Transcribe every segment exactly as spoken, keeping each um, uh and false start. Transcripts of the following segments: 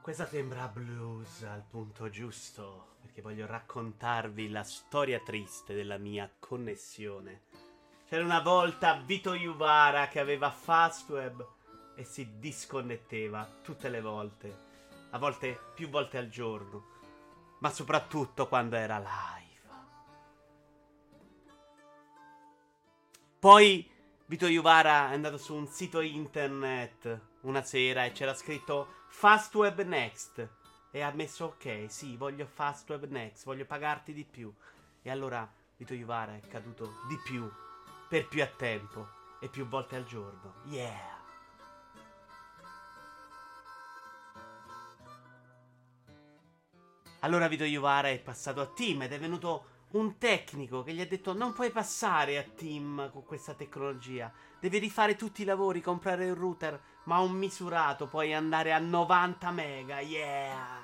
Questa sembra blues al punto giusto, perché voglio raccontarvi la storia triste della mia connessione. C'era una volta Vito Juvara che aveva Fastweb e si disconnetteva tutte le volte, a volte più volte al giorno, ma soprattutto quando era live. Poi Vito Juvara è andato su un sito internet una sera e c'era scritto Fastweb Next e ha messo ok, sì, voglio Fastweb Next, voglio pagarti di più. E allora Vito Juvara è caduto di più, per più a tempo e più volte al giorno. Yeah! Allora Vito Juvara è passato a Team ed è venuto un tecnico che gli ha detto non puoi passare a Team con questa tecnologia, devi rifare tutti i lavori, comprare un router, ma un misurato, puoi andare a novanta mega, yeah!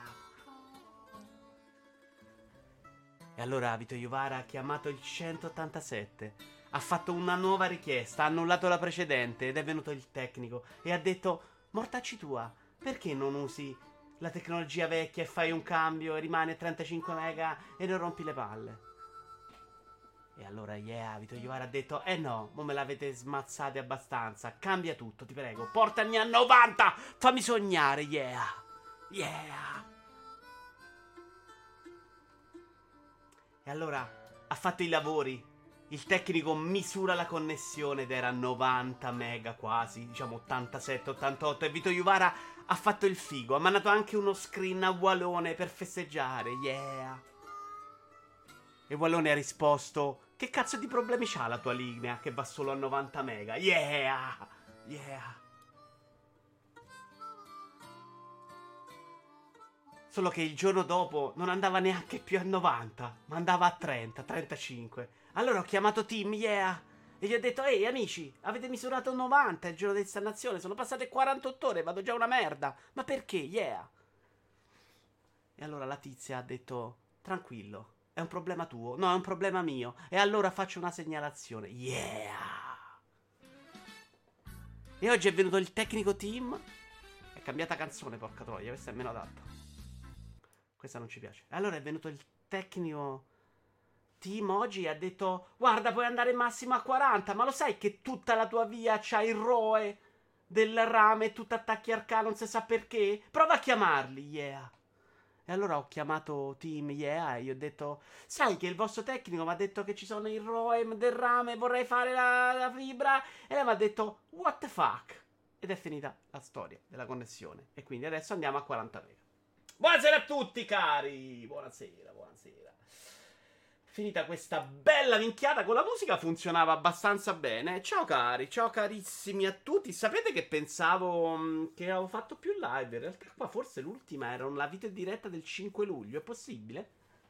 E allora Vito Juvara ha chiamato il centottantasette, ha fatto una nuova richiesta, ha annullato la precedente ed è venuto il tecnico e ha detto mortacci tua, perché non usi la tecnologia vecchia e fai un cambio e rimani a trentacinque mega e non rompi le palle? E allora, yeah, Vito Juvara ha detto eh no, mo me l'avete smazzate abbastanza, cambia tutto, ti prego, portami a novanta, fammi sognare, yeah, yeah. E allora ha fatto i lavori, il tecnico misura la connessione ed era novanta mega quasi, diciamo ottantasette ottantotto, e Vito Juvara ha fatto il figo, ha mandato anche uno screen a Walone per festeggiare, yeah. E Wallone ha risposto che cazzo di problemi c'ha la tua linea che va solo a novanta mega? Yeah! Yeah! Solo che il giorno dopo non andava neanche più a novanta, ma andava a trenta, trentacinque. Allora ho chiamato Team, yeah! E gli ho detto, ehi amici, avete misurato novanta il giorno di installazione, sono passate quarantotto ore, vado già una merda. Ma perché? Yeah! E allora la tizia ha detto, tranquillo, è un problema tuo. No, è un problema mio. E allora faccio una segnalazione. Yeah! E oggi è venuto il tecnico Team. È cambiata canzone, porca troia. Questa è meno adatta. Questa non ci piace. E allora è venuto il tecnico Team oggi e ha detto, guarda, puoi andare massimo a quaranta. Ma lo sai che tutta la tua via c'ha il R O E del rame e tu attacchi Arca, non si sa perché? Prova a chiamarli, yeah. E allora ho chiamato Team Yeah e gli ho detto, sai che il vostro tecnico mi ha detto che ci sono i R O E M del rame, vorrei fare la, la fibra. E lei mi ha detto, what the fuck? Ed è finita la storia della connessione. E quindi adesso andiamo a quaranta mega. Buonasera a tutti cari, buonasera, buonasera. Finita questa bella minchiata con la musica funzionava abbastanza bene. Ciao cari, ciao carissimi a tutti. Sapete che pensavo mh, che avevo fatto più live? In realtà qua forse l'ultima era una video diretta del cinque luglio, è possibile?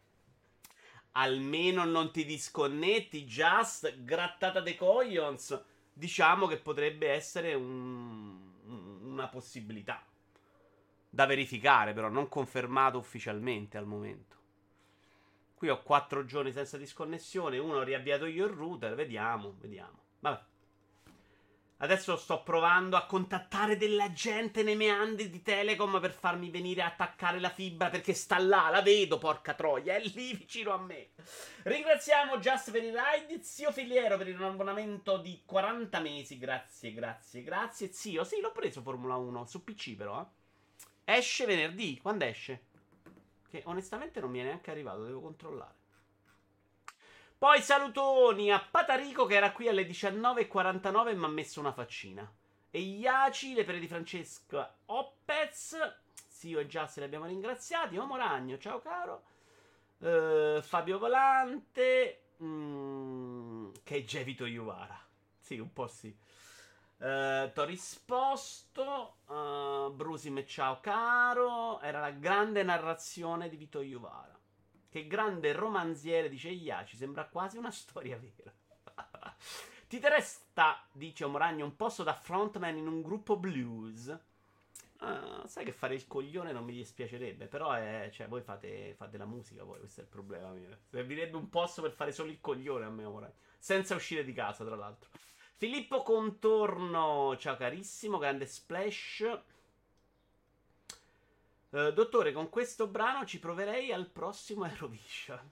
Almeno non ti disconnetti, just grattata dei coglions. Diciamo che potrebbe essere un- una possibilità. Da verificare però, non confermato ufficialmente al momento. Qui ho quattro giorni senza disconnessione. Uno ho riavviato io il router. Vediamo, vediamo. Vabbè. Adesso sto provando a contattare della gente nei meandri di Telecom per farmi venire a attaccare la fibra perché sta là, la vedo, porca troia, è lì vicino a me. Ringraziamo Just per il ride, zio Filiero per il abbonamento di quaranta mesi, grazie, grazie, grazie. Zio, sì, l'ho preso Formula uno, su P C però, eh. Esce venerdì, quando esce? Che onestamente non mi è neanche arrivato, devo controllare. Poi salutoni a Patarico che era qui alle diciannove e quarantanove e mi ha messo una faccina. E Iaci, le pere di Francesca Oppez. Zio e Già se li abbiamo ringraziati. Uomo Ragno, ciao caro. Uh, Fabio Volante. Mm, che è Gevito Iuvara. Sì, un po' sì. Uh, T'ho risposto. Uh, Brusim, ciao caro. Era la grande narrazione di Vito Iuvara. Che grande romanziere, dice Iaci, sembra quasi una storia vera. Ti resta, dice Omoragno, un posto da frontman in un gruppo blues? Ah, sai che fare il coglione non mi dispiacerebbe, però è, cioè, voi fate, fate la musica, voi, questo è il problema mio. Servirebbe un posto per fare solo il coglione a me, Omoragno. Senza uscire di casa, tra l'altro. Filippo Contorno, ciao carissimo, grande splash. Uh, dottore, con questo brano ci proverei al prossimo Eurovision.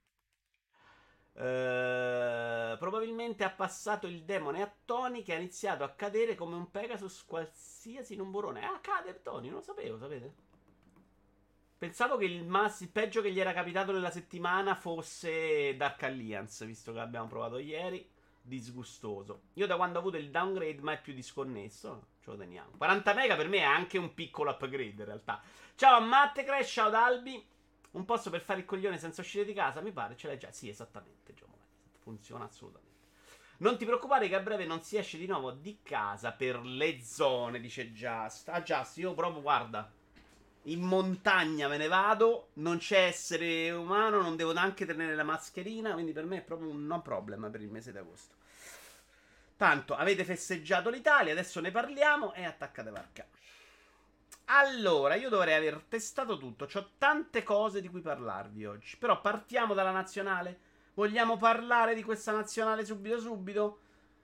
Uh, probabilmente ha passato il demone a Tony che ha iniziato a cadere come un Pegasus qualsiasi numborone. Ah, cade Tony, non lo sapevo, sapete? Pensavo che il, mass- il peggio che gli era capitato nella settimana fosse Dark Alliance, visto che l'abbiamo provato ieri. Disgustoso. Io da quando ho avuto il downgrade mai più disconnesso. Ce lo teniamo. quaranta mega per me è anche un piccolo upgrade in realtà. Ciao a Matte Crash, ciao ad Albi. Un posto per fare il coglione senza uscire di casa, mi pare, ce l'hai già. Sì, esattamente, Gio. Funziona assolutamente. Non ti preoccupare che a breve non si esce di nuovo di casa per le zone, dice Just. Ah, Just, io proprio, guarda, in montagna me ne vado, non c'è essere umano, non devo neanche tenere la mascherina, quindi per me è proprio un non problem per il mese di agosto. Tanto, avete festeggiato l'Italia, adesso ne parliamo e attaccate varca. Allora, io dovrei aver testato tutto, ho tante cose di cui parlarvi oggi, però partiamo dalla nazionale. Vogliamo parlare di questa nazionale subito subito?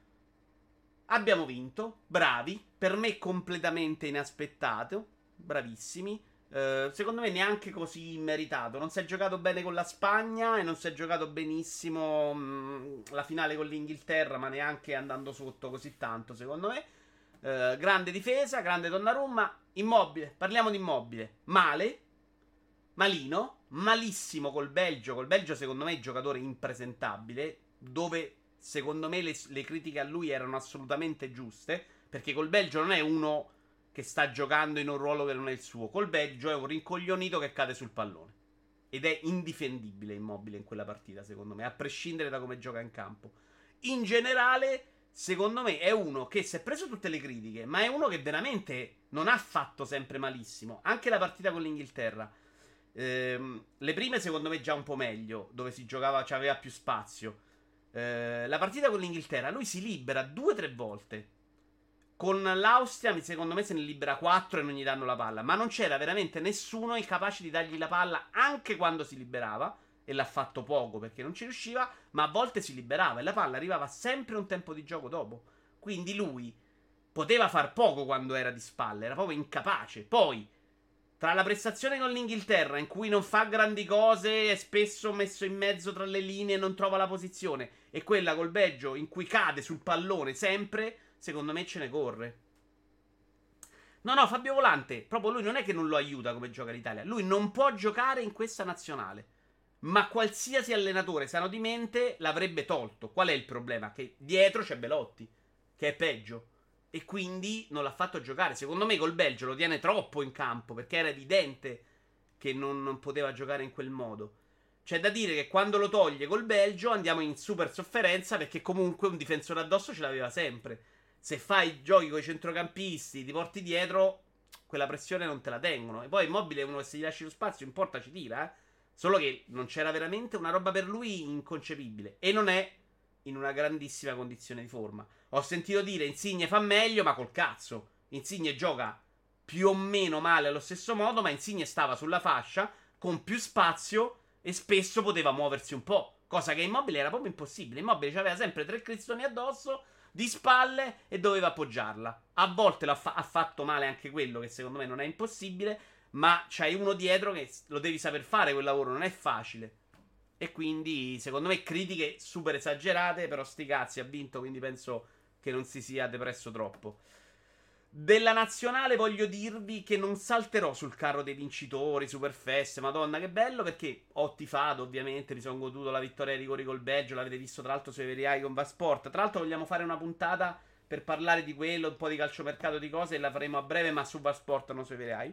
Abbiamo vinto, bravi, per me completamente inaspettato, bravissimi. Uh, secondo me neanche così meritato. Non si è giocato bene con la Spagna e non si è giocato benissimo mh, la finale con l'Inghilterra, ma neanche andando sotto così tanto, secondo me. Uh, grande difesa, grande Donnarumma. Immobile, parliamo di Immobile. Male, malino, malissimo col Belgio. Col Belgio secondo me è giocatore impresentabile, dove secondo me le, le critiche a lui erano assolutamente giuste, perché col Belgio non è uno che sta giocando in un ruolo che non è il suo. Col Belgio è un rincoglionito che cade sul pallone. Ed è indifendibile Immobile in quella partita, secondo me, a prescindere da come gioca in campo. In generale, secondo me, è uno che si è preso tutte le critiche, ma è uno che veramente non ha fatto sempre malissimo. Anche la partita con l'Inghilterra. Ehm, le prime, secondo me, già un po' meglio, dove si giocava, c'aveva più spazio. Ehm, la partita con l'Inghilterra, lui si libera due o tre volte. Con l'Austria, secondo me, se ne libera quattro e non gli danno la palla. Ma non c'era veramente nessuno capace di dargli la palla anche quando si liberava. E l'ha fatto poco perché non ci riusciva. Ma a volte si liberava e la palla arrivava sempre un tempo di gioco dopo. Quindi lui poteva far poco quando era di spalle. Era proprio incapace. Poi, tra la prestazione con l'Inghilterra, in cui non fa grandi cose, è spesso messo in mezzo tra le linee e non trova la posizione, e quella col Belgio, in cui cade sul pallone sempre, secondo me ce ne corre. No, no, Fabio Volante, proprio lui non è che non lo aiuta come gioca l'Italia. Lui non può giocare in questa nazionale. Ma qualsiasi allenatore sano di mente l'avrebbe tolto. Qual è il problema? Che dietro c'è Belotti, che è peggio. E quindi non l'ha fatto giocare. Secondo me col Belgio lo tiene troppo in campo, perché era evidente che non, non poteva giocare in quel modo. C'è da dire che quando lo toglie col Belgio andiamo in super sofferenza, perché comunque un difensore addosso ce l'aveva sempre. Se fai giochi con i centrocampisti, ti porti dietro, quella pressione non te la tengono. E poi Immobile è uno che se gli lasci lo spazio, in porta ci tira, eh. Solo che non c'era veramente una roba per lui inconcepibile. E non è in una grandissima condizione di forma. Ho sentito dire Insigne fa meglio, ma col cazzo. Insigne gioca più o meno male allo stesso modo, ma Insigne stava sulla fascia con più spazio e spesso poteva muoversi un po'. Cosa che Immobile era proprio impossibile. Immobile aveva sempre tre cristoni addosso, di spalle, e doveva appoggiarla. A volte l'ha fa- ha fatto male anche quello, che secondo me non è impossibile, ma c'hai uno dietro che lo devi saper fare quel lavoro, non è facile. E quindi, secondo me, critiche super esagerate, però sti cazzi, ha vinto, quindi penso che non si sia depresso troppo. Della nazionale voglio dirvi che non salterò sul carro dei vincitori, super feste, madonna che bello, perché ho tifato ovviamente, mi sono goduto la vittoria ai rigori col Belgio, l'avete visto tra l'altro sui veri ai con Vasport. Tra l'altro vogliamo fare una puntata per parlare di quello, un po' di calciomercato, di cose, e la faremo a breve, ma su Vasport, non sui veri ai.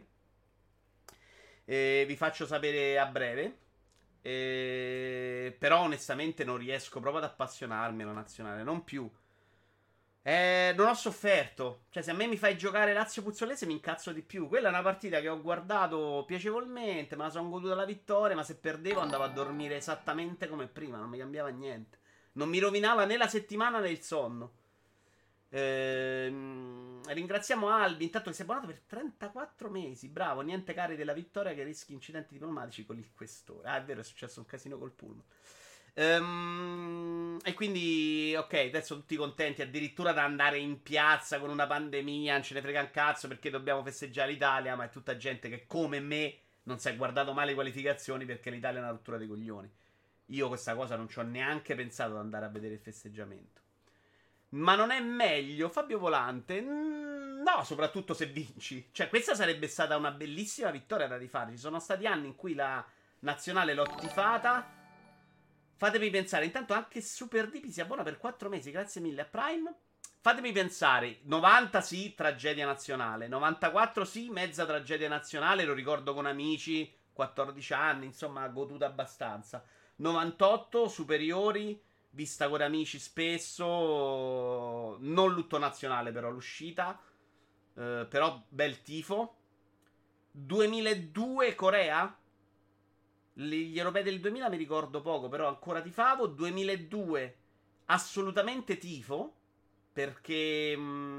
E vi faccio sapere a breve. E... però onestamente non riesco proprio ad appassionarmi alla nazionale, non più. Eh, non ho sofferto. Cioè, se a me mi fai giocare Lazio Puzzolese mi incazzo di più. Quella è una partita che ho guardato piacevolmente, me la sono goduta la vittoria, ma se perdevo andavo a dormire esattamente come prima, non mi cambiava niente. Non mi rovinava né la settimana né il sonno. Ehm, ringraziamo Albi, intanto che si è abbonato per trentaquattro mesi. Bravo, niente cari della vittoria che rischi incidenti diplomatici con il questore. Ah, è vero, è successo un casino col pullman. Ehm, e quindi, ok, adesso tutti contenti addirittura da andare in piazza con una pandemia, non ce ne frega un cazzo perché dobbiamo festeggiare l'Italia, ma è tutta gente che come me non si è guardato mai le qualificazioni perché l'Italia è una rottura dei coglioni. Io questa cosa non ci ho neanche pensato ad andare a vedere il festeggiamento. Ma non è meglio Fabio Volante? Mm, no, soprattutto se vinci. Cioè, questa sarebbe stata una bellissima vittoria da rifare. Ci sono stati anni in cui la nazionale l'ho tifata. Fatemi pensare, intanto anche Super D P si abbona per quattro mesi, grazie mille a Prime. Fatemi pensare, novanta sì, tragedia nazionale, novantaquattro sì, mezza tragedia nazionale, lo ricordo con amici, quattordici anni, insomma, goduta abbastanza. novantotto superiori, vista con amici spesso, non lutto nazionale però l'uscita, eh, però bel tifo. duemiladue Corea? Gli europei del duemila mi ricordo poco, però ancora tifavo. duemiladue assolutamente tifo, perché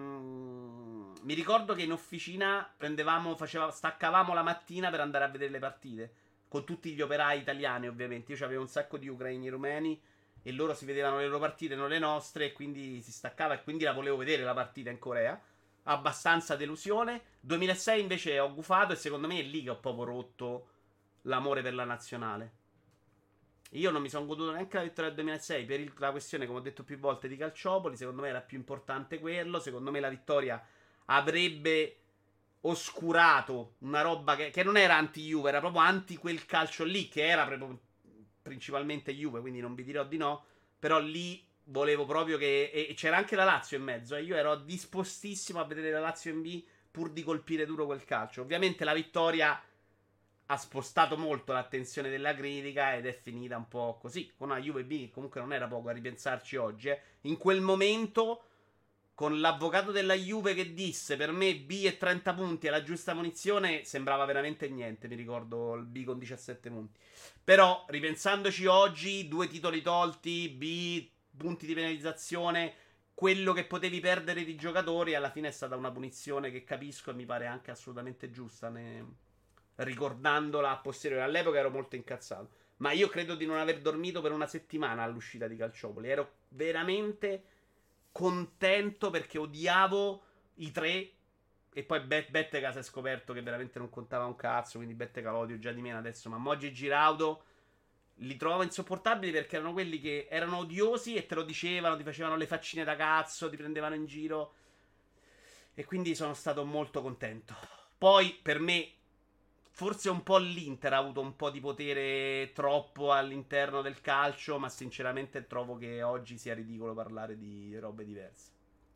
mm, mi ricordo che in officina prendevamo, faceva, staccavamo la mattina per andare a vedere le partite, con tutti gli operai italiani ovviamente. Io avevo un sacco di ucraini e rumeni e loro si vedevano le loro partite, non le nostre, e quindi si staccava e quindi la volevo vedere la partita in Corea. Abbastanza delusione. duemilasei invece ho gufato e secondo me è lì che ho proprio rotto l'amore per la nazionale. Io non mi sono goduto neanche la vittoria del duemilasei per il- la questione, come ho detto più volte, di Calciopoli. Secondo me era più importante quello. Secondo me la vittoria avrebbe oscurato una roba che, che non era anti-Juve, era proprio anti quel calcio lì, che era proprio principalmente Juve, quindi non vi dirò di no. Però lì volevo proprio che... E c'era anche la Lazio in mezzo, e io ero dispostissimo a vedere la Lazio in B pur di colpire duro quel calcio. Ovviamente la vittoria ha spostato molto l'attenzione della critica ed è finita un po' così, con una Juve B che comunque non era poco a ripensarci oggi. Eh. In quel momento, con l'avvocato della Juve che disse per me B e trenta punti è la giusta munizione, sembrava veramente niente, mi ricordo il B con diciassette punti. Però, ripensandoci oggi, due titoli tolti, B, punti di penalizzazione, quello che potevi perdere di giocatori, alla fine è stata una punizione che capisco e mi pare anche assolutamente giusta, ne ricordandola a posteriori. All'epoca ero molto incazzato. Ma io credo di non aver dormito per una settimana all'uscita di Calciopoli. Ero veramente contento perché odiavo i tre. E poi Bet- Bettega si è scoperto che veramente non contava un cazzo. Quindi Bettega lo odio già di meno adesso. Ma Moggi e Giraudo li trovavo insopportabili perché erano quelli che erano odiosi e te lo dicevano, ti facevano le faccine da cazzo, ti prendevano in giro. E quindi sono stato molto contento. Poi per me forse un po' l'Inter ha avuto un po' di potere troppo all'interno del calcio, ma sinceramente trovo che oggi sia ridicolo parlare di robe diverse.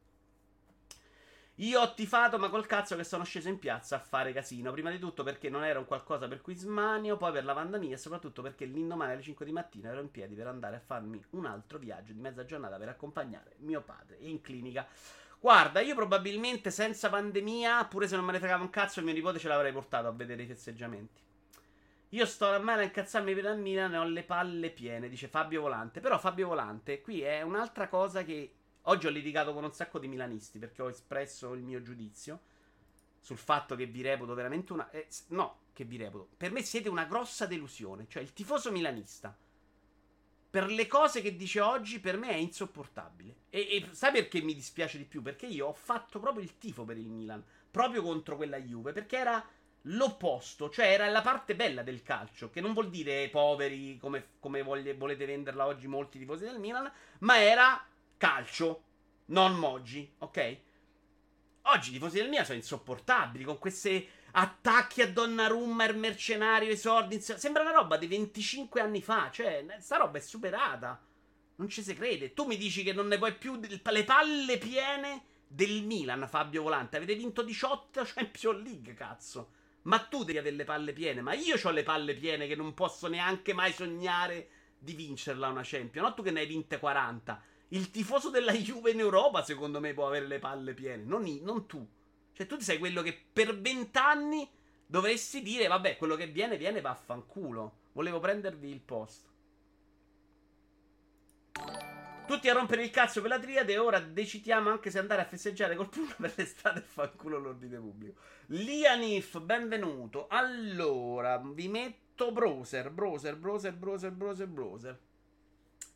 Io ho tifato, ma col cazzo che sono sceso in piazza a fare casino. Prima di tutto perché non era un qualcosa per cui smanio, poi per la pandemia e soprattutto perché l'indomani alle cinque di mattina ero in piedi per andare a farmi un altro viaggio di mezza giornata per accompagnare mio padre in clinica. Guarda, io probabilmente senza pandemia, pure se non me ne fregava un cazzo, il mio nipote ce l'avrei portato a vedere i festeggiamenti. Io sto ormai a incazzarmi per il Milan e ho le palle piene, dice Fabio Volante. Però Fabio Volante, qui è un'altra cosa che oggi ho litigato con un sacco di milanisti perché ho espresso il mio giudizio sul fatto che vi reputo veramente una... Eh, no, che vi reputo. Per me siete una grossa delusione. Cioè, il tifoso milanista, per le cose che dice oggi, per me è insopportabile. E, e sai perché mi dispiace di più? Perché io ho fatto proprio il tifo per il Milan, proprio contro quella Juve, perché era l'opposto, cioè era la parte bella del calcio, che non vuol dire poveri come, come voglie, volete venderla oggi molti tifosi del Milan, ma era calcio, non Moggi, ok? Oggi i tifosi del Milan sono insopportabili, con questi attacchi a Donnarumma, il mercenario, i soldi. Sembra una roba di venticinque anni fa. Cioè, sta roba è superata. Non ci si crede. Tu mi dici che non ne puoi più. Le palle piene del Milan, Fabio Volante. Avete vinto diciotto Champions League, cazzo. Ma tu devi avere le palle piene. Ma io ho le palle piene che non posso neanche mai sognare di vincerla una Champions. Non tu che ne hai vinte quaranta. Il tifoso della Juve in Europa, secondo me, può avere le palle piene. Non, i, non tu. Cioè, tu sei quello che per vent'anni dovresti dire: vabbè, quello che viene, viene, vaffanculo. Volevo prendervi il posto. Tutti a rompere il cazzo per la triade. E ora decidiamo anche se andare a festeggiare col pullman per l'estate e fanculo l'ordine pubblico. Lianif, benvenuto. Allora, vi metto browser, browser, browser, browser, browser, browser.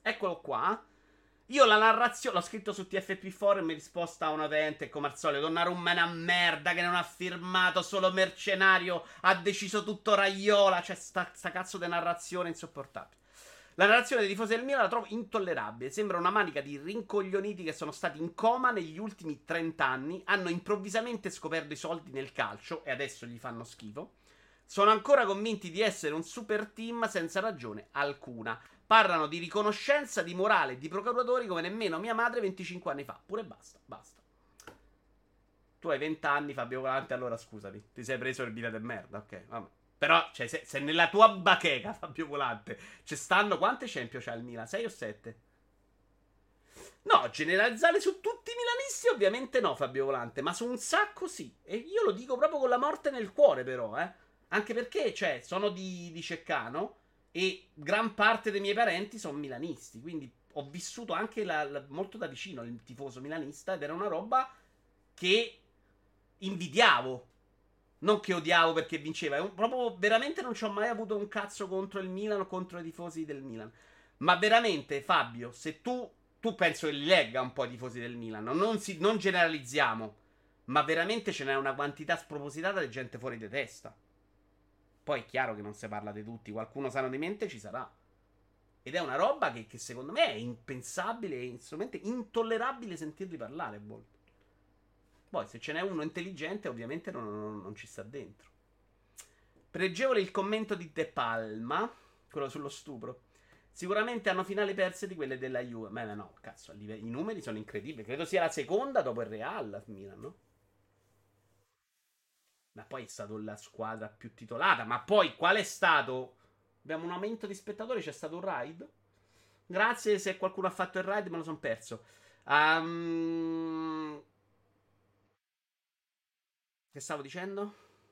Eccolo qua. Io la narrazione l'ho scritto su T F P Forum in risposta a un utente, come al solito. Donnarumma è una merda che non ha firmato, solo mercenario, ha deciso tutto Raiola. Cioè, sta, sta cazzo di narrazione insopportabile. La narrazione dei tifosi del Milan la trovo intollerabile. Sembra una manica di rincoglioniti che sono stati in coma negli ultimi trenta anni. Hanno improvvisamente scoperto i soldi nel calcio e adesso gli fanno schifo. Sono ancora convinti di essere un super team senza ragione alcuna. Parlano di riconoscenza, di morale, di procuratori come nemmeno mia madre venticinque anni fa. Pure basta, basta. Tu hai venti anni, Fabio Volante, allora scusami. Ti sei preso il biglietto de merda, ok, vabbè. Però, cioè, se, se nella tua bacheca, Fabio Volante, ci stanno... Quante Champions c'ha il Milan? sei o sette? No, generalizzare su tutti i milanisti ovviamente no, Fabio Volante, ma su un sacco sì. E io lo dico proprio con la morte nel cuore, però, eh. Anche perché, cioè, sono di, di Ceccano e gran parte dei miei parenti sono milanisti, quindi ho vissuto anche la, la, molto da vicino il tifoso milanista ed era una roba che invidiavo. Non che odiavo perché vinceva, è un, proprio veramente non ci ho mai avuto un cazzo contro il Milan o contro i tifosi del Milan. Ma veramente, Fabio, se tu, tu penso che li legga un po' i tifosi del Milan, non, si, non generalizziamo, ma veramente ce n'è una quantità spropositata di gente fuori di testa. Poi è chiaro che non si parla di tutti, qualcuno sano di mente ci sarà. Ed è una roba che, che secondo me è impensabile e insomma intollerabile sentirli parlare a volte. Poi se ce n'è uno intelligente ovviamente non, non, non ci sta dentro. Pregevole il commento di De Palma, quello sullo stupro. Sicuramente hanno finali perse di quelle della Juve. Ma no, cazzo, i numeri sono incredibili. Credo sia la seconda dopo il Real, Milan, no? Ma poi è stata la squadra più titolata. Ma poi qual è stato? Abbiamo un aumento di spettatori, c'è stato un raid? Grazie se qualcuno ha fatto il raid, me lo sono perso. Um... Che stavo dicendo?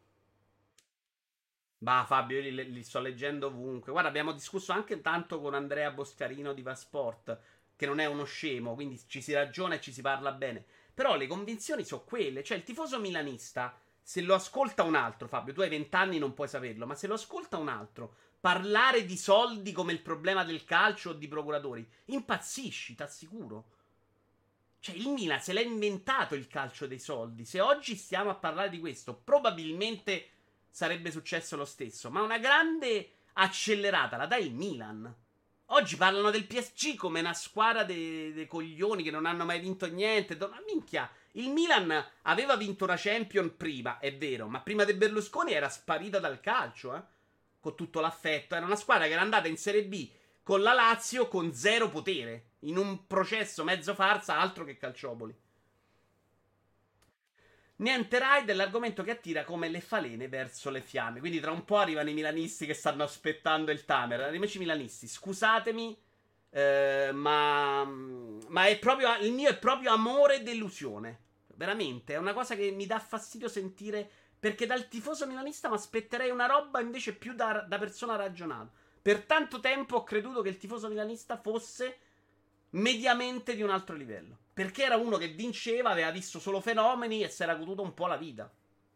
Bah, Fabio, io li, li sto leggendo ovunque. Guarda, abbiamo discusso anche tanto con Andrea Boscarino di Vasport, che non è uno scemo, quindi ci si ragiona e ci si parla bene. Però le convinzioni sono quelle. Cioè, il tifoso milanista, se lo ascolta un altro, Fabio, tu hai vent'anni non puoi saperlo, ma se lo ascolta un altro parlare di soldi come il problema del calcio o di procuratori, impazzisci, t'assicuro. Cioè, il Milan se l'ha inventato il calcio dei soldi. Se oggi stiamo a parlare di questo, probabilmente sarebbe successo lo stesso. Ma una grande accelerata la dà il Milan. Oggi parlano del P S G come una squadra dei de coglioni che non hanno mai vinto niente. Ma minchia, il Milan aveva vinto una Champion prima, è vero, ma prima di Berlusconi era sparita dal calcio, eh. Con tutto l'affetto. Era una squadra che era andata in Serie B con la Lazio con zero potere. In un processo mezzo farsa, altro che calciopoli. Niente raid è l'argomento che attira come le falene verso le fiamme. Quindi tra un po' arrivano i milanisti che stanno aspettando il Tamer. Amici milanisti, scusatemi, eh, ma, ma è proprio, il mio è proprio amore e delusione. Veramente, è una cosa che mi dà fastidio sentire. Perché dal tifoso milanista mi aspetterei una roba invece più da, da persona ragionata. Per tanto tempo ho creduto che il tifoso milanista fosse mediamente di un altro livello. Perché era uno che vinceva, aveva visto solo fenomeni e si era goduto un po' la vita.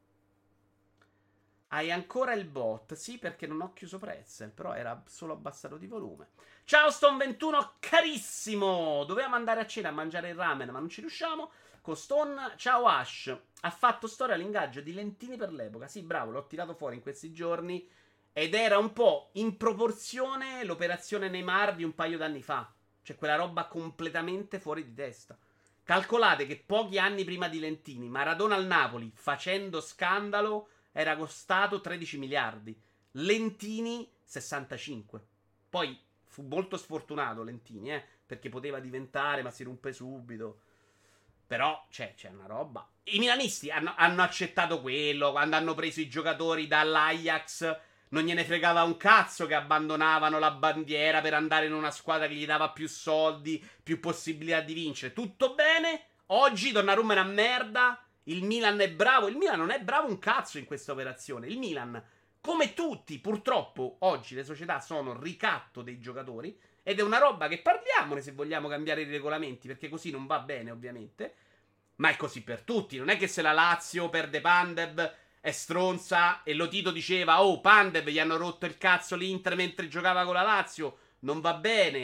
Hai ancora il bot? Sì, perché non ho chiuso Pretzel, però era solo abbassato di volume. Ciao Stone ventuno, carissimo! Dovevamo andare a cena a mangiare il ramen, ma non ci riusciamo. Con Stone, ciao Ash. Ha fatto storia l'ingaggio di Lentini per l'epoca. Sì, bravo, l'ho tirato fuori in questi giorni. Ed era un po' in proporzione l'operazione Neymar di un paio d'anni fa. Cioè quella roba completamente fuori di testa. Calcolate che pochi anni prima di Lentini, Maradona al Napoli, facendo scandalo, era costato tredici miliardi. Lentini sessantacinque. Poi fu molto sfortunato Lentini, eh, perché poteva diventare, ma si rompe subito. Però c'è, c'è una roba. I milanisti hanno, hanno accettato quello quando hanno preso i giocatori dall'Ajax. Non gliene fregava un cazzo che abbandonavano la bandiera per andare in una squadra che gli dava più soldi, più possibilità di vincere. Tutto bene? Oggi Donnarumma è una merda. Il Milan è bravo. Il Milan non è bravo un cazzo in questa operazione. Il Milan, come tutti, purtroppo, oggi le società sono ricatto dei giocatori. Ed è una roba che parliamone se vogliamo cambiare i regolamenti, perché così non va bene, ovviamente. Ma è così per tutti. Non è che se la Lazio perde Pandev è stronza e Lotito diceva: oh, Pandev gli hanno rotto il cazzo l'Inter mentre giocava con la Lazio, non va bene.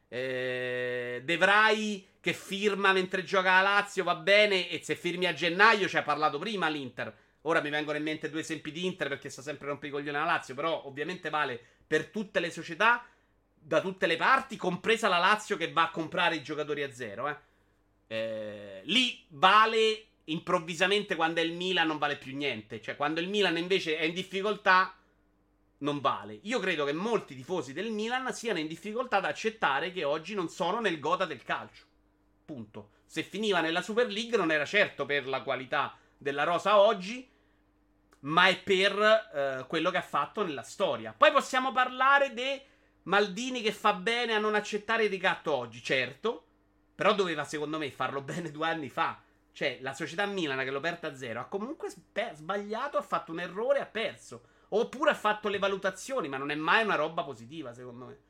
Eh, De Vrij che firma mentre gioca a Lazio va bene, e se firmi a gennaio ci hai parlato prima l'Inter. Ora mi vengono in mente due esempi di Inter perché sta sempre rompendo i coglioni alla Lazio, però ovviamente vale per tutte le società, da tutte le parti, compresa la Lazio che va a comprare i giocatori a zero. Eh. Eh, lì vale improvvisamente quando è il Milan non vale più niente. Cioè quando il Milan invece è in difficoltà non vale. Io credo che molti tifosi del Milan siano in difficoltà ad accettare che oggi non sono nel gota del calcio. Punto. Se finiva nella Super League non era certo per la qualità della rosa oggi, ma è per eh, quello che ha fatto nella storia. Poi possiamo parlare di Maldini che fa bene a non accettare il ricatto oggi, certo, però doveva secondo me farlo bene due anni fa. Cioè, la società Milan che l'ho aperta a zero ha comunque spe- sbagliato, ha fatto un errore, ha perso. Oppure ha fatto le valutazioni, ma non è mai una roba positiva, secondo me.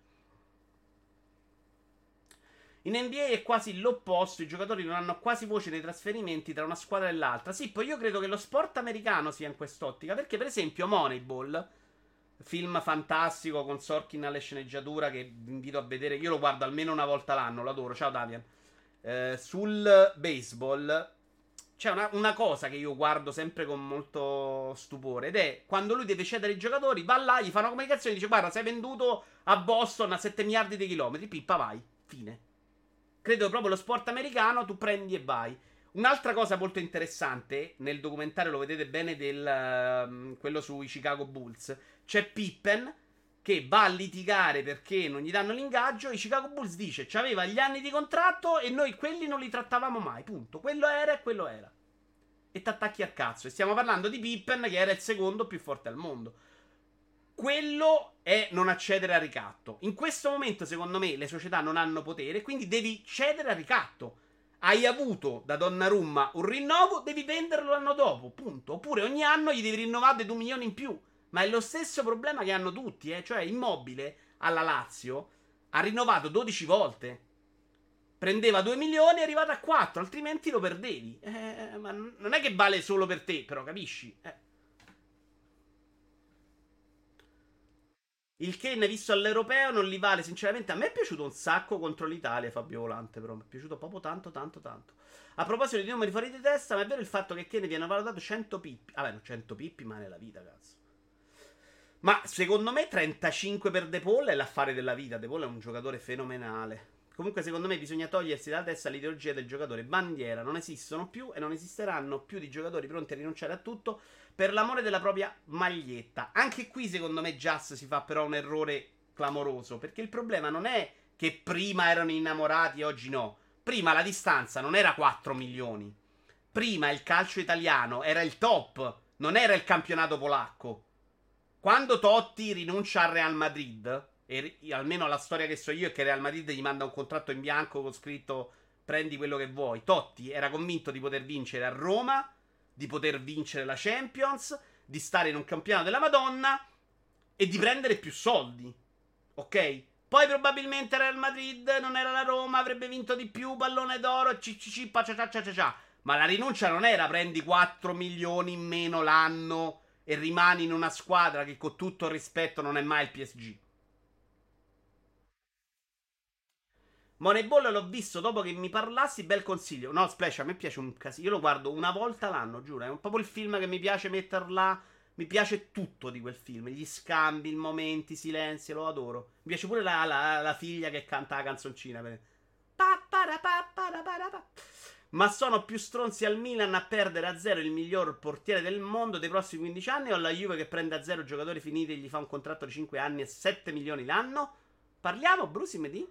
In N B A è quasi l'opposto, i giocatori non hanno quasi voce nei trasferimenti tra una squadra e l'altra. Sì, poi io credo che lo sport americano sia in quest'ottica, perché per esempio Moneyball, film fantastico con Sorkin alle sceneggiatura che vi invito a vedere, io lo guardo almeno una volta l'anno, lo adoro, ciao Davian. Eh, sul baseball c'è una, una cosa che io guardo sempre con molto stupore, ed è quando lui deve cedere i giocatori, va là, gli fa una comunicazione e dice guarda sei venduto a Boston a sette miliardi di chilometri, pippa vai, fine. Credo proprio lo sport americano, tu prendi e vai. Un'altra cosa molto interessante, nel documentario lo vedete bene del ehm, quello sui Chicago Bulls, c'è Pippen che va a litigare perché non gli danno l'ingaggio. E i Chicago Bulls dice c'aveva gli anni di contratto e noi quelli non li trattavamo mai. Punto. Quello era e quello era. E t'attacchi al cazzo. E stiamo parlando di Pippen che era il secondo più forte al mondo. Quello è non accedere al ricatto. In questo momento, secondo me, le società non hanno potere, quindi devi cedere al ricatto. Hai avuto da Donnarumma un rinnovo, devi venderlo l'anno dopo, punto. Oppure ogni anno gli devi rinnovare due milioni in più. Ma è lo stesso problema che hanno tutti, eh. Cioè, Immobile alla Lazio ha rinnovato dodici volte. Prendeva due milioni e è arrivato a quattro, altrimenti lo perdevi. Eh, ma non è che vale solo per te, però, capisci? Eh. Il Kane visto all'europeo non li vale, sinceramente. A me è piaciuto un sacco contro l'Italia, Fabio Volante, però mi è piaciuto proprio tanto, tanto, tanto. A proposito di numeri fuori di testa, ma è vero il fatto che Kane viene valutato cento pippi. Vabbè, non cento pippi, ma nella vita, cazzo. Ma secondo me trentacinque per De Paul è l'affare della vita. De Paul è un giocatore fenomenale. Comunque, secondo me, bisogna togliersi dalla testa l'ideologia del giocatore bandiera. Non esistono più e non esisteranno più di giocatori pronti a rinunciare a tutto per l'amore della propria maglietta. Anche qui, secondo me, Just si fa però un errore clamoroso. Perché il problema non è che prima erano innamorati e oggi no. Prima la distanza non era quattro milioni. Prima il calcio italiano era il top, non era il campionato polacco. Quando Totti rinuncia al Real Madrid, e almeno la storia che so io è che Real Madrid gli manda un contratto in bianco con scritto prendi quello che vuoi. Totti era convinto di poter vincere a Roma, di poter vincere la Champions, di stare in un campionato della Madonna e di prendere più soldi. Ok? Poi probabilmente Real Madrid non era la Roma, avrebbe vinto di più, pallone d'oro, ciccici, cia. Ma la rinuncia non era prendi quattro milioni in meno l'anno e rimani in una squadra che con tutto il rispetto non è mai il P S G. Moneyball l'ho visto dopo che mi parlassi, bel consiglio. No, Splash, a me piace un casino. Io lo guardo una volta l'anno, giuro. È un proprio il film che mi piace metterla. Mi piace tutto di quel film. Gli scambi, i momenti, i silenzi, lo adoro. Mi piace pure la, la- la figlia che canta la canzoncina. Pa, para, pa, para, para, pa. Ma sono più stronzi al Milan a perdere a zero il miglior portiere del mondo dei prossimi quindici anni o alla Juve che prende a zero giocatori finiti e gli fa un contratto di cinque anni e sette milioni l'anno? Parliamo, Brusim, di?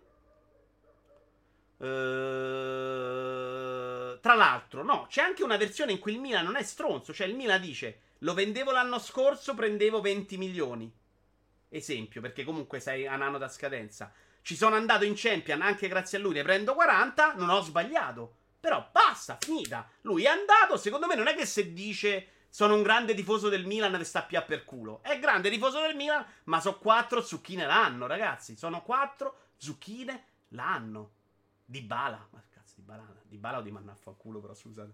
Uh, tra l'altro, no, c'è anche una versione in cui il Milan non è stronzo. Cioè, il Milan dice: lo vendevo l'anno scorso, prendevo venti milioni. Esempio, perché comunque sei a nano da scadenza. Ci sono andato in Champion anche grazie a lui, ne prendo quaranta. Non ho sbagliato. Però basta, finita. Lui è andato. Secondo me, non è che se dice sono un grande tifoso del Milan, ne sta più per culo. È grande tifoso del Milan, ma sono quattro zucchine l'anno, ragazzi. Sono quattro zucchine l'anno. Di Bala, ma cazzo, di Bala, di Bala o di Mannaffa a culo, però scusate.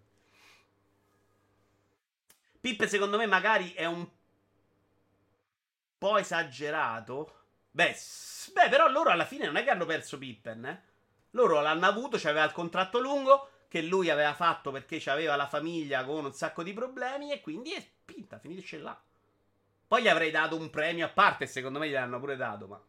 Pippe, secondo me, magari è un po' esagerato. Beh, s- beh, però loro alla fine non è che hanno perso Pippen, eh. Loro l'hanno avuto, c'aveva il contratto lungo che lui aveva fatto perché aveva la famiglia con un sacco di problemi e quindi è spinta, finisce là. Poi gli avrei dato un premio a parte, secondo me gliel'hanno pure dato, ma...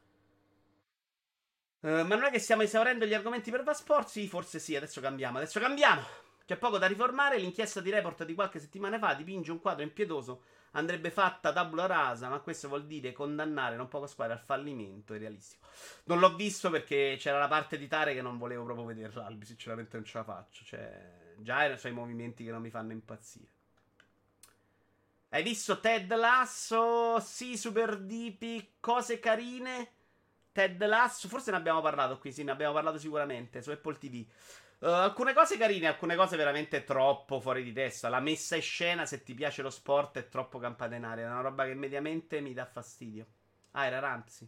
Eh, ma non è che stiamo esaurendo gli argomenti per Vasport? Sì, forse sì, adesso cambiamo, adesso cambiamo. C'è poco da riformare, l'inchiesta di Report di qualche settimana fa dipinge un quadro impietoso, andrebbe fatta tabula rasa, ma questo vuol dire condannare non poco squadra al fallimento, è realistico. Non l'ho visto perché c'era la parte di Tare che non volevo proprio vederla, Albi, sinceramente non ce la faccio, cioè... Già erano i movimenti che non mi fanno impazzire. Hai visto Ted Lasso? Sì, Super Dipi, cose carine. Ted Lasso, forse ne abbiamo parlato qui, sì, ne abbiamo parlato sicuramente su Apple T V. Uh, alcune cose carine, alcune cose veramente troppo fuori di testa. La messa in scena, se ti piace lo sport, è troppo campatenaria. È una roba che mediamente mi dà fastidio. Ah, era Ramsey.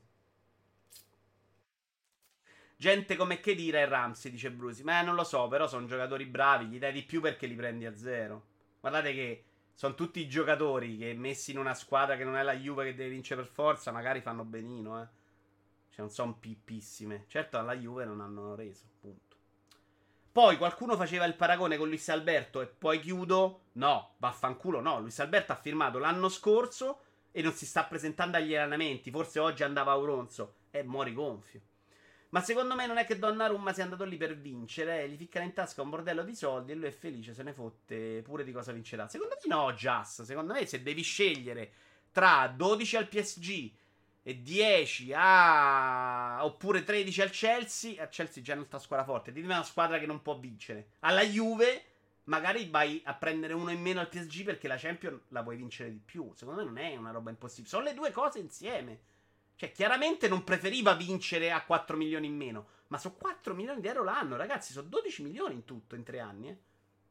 Gente come che dire è Ramsey, dice Brusi. Ma non lo so, però sono giocatori bravi. Gli dai di più perché li prendi a zero. Guardate che sono tutti giocatori che messi in una squadra che non è la Juve che deve vincere per forza, magari fanno benino, eh. Cioè, non sono pippissime. Certo, alla Juve non hanno reso, punto. Poi qualcuno faceva il paragone con Luis Alberto e poi chiudo. No, vaffanculo no. Luis Alberto ha firmato l'anno scorso e non si sta presentando agli allenamenti. Forse oggi andava a Auronzo e mori gonfio. Ma secondo me non è che Donnarumma sia andato lì per vincere. Eh, gli ficcano in tasca un bordello di soldi e lui è felice, se ne fotte pure di cosa vincerà. Secondo me no, Just. Secondo me se devi scegliere tra dodici al P S G e dieci a... oppure tredici al Chelsea, a Chelsea già è un'altra squadra forte, dimmi una squadra che non può vincere. Alla Juve magari vai a prendere uno in meno al P S G perché la Champions la puoi vincere di più. Secondo me non è una roba impossibile. Sono le due cose insieme. Cioè, chiaramente non preferiva vincere a quattro milioni in meno, ma sono quattro milioni di euro l'anno, ragazzi, sono dodici milioni in tutto in tre anni, eh.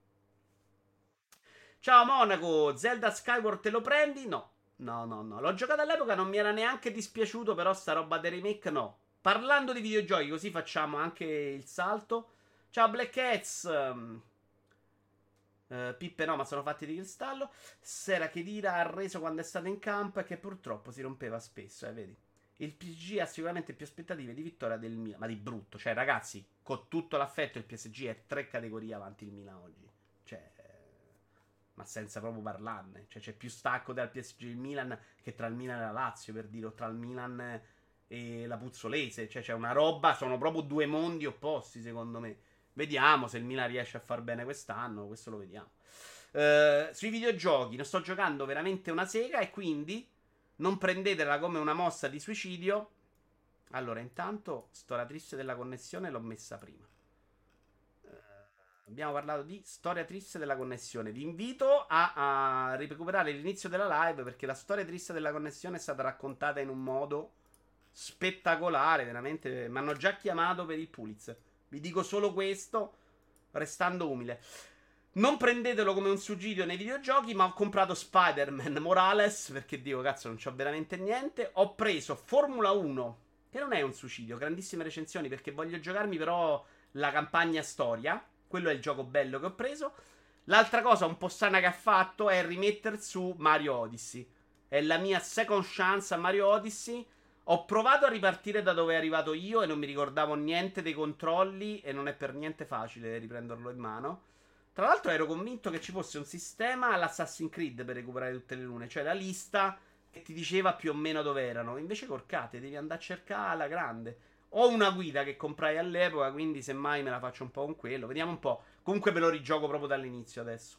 Ciao Monaco, Zelda Skyward te lo prendi? No. No, no, no. L'ho giocato all'epoca, non mi era neanche dispiaciuto, però sta roba dei remake no. Parlando di videogiochi, così facciamo anche il salto. Ciao Black Cats. ehm, eh, Pippe no, ma sono fatti di cristallo. Sera Chedira ha reso quando è stato in campo e che purtroppo si rompeva spesso, eh, vedi. Il P S G ha sicuramente più aspettative di vittoria del Milan, ma di brutto. Cioè, ragazzi, con tutto l'affetto, il P S G è tre categorie avanti il Milan oggi. Cioè, ma senza proprio parlarne. Cioè, c'è più stacco tra il P S G e il Milan che tra il Milan e la Lazio, per dire, o tra il Milan e la Puzzolese. Cioè, c'è una roba, sono proprio due mondi opposti, secondo me. Vediamo se il Milan riesce a far bene quest'anno, questo lo vediamo. Uh, sui videogiochi, ne sto giocando veramente una sega e quindi non prendetela come una mossa di suicidio. Allora, intanto, storia triste della connessione l'ho messa prima. Abbiamo parlato di storia triste della connessione. Vi invito a, a recuperare l'inizio della live perché la storia triste della connessione è stata raccontata in un modo spettacolare, veramente. Mi hanno già chiamato per il Pulitzer. Vi dico solo questo, restando umile. Non prendetelo come un suicidio nei videogiochi, ma ho comprato Spider-Man Morales perché dico, cazzo, non c'ho veramente niente. Ho preso Formula uno, che non è un suicidio, grandissime recensioni perché voglio giocarmi però la campagna storia. Quello è il gioco bello che ho preso. L'altra cosa un po' strana che ha fatto è rimettere su Mario Odyssey. È la mia second chance a Mario Odyssey. Ho provato a ripartire da dove è arrivato io e non mi ricordavo niente dei controlli e non è per niente facile riprenderlo in mano. Tra l'altro ero convinto che ci fosse un sistema all'Assassin's Creed per recuperare tutte le lune, cioè la lista che ti diceva più o meno dove erano. Invece corcate, devi andare a cercare alla grande. Ho una guida che comprai all'epoca, quindi semmai me la faccio un po' con quello. Vediamo un po'. Comunque me lo rigioco proprio dall'inizio adesso.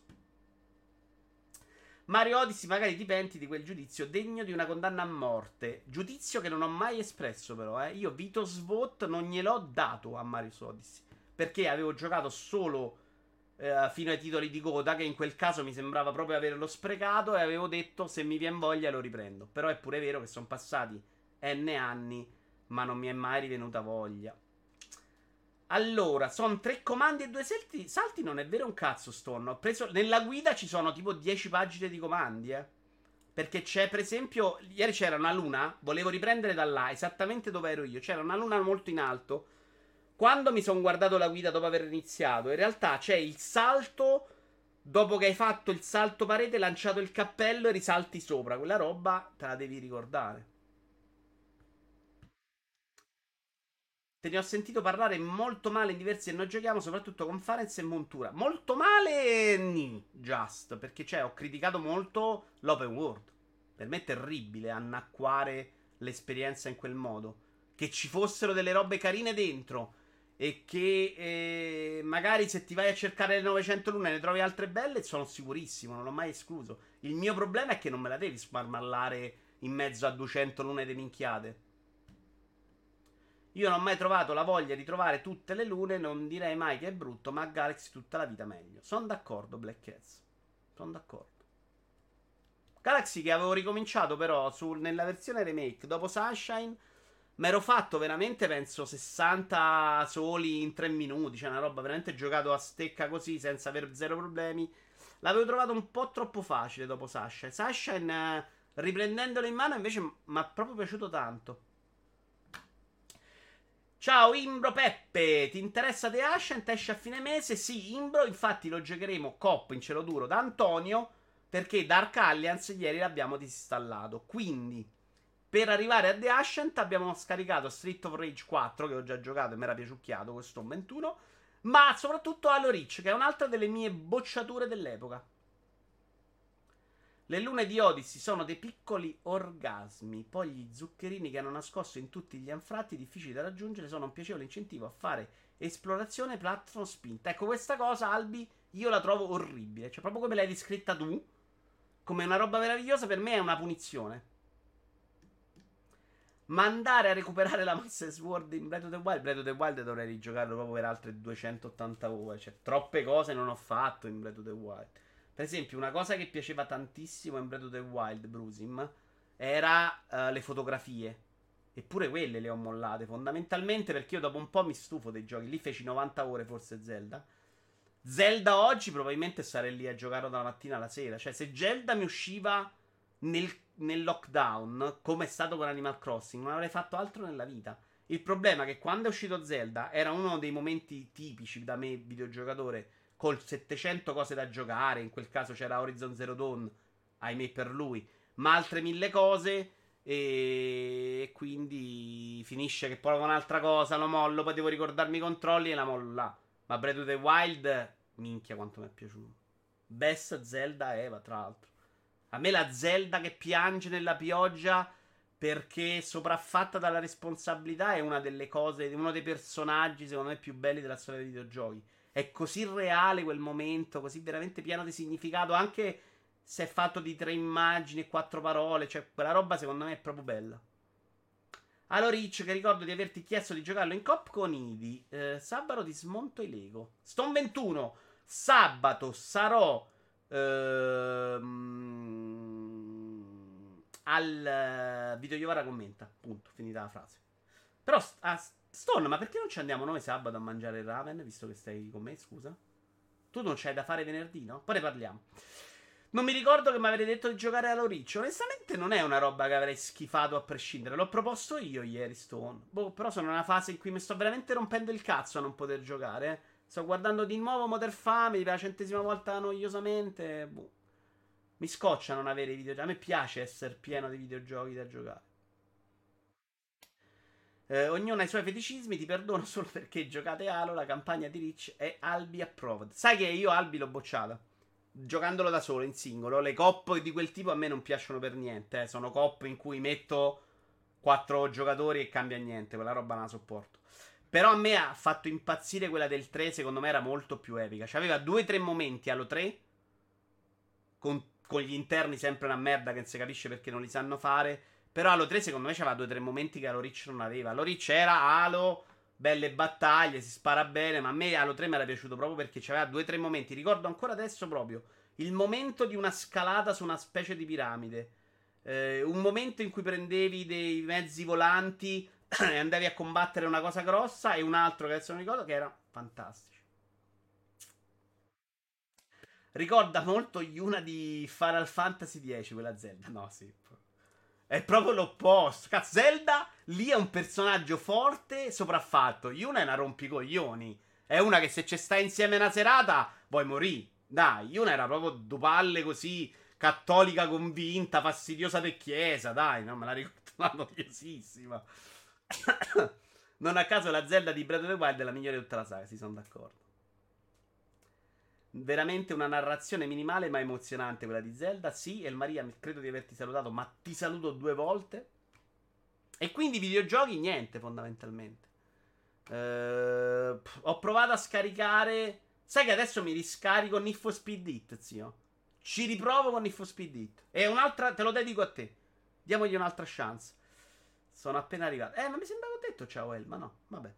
Mario Odyssey, magari ti penti di quel giudizio degno di una condanna a morte. Giudizio che non ho mai espresso, però. Eh. Io Vito Svot non gliel'ho dato a Mario Odyssey. Perché avevo giocato solo eh, fino ai titoli di coda, che in quel caso mi sembrava proprio averlo sprecato. E avevo detto se mi viene voglia lo riprendo. Però è pure vero che sono passati N anni, ma non mi è mai rivenuta voglia. Allora, sono tre comandi e due salti. Salti non è vero un cazzo, Stone. Ho preso. Nella guida ci sono tipo dieci pagine di comandi, eh. Perché c'è, per esempio, ieri c'era una luna. Volevo riprendere da là, esattamente dove ero io. C'era una luna molto in alto. Quando mi sono guardato la guida dopo aver iniziato, in realtà c'è il salto. Dopo che hai fatto il salto parete, lanciato il cappello e risalti sopra. Quella roba te la devi ricordare. Te ne ho sentito parlare molto male in diversi e noi giochiamo, soprattutto con Farenz e Montura. Molto male, ni, just, perché cioè ho criticato molto l'open world. Per me è terribile annacquare l'esperienza in quel modo. Che ci fossero delle robe carine dentro e che eh, magari se ti vai a cercare le novecento lune ne trovi altre belle, sono sicurissimo, non l'ho mai escluso. Il mio problema è che non me la devi smarmallare in mezzo a duecento lune di minchiate. Io non ho mai trovato la voglia di trovare tutte le lune, non direi mai che è brutto, ma a Galaxy tutta la vita meglio. Sono d'accordo, Black Cats. Sono d'accordo. Galaxy che avevo ricominciato però sul, nella versione remake dopo Sunshine, mi ero fatto veramente, penso, sessanta soli in tre minuti. Cioè una roba veramente giocato a stecca così, senza avere zero problemi. L'avevo trovato un po' troppo facile dopo Sunshine. Sunshine, eh, riprendendolo in mano, invece mi ha proprio piaciuto tanto. Ciao Imbro Peppe, ti interessa The Ascent? Esce a fine mese? Sì, Imbro, infatti lo giocheremo coop in cielo duro da Antonio, perché Dark Alliance ieri l'abbiamo disinstallato. Quindi, per arrivare a The Ascent abbiamo scaricato Street of Rage quattro, che ho già giocato e mi era piaciucchiato questo ventuno, ma soprattutto Halo Reach, che è un'altra delle mie bocciature dell'epoca. Le lune di Odyssey sono dei piccoli orgasmi. Poi gli zuccherini che hanno nascosto in tutti gli anfratti difficili da raggiungere sono un piacevole incentivo a fare esplorazione platform spinta. Ecco, questa cosa, Albi, io la trovo orribile. Cioè, proprio come l'hai descritta tu, come una roba meravigliosa, per me è una punizione. Ma andare a recuperare la Master Sword in Breath of the Wild, Breath of the Wild dovrei rigiocarlo proprio per altre duecentottanta ore. Cioè, troppe cose non ho fatto in Breath of the Wild. Per esempio, una cosa che piaceva tantissimo in Breath of the Wild, Brusim, era uh, le fotografie. Eppure quelle le ho mollate, fondamentalmente perché io dopo un po' mi stufo dei giochi. Lì feci novanta ore forse Zelda. Zelda oggi probabilmente sarei lì a giocarlo dalla mattina alla sera. Cioè, se Zelda mi usciva nel, nel lockdown, come è stato con Animal Crossing, non avrei fatto altro nella vita. Il problema è che quando è uscito Zelda era uno dei momenti tipici da me, videogiocatore, con settecento cose da giocare. In quel caso c'era Horizon Zero Dawn, ahimè per lui, ma altre mille cose. E quindi finisce che provo un'altra cosa, lo mollo, poi devo ricordarmi i controlli e la mollo là. Ma Breath of the Wild, minchia quanto mi è piaciuto. Best Zelda Eva, tra l'altro. A me la Zelda che piange nella pioggia perché sopraffatta dalla responsabilità è una delle cose, uno dei personaggi secondo me più belli della storia dei videogiochi. È così reale quel momento, così veramente pieno di significato, anche se è fatto di tre immagini e quattro parole. Cioè, quella roba secondo me è proprio bella. Allora, Rich, che ricordo di averti chiesto di giocarlo in coop con Idi. Eh, sabato ti smonto i Lego. Stone ventuno. Sabato sarò ehm, al Video Iovara commenta. Punto. Finita la frase. Però, ah, Stone, ma perché non ci andiamo noi sabato a mangiare il ramen, visto che stai con me, scusa? Tu non c'hai da fare venerdì, no? Poi ne parliamo. Non mi ricordo che mi avete detto di giocare a Riccio. Onestamente non è una roba che avrei schifato a prescindere. L'ho proposto io ieri, Stone. Boh, però sono in una fase in cui mi sto veramente rompendo il cazzo a non poter giocare. Eh. Sto guardando di nuovo Modern Family per la centesima volta noiosamente. Boh. Mi scoccia non avere i videogiochi. A me piace essere pieno di videogiochi da giocare. Eh, ognuno ha i suoi feticismi, ti perdono solo perché giocate Halo, la campagna di Rich è Albi approved. Sai che io Albi l'ho bocciata giocandolo da solo, in singolo. Le coop di quel tipo a me non piacciono per niente. Eh. Sono coop in cui metto quattro giocatori e cambia niente. Quella roba non la sopporto. Però a me ha fatto impazzire quella del tre. Secondo me era molto più epica. C'aveva due o tre momenti allo tre. Con, con gli interni sempre una merda che non si capisce perché non li sanno fare. Però Halo tre secondo me c'aveva due o tre momenti che Halo Reach non aveva. Halo Reach era Halo, belle battaglie, si spara bene, ma a me Halo tre mi era piaciuto proprio perché c'aveva due o tre momenti. Ricordo ancora adesso proprio il momento di una scalata su una specie di piramide. Eh, un momento in cui prendevi dei mezzi volanti e andavi a combattere una cosa grossa, e un altro che adesso non ricordo, che era fantastico. Ricorda molto Yuna di Final Fantasy dieci, quella Zelda. No, sì. È proprio l'opposto. Cazzo, Zelda lì è un personaggio forte, sopraffatto. Yuna è una rompicoglioni. È una che se ci stai insieme una serata, vuoi morì. Dai, Yuna era proprio due palle così, cattolica convinta, fastidiosa per chiesa. Dai, non me la ricordo, una noiosissima. Non a caso la Zelda di Breath of the Wild è la migliore di tutta la saga, si sono d'accordo. Veramente una narrazione minimale ma emozionante quella di Zelda. Sì, El Maria, credo di averti salutato, ma ti saluto due volte. E quindi videogiochi, niente, fondamentalmente. Uh, ho provato a scaricare. Sai che adesso mi riscarico Need for Speed Heat, zio. Ci riprovo con Need for Speed Heat. E un'altra, te lo dedico a te. Diamogli un'altra chance. Sono appena arrivato. Eh, ma mi sembra che ho detto ciao El, ma no, vabbè.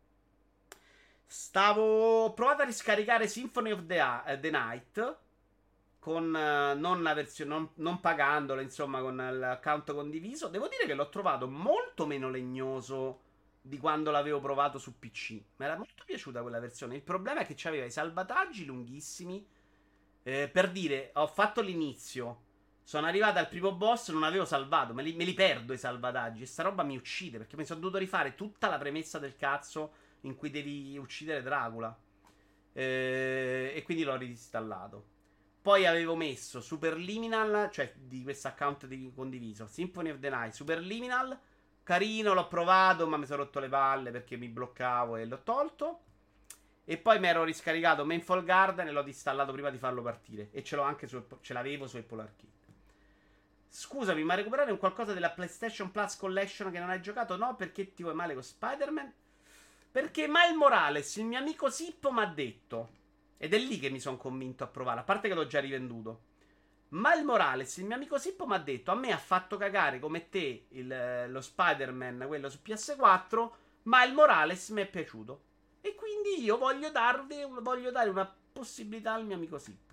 Stavo. Ho provato a riscaricare Symphony of the, uh, the Night. Con uh, non la versione. Non, non pagandolo, insomma, con l'account condiviso. Devo dire che l'ho trovato molto meno legnoso di quando l'avevo provato su P C. Mi era molto piaciuta quella versione. Il problema è che c'aveva i salvataggi lunghissimi. Eh, per dire, ho fatto l'inizio. Sono arrivato al primo boss, non avevo salvato. Me li, me li perdo i salvataggi. E sta roba mi uccide. Perché mi sono dovuto rifare tutta la premessa del cazzo in cui devi uccidere Dracula. Eh, e quindi l'ho reinstallato. Poi avevo messo Superliminal, cioè di questo account di condiviso, Symphony of the Night, Superliminal. Carino, l'ho provato, ma mi sono rotto le palle perché mi bloccavo e l'ho tolto. E poi mi ero riscaricato Mainfall Garden e l'ho installato prima di farlo partire. E ce l'ho anche su, ce l'avevo su Apple Arcade. Scusami, ma recuperare un qualcosa della PlayStation Plus Collection che non hai giocato? No, perché ti vuoi male con Spider-Man? Perché Miles Morales, il mio amico Sippo, mi ha detto, ed è lì che mi sono convinto a provare, a parte che l'ho già rivenduto. Miles Morales, il mio amico Sippo, mi ha detto, a me ha fatto cagare come te il, lo Spider-Man, quello su P S quattro, ma il Morales mi è piaciuto. E quindi io voglio darvi, voglio dare una possibilità al mio amico Sippo.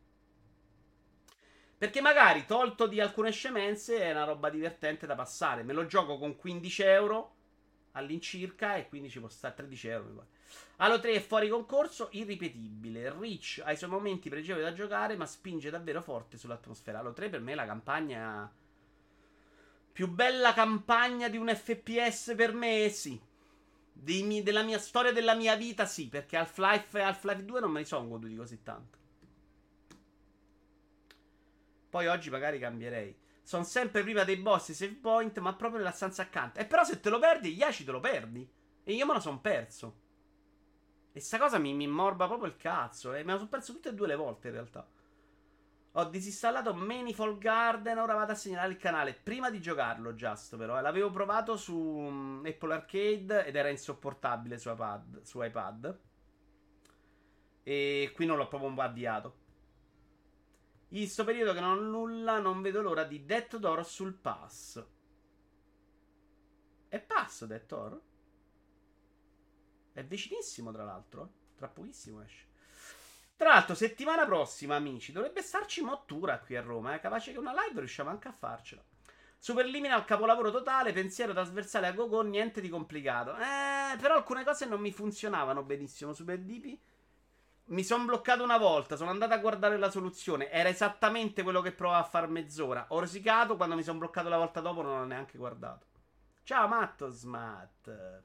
Perché magari, tolto di alcune scemenze, è una roba divertente da passare. Me lo gioco con quindici euro all'incirca e quindi ci può stare tredici euro. Mi pare. Halo tre è fuori concorso, irripetibile. Reach ha i suoi momenti pregevoli da giocare, ma spinge davvero forte sull'atmosfera. Halo tre per me è la campagna più bella campagna di un F P S per me, sì. Dei, della mia storia, della mia vita, sì. Perché Half-Life e Half-Life due non me li sono goduti così tanto. Poi oggi magari cambierei. Sono sempre prima dei boss e save point, ma proprio nella stanza accanto. E però se te lo perdi, Yashi te lo perdi. E io me lo sono perso. E sta cosa mi, mi morba proprio il cazzo. E me lo sono perso tutte e due le volte in realtà. Ho disinstallato Manifold Garden. Ora vado a segnalare il canale. Prima di giocarlo, giusto però. Eh. L'avevo provato su um, Apple Arcade ed era insopportabile su iPad. Su iPad. E qui non l'ho proprio un po' avviato. In sto periodo che non ho nulla, non vedo l'ora di Death Door sul pass. È pass Death Door? È vicinissimo, tra l'altro. Tra pochissimo esce. Tra l'altro, settimana prossima, amici, dovrebbe starci Mottura qui a Roma. È eh? Capace che una live riusciamo anche a farcela. Superliminal, capolavoro totale, pensiero trasversale a go-go, niente di complicato. Eh, però alcune cose non mi funzionavano benissimo. Super D P. Mi sono bloccato una volta, sono andato a guardare la soluzione. Era esattamente quello che provavo a far mezz'ora. Ho rosicato, quando mi sono bloccato la volta dopo non ho neanche guardato. Ciao Matto Smat.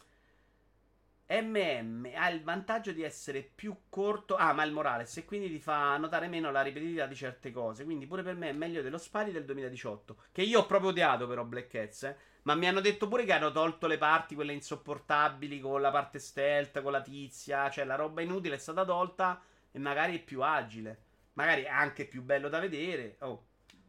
M M ha il vantaggio di essere più corto. Ah, ma il Morales. E quindi ti fa notare meno la ripetitività di certe cose. Quindi pure per me è meglio dello Spari del duemiladiciotto. Che io ho proprio odiato però Black Cats, eh. Ma mi hanno detto pure che hanno tolto le parti, quelle insopportabili, con la parte stealth, con la tizia. Cioè la roba inutile è stata tolta e magari è più agile. Magari è anche più bello da vedere. Oh.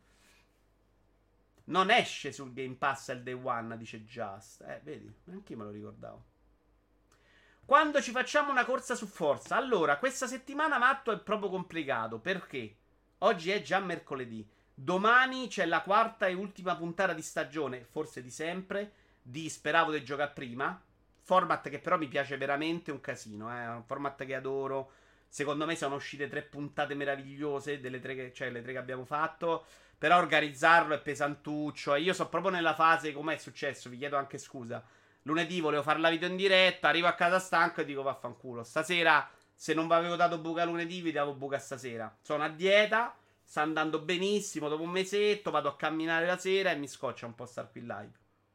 Non esce sul Game Pass il Day One, dice Just. Eh, vedi, neanche io me lo ricordavo. Quando ci facciamo una corsa su Forza? Allora, questa settimana, Matto, è proprio complicato. Perché? Oggi è già mercoledì. Domani c'è la quarta e ultima puntata di stagione, forse di sempre, di Speravo di giocare prima. Format che però mi piace veramente un casino, è eh? un format che adoro. Secondo me sono uscite tre puntate meravigliose, delle tre che, cioè le tre che abbiamo fatto. Però organizzarlo è pesantuccio. E io sono proprio nella fase, come è successo, vi chiedo anche scusa. Lunedì volevo fare la video in diretta, arrivo a casa stanco e dico vaffanculo. Stasera, se non vi avevo dato buca lunedì, vi davo buca stasera. Sono a dieta, sta andando benissimo, dopo un mesetto vado a camminare la sera e mi scoccia un po' star qui live.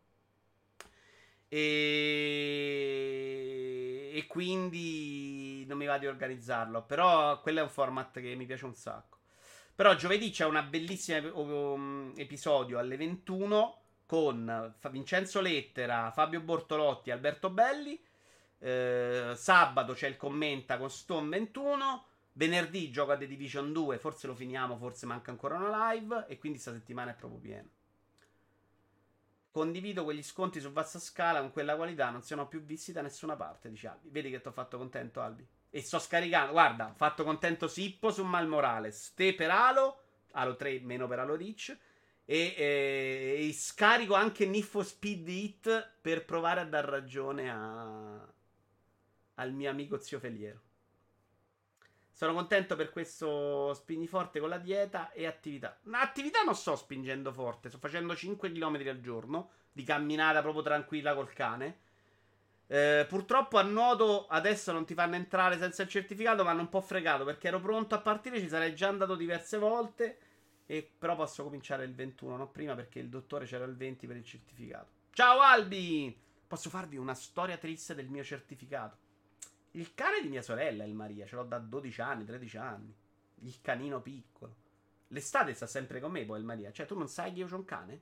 E... e quindi non mi va di organizzarlo. Però quello è un format che mi piace un sacco. Però giovedì c'è una bellissima um, episodio alle ventuno con Vincenzo Lettera, Fabio Bortolotti, Alberto Belli. Eh, sabato c'è il commenta con Stone ventuno. Venerdì gioco a The Division due. Forse lo finiamo, forse manca ancora una live. E quindi sta settimana è proprio piena. Condivido quegli sconti su vasta scala con quella qualità. Non siano più visti da nessuna parte, dice Albi. Vedi che ti ho fatto contento, Albi. E sto scaricando. Guarda, ho fatto contento Sippo su Mal Morales. Te per Halo. Halo tre meno per Halo Reach. E, e, e scarico anche Need for Speed Hit per provare a dar ragione a, al mio amico zio Feliero. Sono contento per questo spingi forte con la dieta e attività. Attività non sto spingendo forte, sto facendo cinque chilometri al giorno di camminata proprio tranquilla col cane. Eh, purtroppo a nuoto adesso non ti fanno entrare senza il certificato, ma hanno un po' fregato perché ero pronto a partire, ci sarei già andato diverse volte. E però posso cominciare il ventuno, non prima perché il dottore c'era il venti per il certificato. Ciao Albi! Posso farvi una storia triste del mio certificato. Il cane di mia sorella è il Maria, ce l'ho da dodici anni, tredici anni. Il canino piccolo. L'estate sta sempre con me poi il Maria. Cioè tu non sai che io c'ho un cane?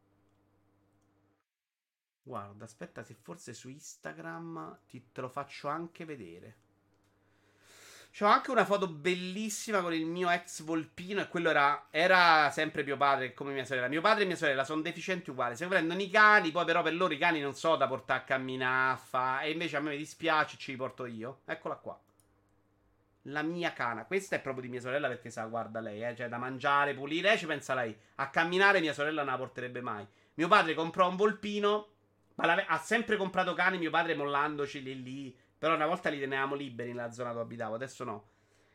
Guarda, aspetta se forse su Instagram ti, te lo faccio anche vedere. C'ho anche una foto bellissima con il mio ex volpino. E quello era, era sempre mio padre come mia sorella. Mio padre e mia sorella sono deficienti uguali. Se prendono i cani, poi però per loro i cani non so da portare a camminare. Fa, e invece a me mi dispiace, ci li porto io. Eccola qua. La mia cana. Questa è proprio di mia sorella perché sa, guarda lei, eh, cioè da mangiare, pulire. Eh, ci pensa lei. A camminare mia sorella non la porterebbe mai. Mio padre comprò un volpino. Ma ha sempre comprato cani mio padre mollandoci lì lì. Però una volta li tenevamo liberi nella zona dove abitavo, adesso no.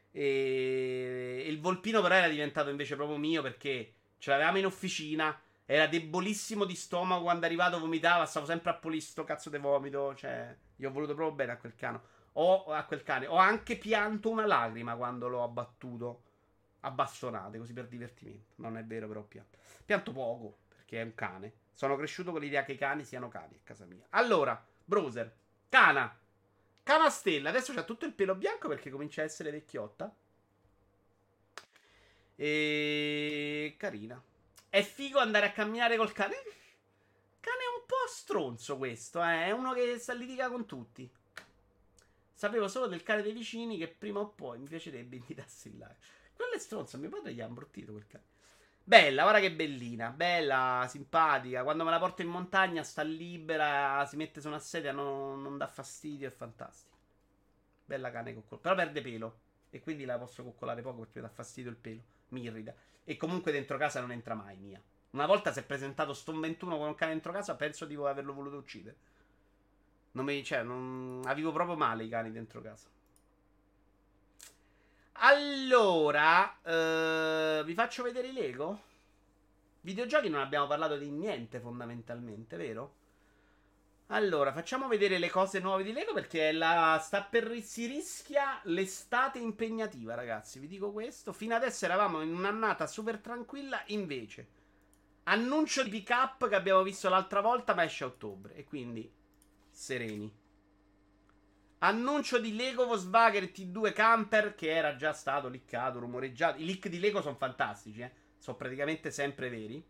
E il volpino però era diventato invece proprio mio perché ce l'avevamo in officina. Era debolissimo di stomaco, quando è arrivato vomitava, stavo sempre a pulire sto cazzo di vomito. Cioè, gli ho voluto proprio bene a quel cane. Ho, a quel cane. Ho anche pianto una lacrima quando l'ho abbattuto a bastonate, così per divertimento. Non è vero, però ho pianto. Pianto poco, perché è un cane. Sono cresciuto con l'idea che i cani siano cani a casa mia. Allora, browser, cana. Cana Stella, adesso c'ha tutto il pelo bianco perché comincia a essere vecchiotta. E... carina. È figo andare a camminare col cane. Cane è un po' stronzo questo, eh. È uno che sta litiga con tutti. Sapevo solo del cane dei vicini che prima o poi mi piacerebbe invitarsi in live. Quello è stronzo, mio padre gli ha imbruttito quel cane. Bella, guarda che bellina. Bella, simpatica. Quando me la porto in montagna sta libera, si mette su una sedia, non, non dà fastidio, è fantastico. Bella cane coccolata. Però perde pelo. E quindi la posso coccolare poco perché mi dà fastidio il pelo. Mi irrita. E comunque dentro casa non entra mai, mia. Una volta si è presentato Stone ventuno con un cane dentro casa, penso di averlo voluto uccidere. Non mi, cioè, non... avevo proprio male i cani dentro casa. Allora, eh, vi faccio vedere i Lego. Videogiochi non abbiamo parlato di niente fondamentalmente, vero? Allora, facciamo vedere le cose nuove di Lego perché la, sta per, si rischia l'estate impegnativa, ragazzi. Vi dico questo. Fino adesso eravamo in un'annata super tranquilla, invece. Annuncio di pick up che abbiamo visto l'altra volta, ma esce a ottobre. E quindi, sereni. Annuncio di Lego Volkswagen T due Camper che era già stato liccato, rumoreggiato. I leak di Lego sono fantastici, eh. Sono praticamente sempre veri.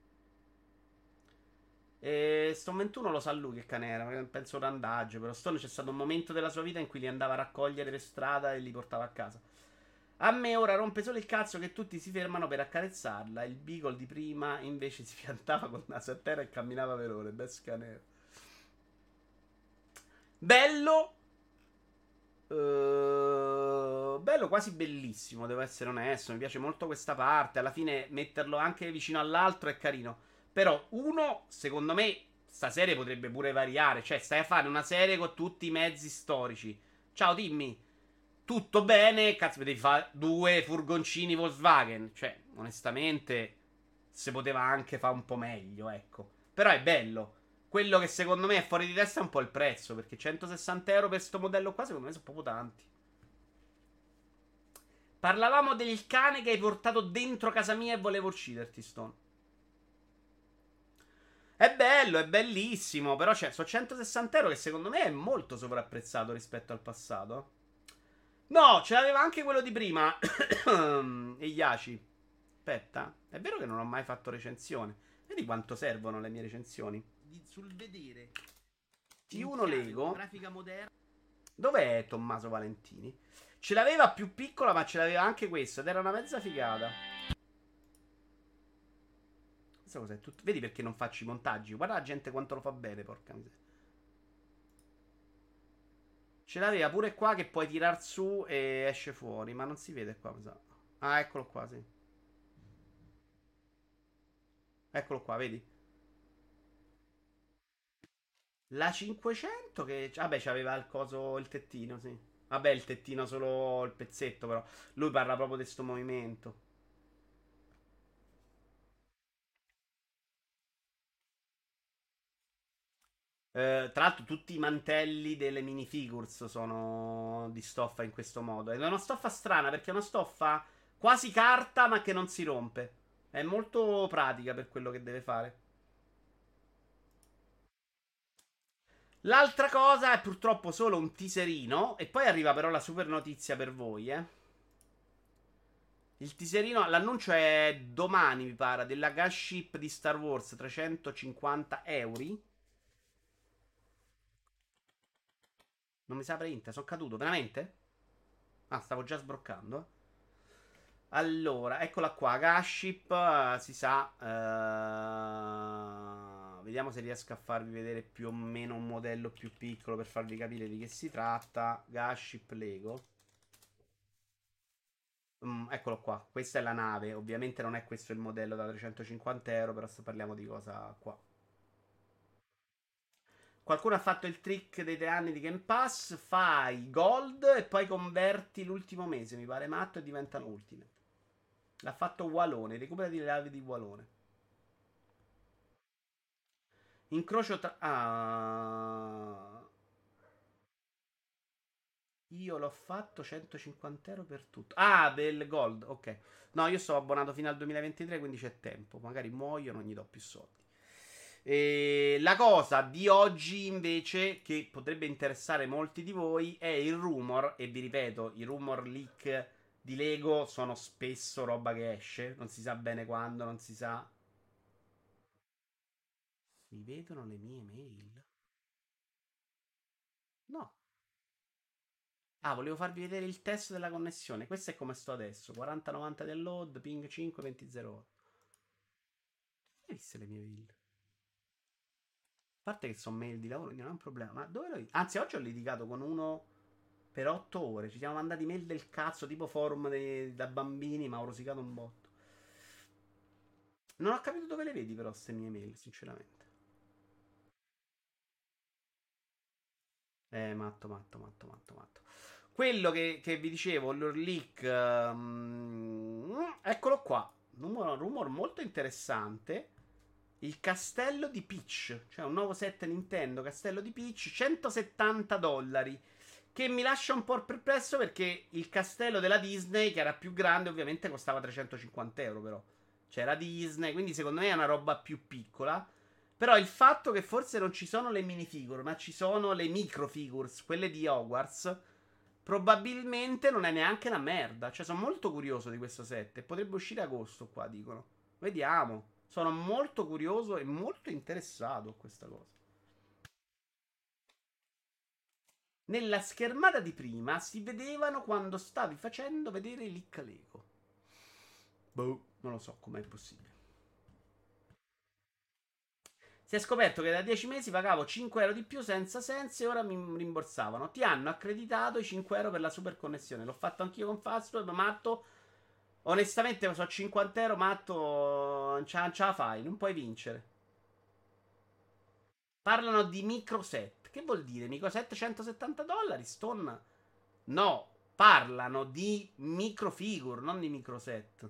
E Stone ventuno lo sa lui che cane era, penso randaggio. Però Stone c'è stato un momento della sua vita in cui li andava a raccogliere per strada e li portava a casa. A me ora rompe solo il cazzo che tutti si fermano per accarezzarla. Il Beagle di prima invece si piantava col naso a terra e camminava veloce. Best cane. Bello. Uh, bello, quasi bellissimo, devo essere onesto. Mi piace molto questa parte. Alla fine metterlo anche vicino all'altro è carino. Però uno, secondo me, sta serie potrebbe pure variare. Cioè, stai a fare una serie con tutti i mezzi storici. Ciao, dimmi. Tutto bene, cazzo, devi fare due furgoncini Volkswagen. Cioè, onestamente, si poteva anche fare un po' meglio, ecco. Però è bello. Quello che secondo me è fuori di testa è un po' il prezzo, perché centosessanta euro per sto modello qua secondo me sono proprio tanti. Parlavamo del cane che hai portato dentro casa mia e volevo ucciderti, Stone. È bello, è bellissimo, però cioè, sono centosessanta euro che secondo me è molto sovrapprezzato rispetto al passato. No, ce l'aveva anche quello di prima. E Yashi. Aspetta, è vero che non ho mai fatto recensione. Vedi quanto servono le mie recensioni? Di- sul vedere T uno iniziale con Lego. grafica moderna. Dov'è Tommaso Valentini? Ce l'aveva più piccola, ma ce l'aveva anche questo. Ed era una mezza figata. Questa cosa è tutto. Vedi perché non faccio i montaggi? Guarda la gente quanto lo fa bene, porca miseria. Ce l'aveva pure qua che puoi tirar su e esce fuori. Ma non si vede qua, mi sa. Ah, eccolo qua, sì. Eccolo qua, vedi? La cinquecento che... Vabbè, c'aveva il coso, il tettino, sì. Vabbè, il tettino solo il pezzetto, però. Lui parla proprio di sto movimento. Eh, tra l'altro, tutti i mantelli delle minifigures sono di stoffa in questo modo. Ed è una stoffa strana perché è una stoffa quasi carta, ma che non si rompe. È molto pratica per quello che deve fare. L'altra cosa è purtroppo solo un teaserino. E poi arriva però la super notizia per voi, eh. Il teaserino, l'annuncio è domani, mi pare, della gas ship di Star Wars, trecentocinquanta euro. Non mi sa print, sono caduto, veramente? Ah, stavo già sbroccando. Allora, eccola qua, Gaship, eh, si sa. eh, Vediamo se riesco a farvi vedere più o meno un modello più piccolo per farvi capire di che si tratta. Gaship Lego. Mm, eccolo qua, questa è la nave. Ovviamente non è questo il modello da trecentocinquanta euro, però sto parliamo di cosa qua. Qualcuno ha fatto il trick dei tre anni di Game Pass, fai gold e poi converti l'ultimo mese, mi pare matto, e diventano ultime. L'ha fatto Walone, recuperati le navi di Walone. Incrocio tra... Ah, io l'ho fatto centocinquanta euro per tutto. Ah, del gold, ok. No, io sto abbonato fino al duemilaventitré, quindi c'è tempo. Magari muoio, non gli do più soldi. E la cosa di oggi, invece, che potrebbe interessare molti di voi, è il rumor. E vi ripeto, i rumor leak di Lego sono spesso roba che esce. Non si sa bene quando, non si sa. Si vedono le mie mail? No. Ah, volevo farvi vedere il test della connessione. Questo è come sto adesso. quaranta novanta del load, ping cinque, venti zero otto. Hai visto le mie mail? A parte che sono mail di lavoro, quindi non è un problema. Ma dove l'ho... Anzi, oggi ho litigato con uno per otto ore. Ci siamo mandati mail del cazzo, tipo forum de- da bambini, ma ho rosicato un botto. Non ho capito dove le vedi però, queste mie mail, sinceramente. Eh, matto, matto, matto, matto, matto. Quello che, che vi dicevo, l'Ur leak, ehm, eccolo qua. Numero, rumor molto interessante. Il castello di Peach, cioè un nuovo set Nintendo, castello di Peach, centosettanta dollari. Che mi lascia un po' perplesso perché il castello della Disney, che era più grande, ovviamente costava trecentocinquanta euro però. C'era Disney, quindi secondo me è una roba più piccola. Però il fatto che forse non ci sono le minifigure, ma ci sono le microfigures, quelle di Hogwarts, probabilmente non è neanche una merda. Cioè, sono molto curioso di questo set. E potrebbe uscire agosto qua, dicono. Vediamo. Sono molto curioso e molto interessato a questa cosa. Nella schermata di prima si vedevano quando stavi facendo vedere i leak Lego. Boh, non lo so com'è possibile. Si è scoperto che da dieci mesi pagavo cinque euro di più senza senso e ora mi rimborsavano. Ti hanno accreditato i cinque euro per la super connessione. L'ho fatto anch'io con Fastweb, matto. Onestamente, so cinquanta euro, matto. Non ce la fai, non puoi vincere. Parlano di microset. Che vuol dire? Microset centosettanta dollari? Stone? No, parlano di microfigure, non di microset.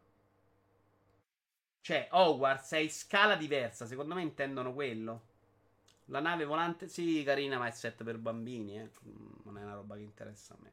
Cioè, Hogwarts è in scala diversa. Secondo me intendono quello. La nave volante, sì, carina, ma è set per bambini, eh. Mm, non è una roba che interessa a me.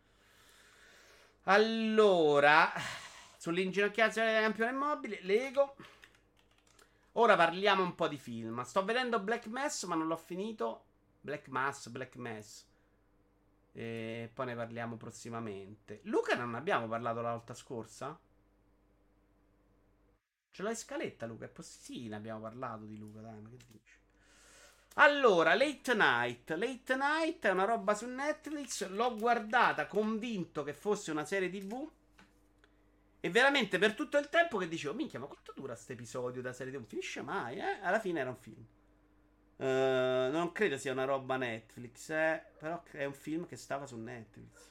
Allora, sull'inginocchiazione del campione mobile, Lego. Ora parliamo un po' di film. Sto vedendo Black Mass, ma non l'ho finito. Black Mass, Black Mass. E poi ne parliamo prossimamente. Luca, non abbiamo parlato la volta scorsa? Ce l'hai in scaletta, Luca? È possibile, sì, ne abbiamo parlato di Luca, dai, ma che dici? Allora, Late Night. Late Night è una roba su Netflix. L'ho guardata convinto che fosse una serie tivù. E veramente per tutto il tempo che dicevo, minchia, ma quanto dura questo episodio da serie tivù? Non finisce mai, eh? Alla fine era un film. Uh, non credo sia una roba Netflix, eh? Però è un film che stava su Netflix.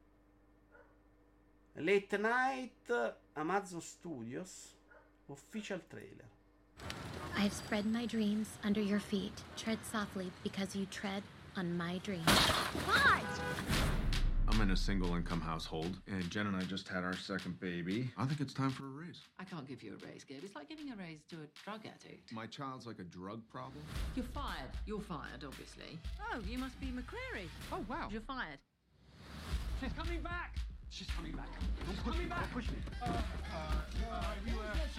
Late Night, Amazon Studios, official trailer. I've spread my dreams under your feet. Tread softly because you tread on my dreams. What? I'm in a single-income household, and Jen and I just had our second baby. I think it's time for a raise. I can't give you a raise, Gabe. It's like giving a raise to a drug addict. My child's like a drug problem? You're fired. You're fired, obviously. Oh, you must be McCreary. Oh, wow. You're fired. She's coming back! She's coming back. Don't push me. Don't push me. Uh, uh, uh, you were so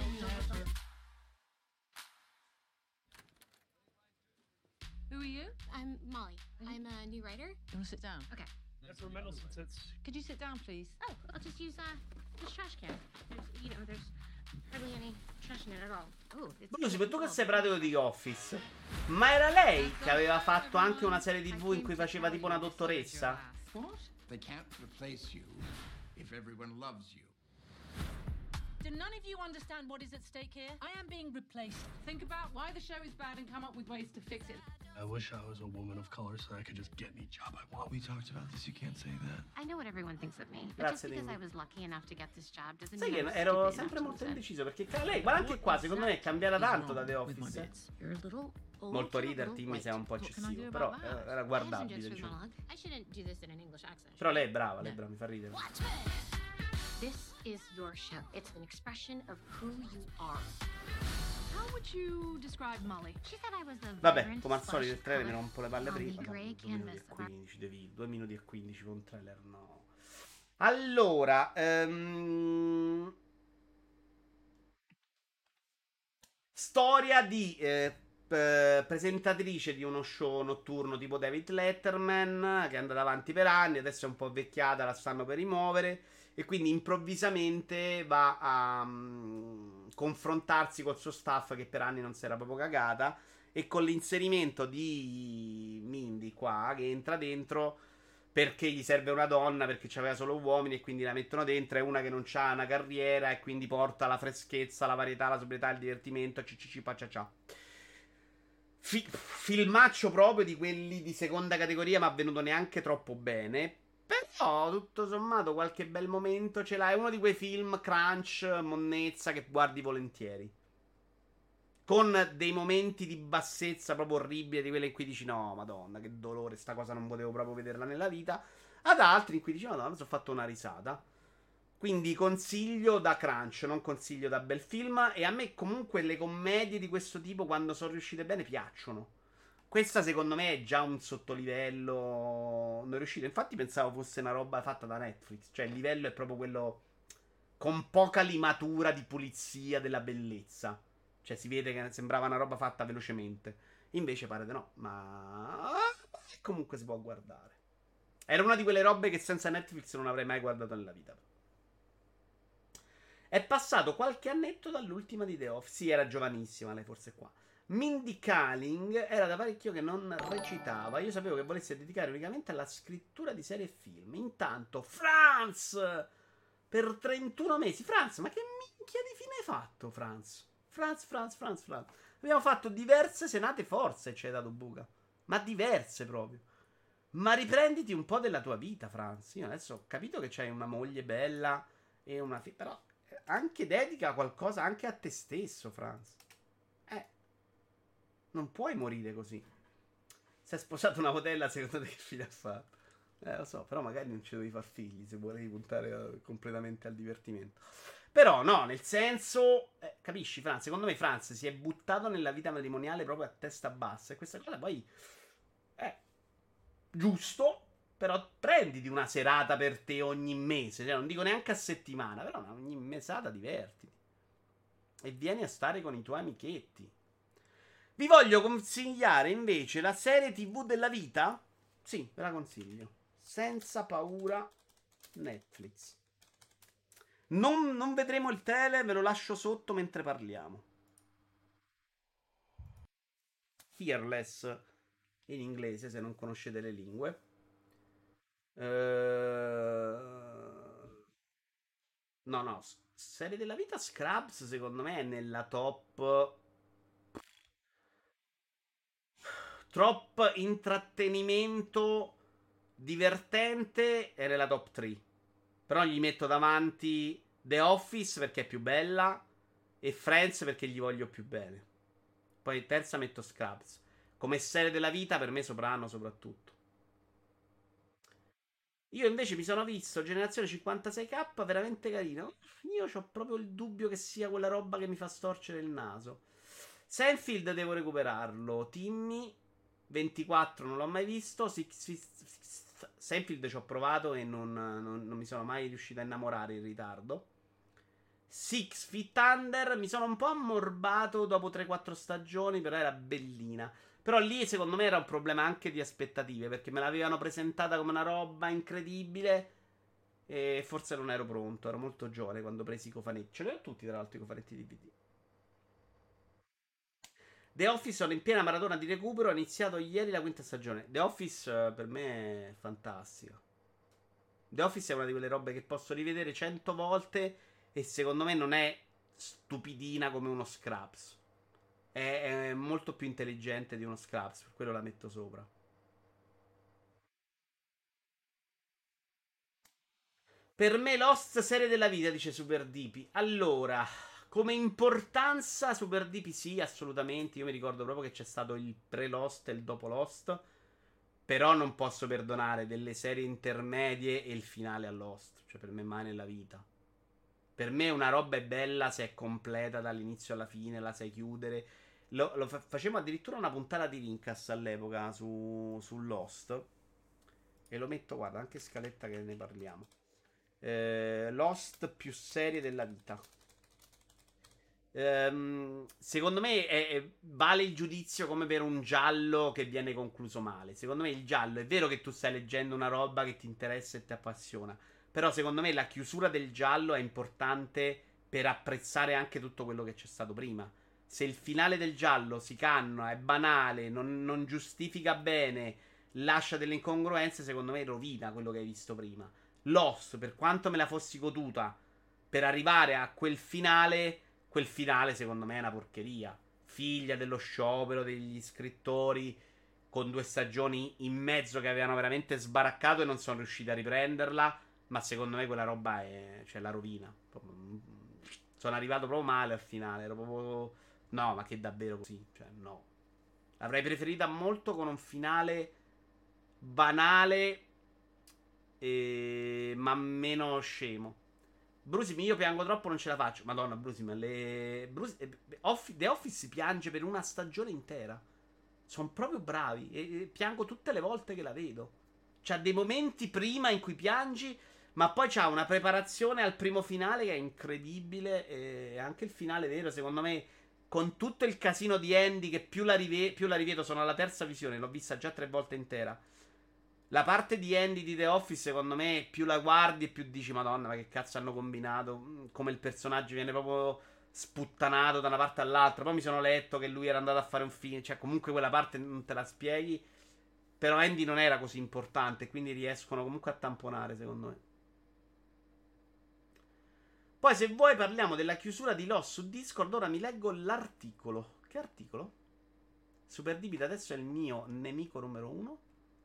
Who are you? I'm Molly. I'm a new writer. You want to sit down? Okay. That's where Mendelsohn sits. Could you sit down, please? Oh, I'll just use uh, this trash can. There's, you know, there's hardly any trash in it at all. Oh, it's Lucy, per tu che sei pratico di Office, ma era lei che aveva fatto anche una serie tivù in cui faceva tipo una dottoressa? What? They can't replace you if everyone loves you. Do none of you understand what is at stake here? I am being replaced. Think about why the show is bad and come up with ways to fix it. I wish I was a woman of color so I could just get any job I want. We talked about this, you can't say that. I know what everyone thinks of me, but just Grazie, because Dimmi. I was lucky enough to get this job doesn't Sai mean che I'm ero stupid sempre enough molto to lose it. indeciso perché lei, guarda anche qua, secondo me è cambiata tanto da The Office. eh. You're a little old Molto and a reader, little Timmy white. sei un po' What can I do eccessivo, about però that? eh, era I have some guardabile, jokes for diciamo. monologue. I shouldn't do this in an English accent. Però lei è brava, lei è brava, mi fa ridere. This is your show. It's an expression of who you are. How would you describe Molly? She said I was a Vabbè, vibrant, come al solito il flush trailer mi color rompo le palle on the prima. gray due minuti canvas e of our- quindici, devi due minuti e quindici con un trailer, no. Allora, ehm... storia di eh, p- presentatrice di uno show notturno tipo David Letterman, che è andata avanti per anni, adesso è un po' vecchiata, la stanno per rimuovere, e quindi improvvisamente va a mm, confrontarsi col suo staff che per anni non si era proprio cagata, e con l'inserimento di Mindy qua, che entra dentro perché gli serve una donna, perché c'aveva solo uomini e quindi la mettono dentro, è una che non ha una carriera e quindi porta la freschezza, la varietà, la sobrietà, il divertimento, ciccici paciacià. Fi- filmaccio proprio di quelli di seconda categoria, ma venuto neanche troppo bene. Però, tutto sommato, qualche bel momento ce l'ha. È uno di quei film crunch, monnezza, che guardi volentieri. Con dei momenti di bassezza proprio orribili, di quelle in cui dici no, madonna, che dolore, sta cosa non potevo proprio vederla nella vita. Ad altri in cui dici madonna, mi sono fatto una risata. Quindi consiglio da crunch, non consiglio da bel film. E a me comunque le commedie di questo tipo, quando sono riuscite bene, piacciono. Questa secondo me è già un sottolivello non riuscito. Infatti pensavo fosse una roba fatta da Netflix. Cioè il livello è proprio quello con poca limatura di pulizia della bellezza. Cioè si vede che sembrava una roba fatta velocemente. Invece pare di no. Ma comunque si può guardare. Era una di quelle robe che senza Netflix non avrei mai guardato nella vita. È passato qualche annetto dall'ultima di The Office. Sì, era giovanissima lei, forse qua. Mindy Kaling era da parecchio che non recitava. Io sapevo che volesse dedicare unicamente alla scrittura di serie e film. Intanto Franz per trentuno mesi. Franz, ma che minchia di fine hai fatto, Franz? Franz, Franz, Franz, Franz. Abbiamo fatto diverse senate forze, ci hai dato buca. Ma diverse proprio. Ma riprenditi un po' della tua vita, Franz. Io adesso ho capito che c'hai una moglie bella e una figlia, però anche dedica qualcosa anche a te stesso, Franz. Eh. Non puoi morire così. Se hai sposato una modella, secondo te che fine ha fatto? Eh, lo so, però magari non ci devi far figli se volevi puntare uh, completamente al divertimento. Però no, nel senso, eh, capisci, Franz? Secondo me Franz si è buttato nella vita matrimoniale proprio a testa bassa. E questa cosa poi è giusto, però prenditi una serata per te ogni mese. Cioè, non dico neanche a settimana, però ogni mesata divertiti. E vieni a stare con i tuoi amichetti. Vi voglio consigliare invece la serie tivù della vita? Sì, ve la consiglio. Senza paura, Netflix. Non, non vedremo il tele, ve lo lascio sotto mentre parliamo. Fearless in inglese, se non conoscete le lingue. Ehm, No, no, s- serie della vita Scrubs secondo me è nella top. Trop intrattenimento divertente è nella top tre. Però gli metto davanti The Office perché è più bella e Friends perché gli voglio più bene. Poi terza metto Scrubs. Come serie della vita per me Soprano soprattutto. Io invece mi sono visto Generazione cinquantasei K, veramente carino. Io ho proprio il dubbio che sia quella roba che mi fa storcere il naso. Seinfeld devo recuperarlo. Timmy ventiquattro non l'ho mai visto. Six, Six- Six- Seinfeld ci ho provato e non, non- non mi sono mai riuscito a innamorare in ritardo. Six Feet Under mi sono un po' ammorbato dopo tre quattro stagioni, però era bellina. Però lì secondo me era un problema anche di aspettative, perché me l'avevano presentata come una roba incredibile e forse non ero pronto, ero molto giovane quando presi i cofanetti. Ce li ho tutti tra l'altro i cofanetti D V D. The Office sono in piena maratona di recupero, ho iniziato ieri la quinta stagione. The Office eh, per me è fantastica. The Office è una di quelle robe che posso rivedere cento volte e secondo me non è stupidina come uno Scraps. È, è molto più intelligente di uno Scraps, per quello la metto sopra. Per me Lost serie della vita, dice Super Dipi. Allora, come importanza Super Dipi sì, assolutamente. Io mi ricordo proprio che c'è stato il pre-Lost e il dopo Lost. Però non posso perdonare delle serie intermedie e il finale a Lost. Cioè, per me mai nella vita. Per me una roba è bella se è completa dall'inizio alla fine, la sai chiudere. Lo, lo fa- facevamo addirittura una puntata di Rincas all'epoca su, su Lost. E lo metto, guarda, anche in scaletta che ne parliamo. Eh, Lost più serie della vita. Ehm, secondo me è- è- vale il giudizio come per un giallo che viene concluso male. Secondo me il giallo è vero che tu stai leggendo una roba che ti interessa e ti appassiona. Però secondo me la chiusura del giallo è importante per apprezzare anche tutto quello che c'è stato prima. Se il finale del giallo si canna, è banale, non, non giustifica bene, lascia delle incongruenze, secondo me rovina quello che hai visto prima. Lost, per quanto me la fossi goduta per arrivare a quel finale, quel finale secondo me è una porcheria. Figlia dello sciopero degli scrittori con due stagioni in mezzo che avevano veramente sbaraccato e non sono riusciti a riprenderla. Ma secondo me quella roba è, cioè, la rovina. Sono arrivato proprio male al finale. Ero proprio. No, ma che davvero così? Cioè, no. Avrei preferita molto con un finale banale, e... ma meno scemo. Brusimi, io piango troppo, non ce la faccio. Madonna, Brusimi, le... Brus... eh, Offi- The Office piange per una stagione intera. Sono proprio bravi. E e piango tutte le volte che la vedo. C'ha dei momenti prima in cui piangi, ma poi c'ha una preparazione al primo finale che è incredibile. E anche il finale vero, secondo me, con tutto il casino di Andy, che più la, rive- più la rivedo, sono alla terza visione, l'ho vista già tre volte intera. La parte di Andy di The Office, secondo me, più la guardi e più dici, Madonna, ma che cazzo hanno combinato? Mm, Come il personaggio viene proprio sputtanato da una parte all'altra. Poi mi sono letto che lui era andato a fare un film. Cioè, comunque quella parte non te la spieghi. Però Andy non era così importante, quindi riescono comunque a tamponare, secondo me. Poi, se vuoi, parliamo della chiusura di Lost su Discord. Ora mi leggo l'articolo. Che articolo? Super Dibit adesso è il mio nemico numero uno.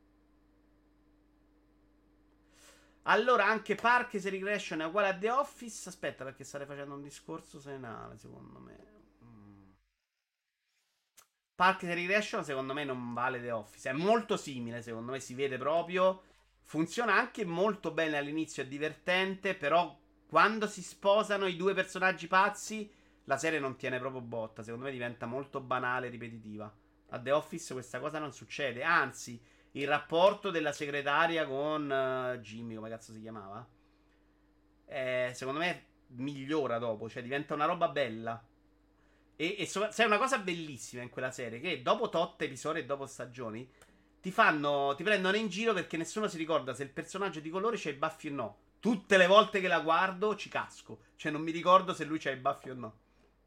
Allora, anche Parks and Regression è uguale a The Office. Aspetta, perché starei facendo un discorso senale, secondo me. Mm. Parks and Regression, secondo me, non vale The Office. È molto simile, secondo me, si vede proprio. Funziona anche molto bene all'inizio, è divertente. Però, quando si sposano i due personaggi pazzi, la serie non tiene proprio botta. Secondo me diventa molto banale e ripetitiva. A The Office questa cosa non succede. Anzi, il rapporto della segretaria con eh, Jimmy, come cazzo si chiamava? Eh, secondo me migliora dopo, cioè diventa una roba bella. E, e so- c'è una cosa bellissima in quella serie, che dopo tot episodi e dopo stagioni ti fanno, ti prendono in giro perché nessuno si ricorda se il personaggio di colore c'è i baffi o no. Tutte le volte che la guardo ci casco. Cioè non mi ricordo se lui c'ha i baffi o no.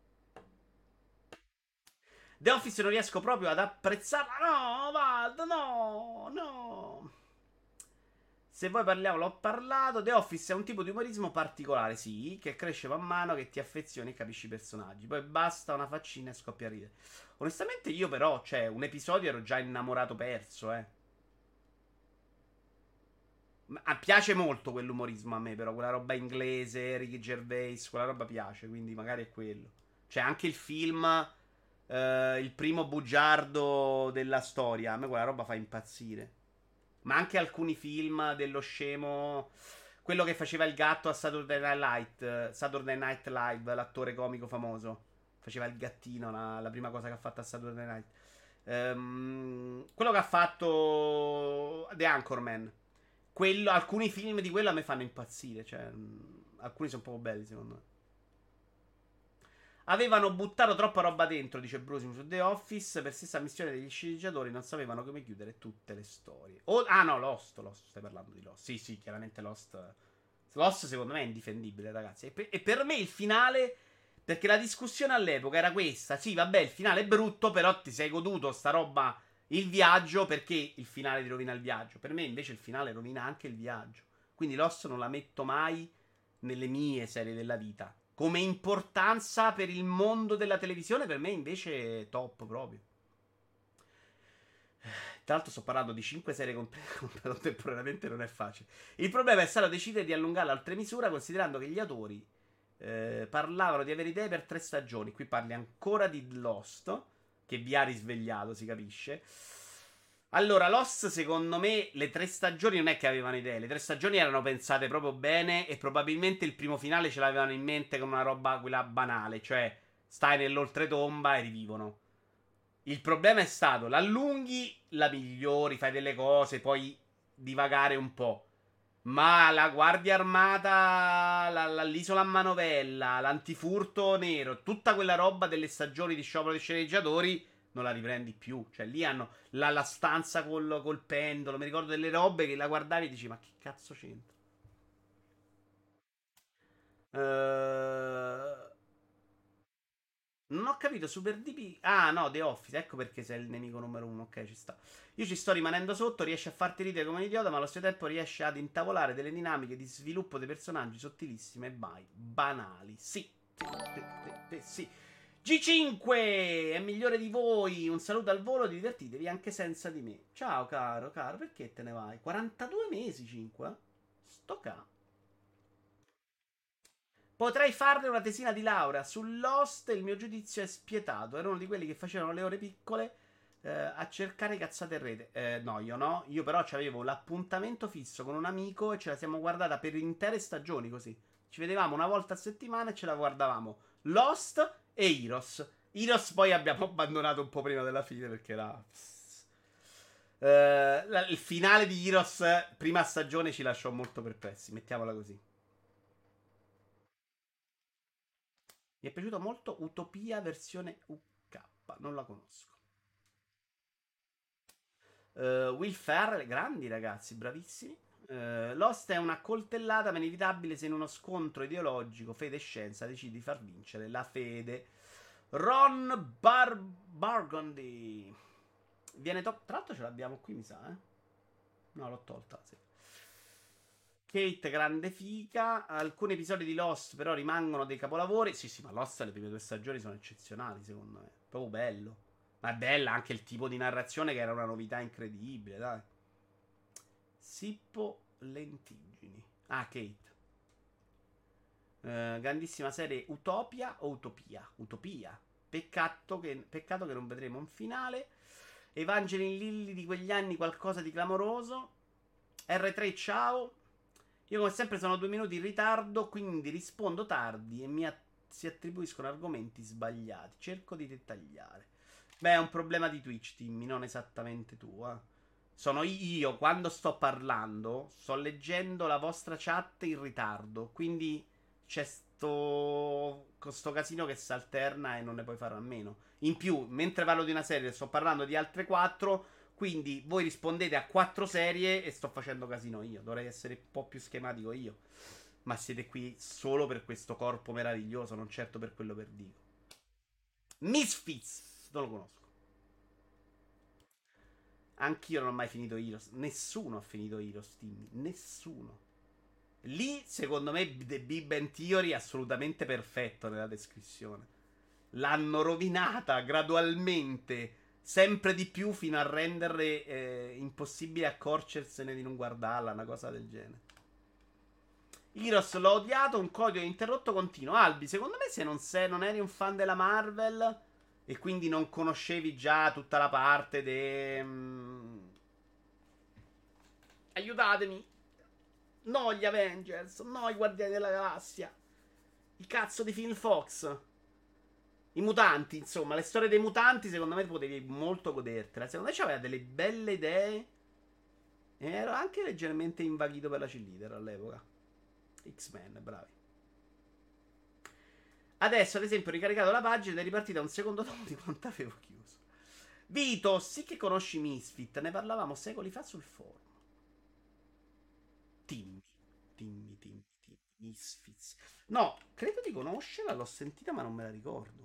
The Office non riesco proprio ad apprezzarla. No, Vald, no, no. Se vuoi parliamo, l'ho parlato. The Office è un tipo di umorismo particolare, sì, che cresce man mano che ti affezioni e capisci i personaggi. Poi basta una faccina e scoppia a ridere. Onestamente io però, cioè, un episodio ero già innamorato perso, eh. Ma piace molto quell'umorismo a me, però, quella roba inglese, Ricky Gervais, quella roba piace, quindi magari è quello. Cioè, anche il film, eh, il primo bugiardo della storia, a me quella roba fa impazzire. Ma anche alcuni film dello scemo, quello che faceva il gatto a Saturday Night Live, Saturday Night Live, l'attore comico famoso. Faceva il gattino, la, la prima cosa che ha fatto a Saturday Night. Um, quello che ha fatto The Anchorman. Quello, alcuni film di quello a me fanno impazzire. Cioè, mh, alcuni sono proprio belli, secondo me. Avevano buttato troppa roba dentro, dice Brusimo su The Office. Per stessa missione degli sceneggiatori non sapevano come chiudere tutte le storie. Oh, ah no, Lost, Lost, stai parlando di Lost. Sì, sì, chiaramente Lost. Lost secondo me è indifendibile, ragazzi. E per, e per me il finale, perché la discussione all'epoca era questa. Sì, vabbè, il finale è brutto, però ti sei goduto sta roba, il viaggio, perché il finale ti rovina il viaggio. Per me invece il finale rovina anche il viaggio. Quindi Lost non la metto mai nelle mie serie della vita. Come importanza per il mondo della televisione, per me invece è top proprio. Tra l'altro sto parlando di cinque serie complete contemporaneamente, non è facile. Il problema è stato decidere di allungarla a altre misura, considerando che gli autori eh, parlavano di avere idee per tre stagioni. Qui parli ancora di Lost, che vi ha risvegliato, si capisce. Allora, Lost, secondo me, le tre stagioni non è che avevano idee. Le tre stagioni erano pensate proprio bene e probabilmente il primo finale ce l'avevano in mente come una roba quella banale. Cioè, stai nell'oltretomba e rivivono. Il problema è stato, l'allunghi, la migliori, fai delle cose, poi divagare un po'. Ma la guardia armata, la, la, l'isola a manovella, l'antifurto nero, tutta quella roba delle stagioni di sciopero dei sceneggiatori non la riprendi più. Cioè lì hanno la, la stanza col, col pendolo. Mi ricordo delle robe che la guardavi e dici ma che cazzo c'entra? Uh, non ho capito. Super D P. Ah no, The Office. Ecco perché sei il nemico numero uno. Ok, ci sta. Io ci sto rimanendo sotto. Riesce a farti ridere come un idiota, ma allo stesso tempo riesce ad intavolare delle dinamiche di sviluppo dei personaggi sottilissime e mai banali. Sì, sì, sì, sì. G cinque è migliore di voi. Un saluto al volo, divertitevi anche senza di me. Ciao caro, caro, perché te ne vai? quarantadue mesi, cinque? Sto ca. Potrei farne una tesina di laurea. Su Lost il mio giudizio è spietato. Ero uno di quelli che facevano le ore piccole eh, a cercare cazzate in rete. Eh, no, io no. Io però avevo l'appuntamento fisso con un amico e ce la siamo guardata per intere stagioni così. Ci vedevamo una volta a settimana e ce la guardavamo. Lost e Heroes. Heroes poi abbiamo abbandonato un po' prima della fine perché era uh, la, il finale di Heroes prima stagione ci lasciò molto perplessi, mettiamola così. Mi è piaciuto molto Utopia versione U K, non la conosco. uh, Will Ferrell, grandi ragazzi, bravissimi. Uh, Lost è una coltellata ma inevitabile se in uno scontro ideologico fede e scienza decidi di far vincere la fede. Ron Bar- Burgundy viene top. Tra l'altro ce l'abbiamo qui, mi sa, eh? No, l'ho tolta, sì. Kate, grande fica. Alcuni episodi di Lost però rimangono dei capolavori. Sì, sì, ma Lost le prime due stagioni sono eccezionali, secondo me. Proprio bello. Ma è bella anche il tipo di narrazione che era una novità incredibile, dai. Sippo Lentiggini. Ah, Kate. Uh, grandissima serie Utopia o Utopia? Utopia. Peccato che, peccato che non vedremo un finale. Evangeline Lilly di quegli anni, qualcosa di clamoroso. R tre, ciao. Io come sempre sono due minuti in ritardo, quindi rispondo tardi e mi att- si attribuiscono argomenti sbagliati. Cerco di dettagliare. Beh, è un problema di Twitch, Timmy, non esattamente tu, eh. Sono io, quando sto parlando, sto leggendo la vostra chat in ritardo, quindi c'è sto, sto casino che si alterna e non ne puoi fare a meno. In più, mentre parlo di una serie, sto parlando di altre quattro, Quindi voi rispondete a quattro serie e sto facendo casino io. Dovrei essere un po' più schematico io. Ma siete qui solo per questo corpo meraviglioso, non certo per quello per Dio. Misfits, non lo conosco. Anch'io non ho mai finito Heroes. Nessuno ha finito Heroes, Timmy. Nessuno. Lì, secondo me, The Big Bang Theory è assolutamente perfetto nella descrizione. L'hanno rovinata gradualmente, sempre di più, fino a rendere eh, impossibile accorgersene di non guardarla, una cosa del genere. Heroes l'ho odiato, un codice interrotto continuo. Albi, secondo me se non, sei, non eri un fan della Marvel e quindi non conoscevi già tutta la parte de... Mm, aiutatemi. No gli Avengers, no i Guardiani della Galassia, i cazzo di Phil Fox, i mutanti, insomma, le storie dei mutanti secondo me potevi molto godertela. Secondo me c'aveva delle belle idee e ero anche leggermente invaghito per la cheerleader all'epoca. X-Men, bravi. Adesso, ad esempio, ho ricaricato la pagina ed è ripartita un secondo tomo di quanto avevo chiuso. Vito, sì che conosci Misfit, ne parlavamo secoli fa sul forum. Timmy, Timmy, Timmy, Timmy, Misfits. No, credo di conoscerla, l'ho sentita ma non me la ricordo.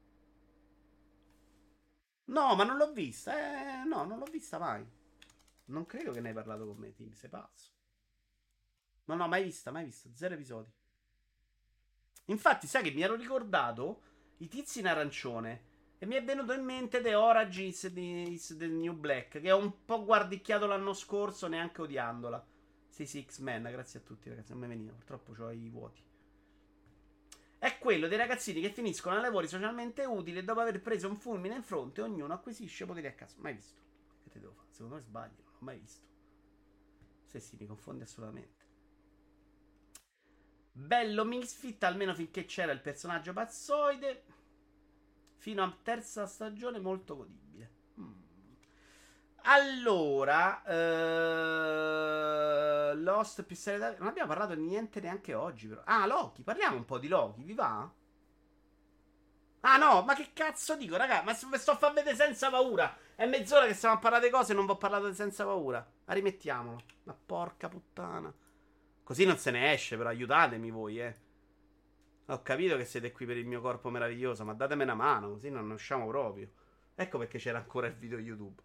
No, ma non l'ho vista, eh, no, non l'ho vista mai. Non credo che ne hai parlato con me, Timmy, sei pazzo. No, no, mai vista, mai vista, zero episodi. Infatti, sai che mi ero ricordato i tizi in arancione e mi è venuto in mente The Origins del New Black, che ho un po' guardicchiato l'anno scorso, neanche odiandola. Sì, sì, X-Men, grazie a tutti ragazzi, non mi veniva, purtroppo ho i vuoti. È quello dei ragazzini che finiscono a lavori socialmente utili e dopo aver preso un fulmine in fronte ognuno acquisisce poteri a caso. Mai visto. Che te devo fare? Secondo me sbaglio, non l'ho mai visto. Sì, sì, mi confonde assolutamente. Bello Misfit, almeno finché c'era il personaggio pazzoide. Fino a terza stagione molto godibile. Mm. Allora, uh, Lost più serie da... Non abbiamo parlato di niente neanche oggi, però. Ah, Loki, parliamo un po' di Loki, vi va? Ah no, ma che cazzo dico, raga? Ma sto a far vedere senza paura. È mezz'ora che stiamo a parlare di cose e non vi ho parlato di senza paura. Ma rimettiamolo. Ma porca puttana. Così non se ne esce, però aiutatemi voi, eh. Ho capito che siete qui per il mio corpo meraviglioso, ma datemi una mano, così non ne usciamo proprio. Ecco perché c'era ancora il video YouTube.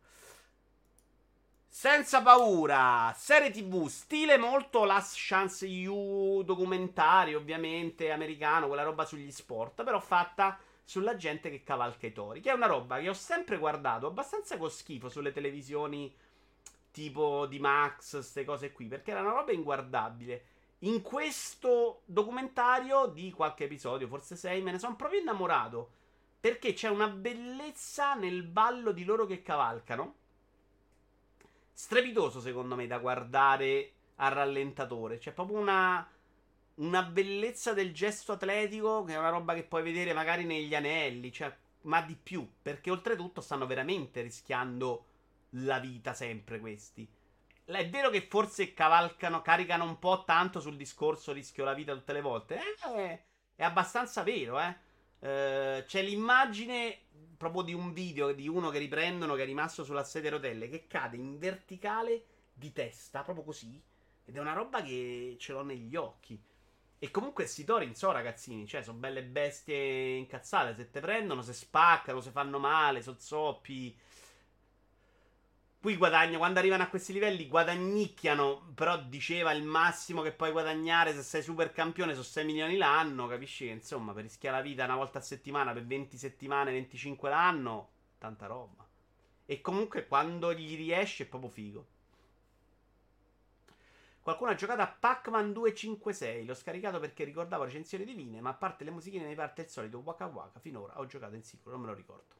Senza paura, serie tv, stile molto Last Chance U, documentario ovviamente, americano, quella roba sugli sport, però fatta sulla gente che cavalca i tori, che è una roba che ho sempre guardato abbastanza con schifo sulle televisioni tipo di Max, queste cose qui, perché era una roba inguardabile. In questo documentario di qualche episodio, forse sei, me ne sono proprio innamorato, perché c'è una bellezza nel ballo di loro che cavalcano, strepitoso secondo me da guardare a rallentatore. C'è proprio una, una bellezza del gesto atletico che è una roba che puoi vedere magari negli anelli, cioè, ma di più, perché oltretutto stanno veramente rischiando la vita sempre questi. È vero che forse cavalcano, caricano un po' tanto sul discorso rischio la vita tutte le volte. Eh, è abbastanza vero, eh. eh c'è l'immagine proprio di un video di uno che riprendono che è rimasto sulla sedia a rotelle che cade in verticale di testa, proprio così. Ed è una roba che ce l'ho negli occhi. E comunque sti tori in so ragazzini, cioè sono belle bestie incazzate. Se te prendono, se spaccano, se fanno male, sono zoppi. Poi guadagno, quando arrivano a questi livelli guadagnicchiano, però diceva il massimo che puoi guadagnare se sei super campione sono sei milioni l'anno, capisci che insomma per rischiare la vita una volta a settimana per venti settimane, venticinque l'anno, tanta roba. E comunque quando gli riesce è proprio figo. Qualcuno ha giocato a Pac-Man due cinque sei, l'ho scaricato perché ricordavo recensioni divine, ma a parte le musichine mi parte il solito Waka Waka, finora ho giocato in sicuro, non me lo ricordo.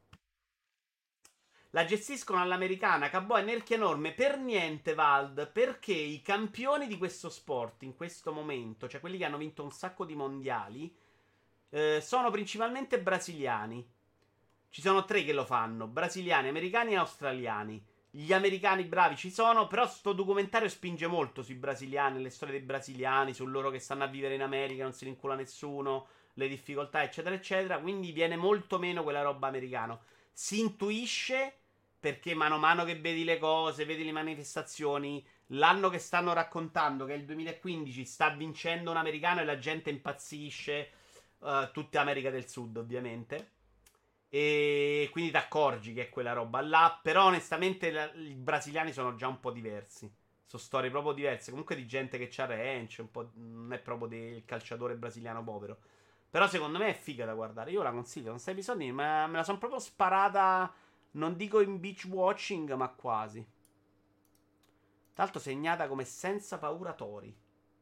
La gestiscono all'americana, Cowboy Nerchia enorme, per niente Vald, perché i campioni di questo sport in questo momento, cioè quelli che hanno vinto un sacco di mondiali, eh, sono principalmente brasiliani. Ci sono tre che lo fanno, brasiliani, americani e australiani. Gli americani bravi ci sono, però sto documentario spinge molto sui brasiliani, le storie dei brasiliani, su loro che stanno a vivere in America, non si rincula nessuno, le difficoltà eccetera eccetera, quindi viene molto meno quella roba americana. Si intuisce perché mano a mano che vedi le cose, vedi le manifestazioni, l'anno che stanno raccontando, che è il duemilaquindici, sta vincendo un americano e la gente impazzisce, uh, tutta America del Sud ovviamente, e quindi ti accorgi che è quella roba là, però onestamente la, i brasiliani sono già un po' diversi, sono storie proprio diverse, comunque di gente che c'ha ranch, un po', non è proprio del calciatore brasiliano povero, però secondo me è figa da guardare, io la consiglio, non sei episodi, ma me la sono proprio sparata, non dico in beach watching, ma quasi. Tra l'altro segnata come senza paura Tori.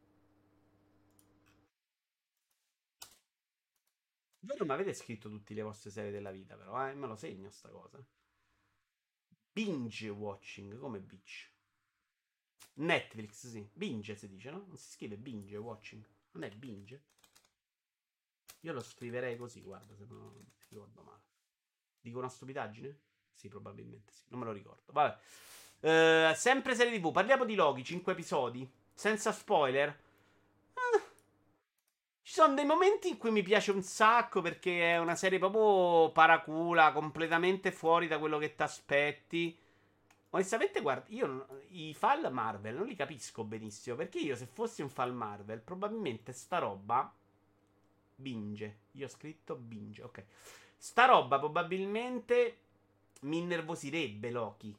Voi non mi avete scritto tutte le vostre serie della vita, però, eh? Me lo segno sta cosa. Binge watching, come beach? Netflix, sì. Binge si dice, no? Non si scrive binge watching. Non è binge? Io lo scriverei così, guarda, se non mi ricordo male. Dico una stupidaggine? Sì, probabilmente sì. Non me lo ricordo. Vabbè. Uh, sempre serie tivù. Parliamo di Loki, cinque episodi. Senza spoiler. Eh, ci sono dei momenti in cui mi piace un sacco perché è una serie proprio paracula, completamente fuori da quello che ti aspetti. Onestamente, guarda, io non- i fan Marvel non li capisco benissimo. Perché io, se fossi un fan Marvel, probabilmente sta roba. Binge. Io ho scritto binge, ok. Sta roba probabilmente mi innervosirebbe Loki.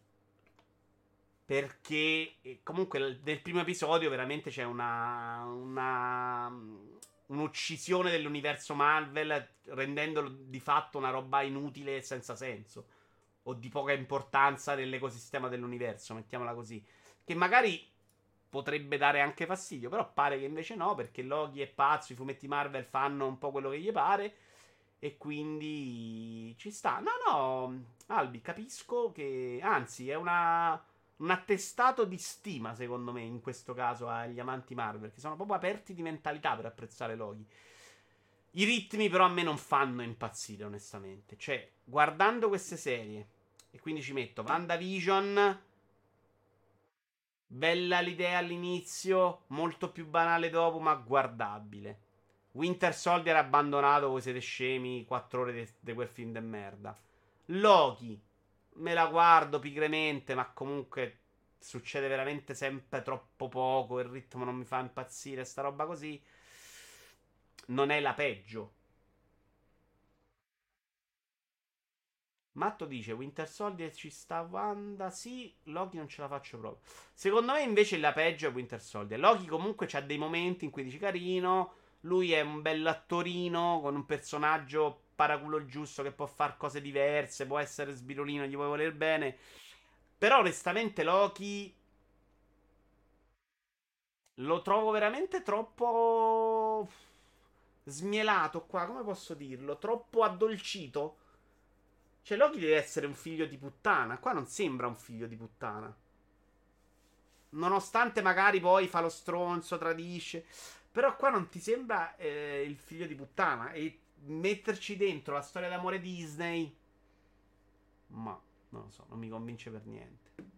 Perché eh, comunque l- nel primo episodio veramente c'è una, una un'uccisione dell'universo Marvel rendendolo di fatto una roba inutile e senza senso o di poca importanza nell'ecosistema dell'universo, mettiamola così, che magari potrebbe dare anche fastidio, però pare che invece no, perché Loki è pazzo, i fumetti Marvel fanno un po' quello che gli pare e quindi ci sta. No, no, Albi, capisco che anzi è una un attestato di stima, secondo me, in questo caso agli amanti Marvel, che sono proprio aperti di mentalità per apprezzare Loki. I ritmi però a me non fanno impazzire, onestamente. Cioè, guardando queste serie, e quindi ci metto WandaVision, bella l'idea all'inizio, molto più banale dopo, ma guardabile. Winter Soldier abbandonato, voi siete scemi, quattro ore di quel film de merda. Loki, me la guardo pigremente, ma comunque succede veramente sempre troppo poco. Il ritmo non mi fa impazzire. Sta roba così non è la peggio. Matto dice Winter Soldier ci sta Wanda. Sì, Loki non ce la faccio proprio. Secondo me invece la peggio è Winter Soldier. Loki comunque c'ha dei momenti in cui dici carino. Lui è un bell'attorino con un personaggio paraculo giusto che può fare cose diverse. Può essere sbirolino, gli puoi voler bene. Però onestamente Loki lo trovo veramente troppo smielato qua, come posso dirlo? Troppo addolcito. Cioè Loki deve essere un figlio di puttana. Qua non sembra un figlio di puttana. Nonostante magari poi fa lo stronzo, tradisce. Però qua non ti sembra eh, il figlio di puttana. E metterci dentro la storia d'amore Disney. Ma non lo so, non mi convince per niente.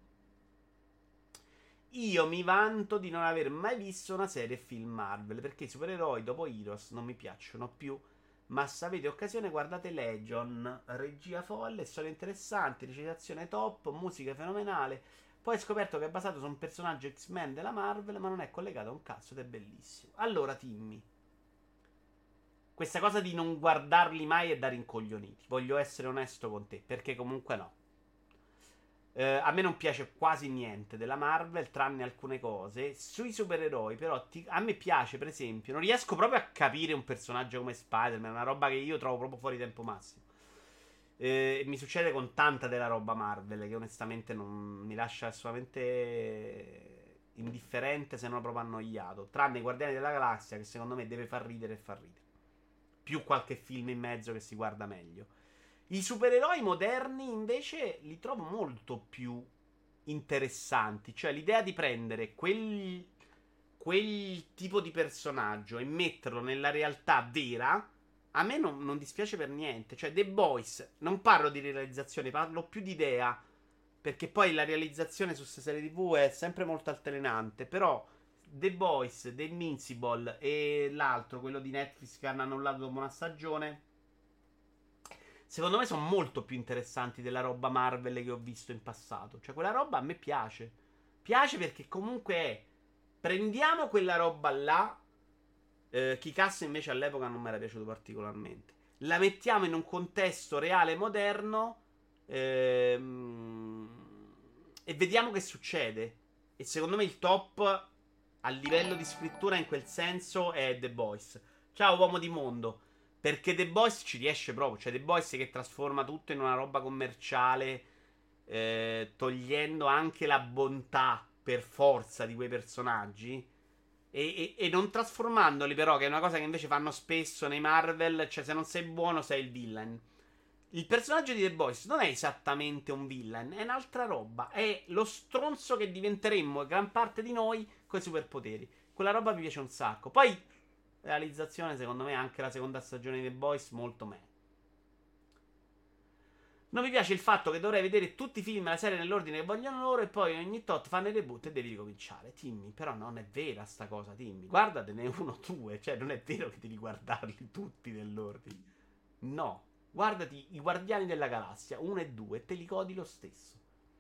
Io mi vanto di non aver mai visto una serie film Marvel, perché i supereroi dopo Heroes non mi piacciono più. Ma se avete occasione guardate Legion, regia folle, storia interessante, recitazione top, musica fenomenale. Poi ho scoperto che è basato su un personaggio X-Men della Marvel, ma non è collegato a un cazzo ed è bellissimo. Allora, Timmy, questa cosa di non guardarli mai è da rincoglioniti. Voglio essere onesto con te, perché comunque no. Eh, a me non piace quasi niente della Marvel, tranne alcune cose. Sui supereroi, però, ti- a me piace, per esempio, non riesco proprio a capire un personaggio come Spider-Man, è una roba che io trovo proprio fuori tempo massimo. Eh, mi succede con tanta della roba Marvel che onestamente non mi lascia assolutamente indifferente, se non proprio annoiato. Tranne i Guardiani della Galassia, che secondo me deve far ridere e far ridere. Più qualche film in mezzo che si guarda meglio. I supereroi moderni invece li trovo molto più interessanti. Cioè l'idea di prendere quel, quel tipo di personaggio e metterlo nella realtà vera, a me non, non dispiace per niente. Cioè The Boys, non parlo di realizzazione, parlo più di idea. Perché poi la realizzazione su queste serie tivù è sempre molto altalenante. Però The Boys, The Invincible e l'altro, quello di Netflix che hanno annullato dopo una stagione, secondo me sono molto più interessanti della roba Marvel che ho visto in passato. Cioè, quella roba a me piace. Piace perché comunque è. Prendiamo quella roba là. Eh, Kick-Ass invece all'epoca non mi era piaciuto particolarmente. La mettiamo in un contesto reale e moderno. Ehm, e vediamo che succede. E secondo me il top a livello di scrittura in quel senso è The Boys. Ciao uomo di mondo. Perché The Boys ci riesce proprio. Cioè The Boys che trasforma tutto in una roba commerciale, eh, togliendo anche la bontà per forza di quei personaggi. E, e, e non trasformandoli però, che è una cosa che invece fanno spesso nei Marvel. Cioè se non sei buono sei il villain. Il personaggio di The Boys non è esattamente un villain, è un'altra roba. È lo stronzo che diventeremmo gran parte di noi con i superpoteri. Quella roba mi piace un sacco. Poi realizzazione, secondo me, anche la seconda stagione di The Boys molto me. Non mi piace il fatto che dovrei vedere tutti i film e la serie nell'ordine che vogliono loro e poi ogni tot fanno il reboot e devi ricominciare. Timmy, però non è vera sta cosa, Timmy. Guardatene uno o due, cioè non è vero che devi guardarli tutti nell'ordine. No. Guardati i Guardiani della Galassia uno e due e te li godi lo stesso.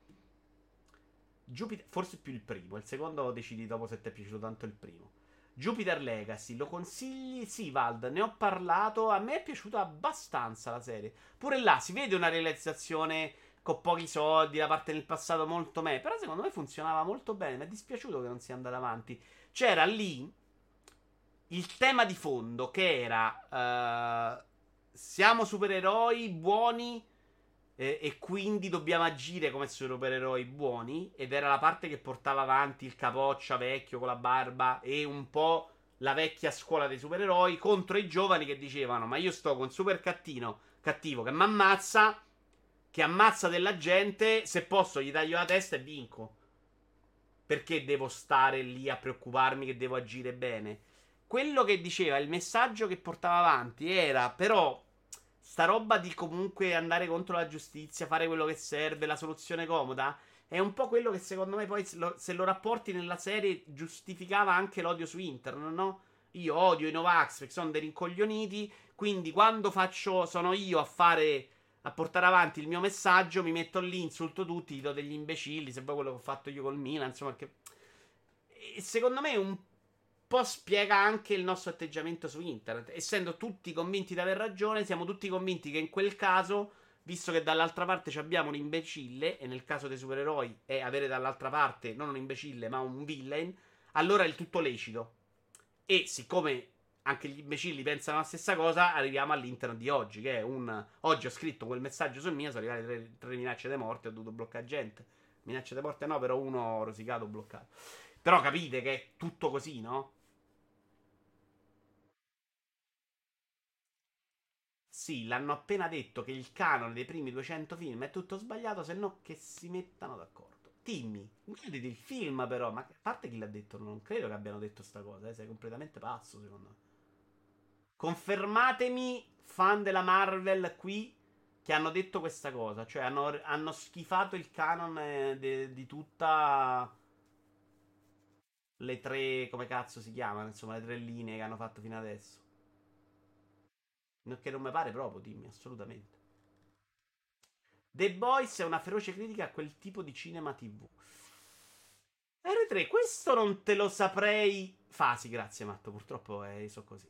Jupiter, forse più il primo, il secondo decidi dopo se ti è piaciuto tanto il primo. Jupiter Legacy, lo consigli? Sì, Vald, ne ho parlato, a me è piaciuta abbastanza la serie. Pure là si vede una realizzazione con pochi soldi, la parte del passato molto me, però secondo me funzionava molto bene, mi è dispiaciuto che non sia andata avanti. C'era lì il tema di fondo che era... Uh, siamo supereroi buoni eh, e quindi dobbiamo agire come supereroi buoni. Ed era la parte che portava avanti il capoccia vecchio con la barba e un po' la vecchia scuola dei supereroi contro i giovani che dicevano: ma io sto con super cattivo, cattivo che mi ammazza, che ammazza della gente, se posso gli taglio la testa e vinco. Perché devo stare lì a preoccuparmi che devo agire bene? Quello che diceva, il messaggio che portava avanti era però sta roba di comunque andare contro la giustizia, fare quello che serve, la soluzione comoda, è un po' quello che secondo me poi se lo, se lo rapporti nella serie giustificava anche l'odio su internet, no? Io odio i Novax perché sono dei rincoglioniti, quindi quando faccio, sono io a fare, a portare avanti il mio messaggio, mi metto lì, insulto tutti, gli do degli imbecilli, se vuoi quello che ho fatto io col Milan, insomma, perché... E secondo me un po' spiega anche il nostro atteggiamento su internet. Essendo tutti convinti di aver ragione, siamo tutti convinti che in quel caso, visto che dall'altra parte abbiamo un imbecille, e nel caso dei supereroi è avere dall'altra parte non un imbecille ma un villain, allora è il tutto lecito. E siccome anche gli imbecilli pensano la stessa cosa, arriviamo all'interno di oggi, che è un... Oggi ho scritto quel messaggio sul mio, sono arrivate tre, tre minacce di morte, ho dovuto bloccare gente. Minacce di morte no, però uno ho rosicato, ho bloccato. Però capite che è tutto così, no? Sì, l'hanno appena detto che il canone dei primi duecento film è tutto sbagliato, se no che si mettano d'accordo. Timmy, guardati il film però, ma a parte chi l'ha detto, non credo che abbiano detto sta cosa, eh, sei completamente pazzo secondo me. Confermatemi, fan della Marvel qui, che hanno detto questa cosa, cioè hanno, hanno schifato il canon eh, de, di tutta... Le tre, come cazzo si chiamano, insomma, le tre linee che hanno fatto fino adesso. Che non mi pare proprio, dimmi, assolutamente. The Boys è una feroce critica a quel tipo di cinema tivù. R tre, questo non te lo saprei. Fasi, grazie Matto, purtroppo eh, so così.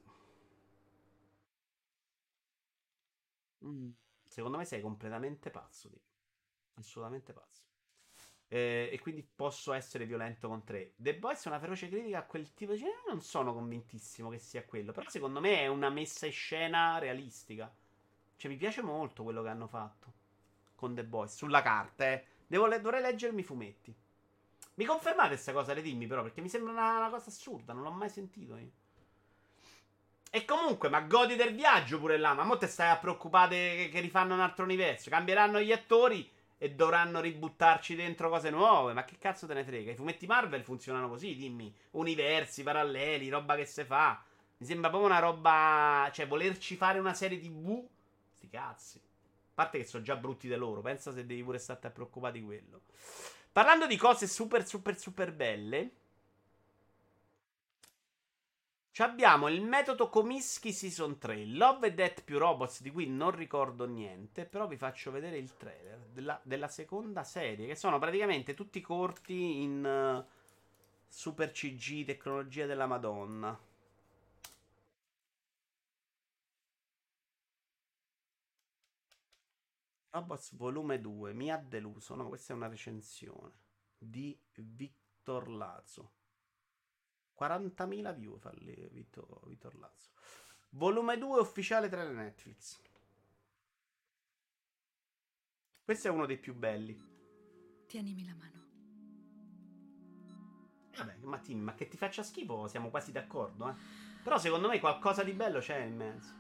Mm. Secondo me sei completamente pazzo, dimmi. Assolutamente pazzo. Eh, e quindi posso essere violento con te. The Boys è una feroce critica a quel tipo di cinema. Non sono convintissimo che sia quello. Però secondo me è una messa in scena realistica. Cioè mi piace molto quello che hanno fatto con The Boys. Sulla carta, eh. Devo le- dovrei leggermi i fumetti. Mi confermate questa cosa, le dimmi però, perché mi sembra una, una cosa assurda. Non l'ho mai sentito io. E comunque, ma godi del viaggio pure là. Ma mo te stai a preoccupare che, che rifanno un altro universo. Cambieranno gli attori e dovranno ributtarci dentro cose nuove. Ma che cazzo te ne frega? I fumetti Marvel funzionano così, dimmi. Universi, paralleli, roba che se fa. Mi sembra proprio una roba... Cioè, volerci fare una serie tivù... Sti cazzi. A parte che sono già brutti da loro. Pensa se devi pure stare a preoccupare di quello. Parlando di cose super, super, super belle... Ci abbiamo il metodo Comiskey Season tre, Love and Death più Robots, di cui non ricordo niente, però vi faccio vedere il trailer della, della seconda serie, che sono praticamente tutti corti in uh, Super C G, tecnologia della Madonna. Robots volume due, mi ha deluso, no, questa è una recensione di Victor Lazo. quarantamila view fa lì Victor, Victor Lazo. Volume due ufficiale tra le Netflix. Questo è uno dei più belli. Tienimi la mano. Vabbè, ma Tim, ma che ti faccia schifo, siamo quasi d'accordo, eh. Però secondo me qualcosa di bello c'è in mezzo.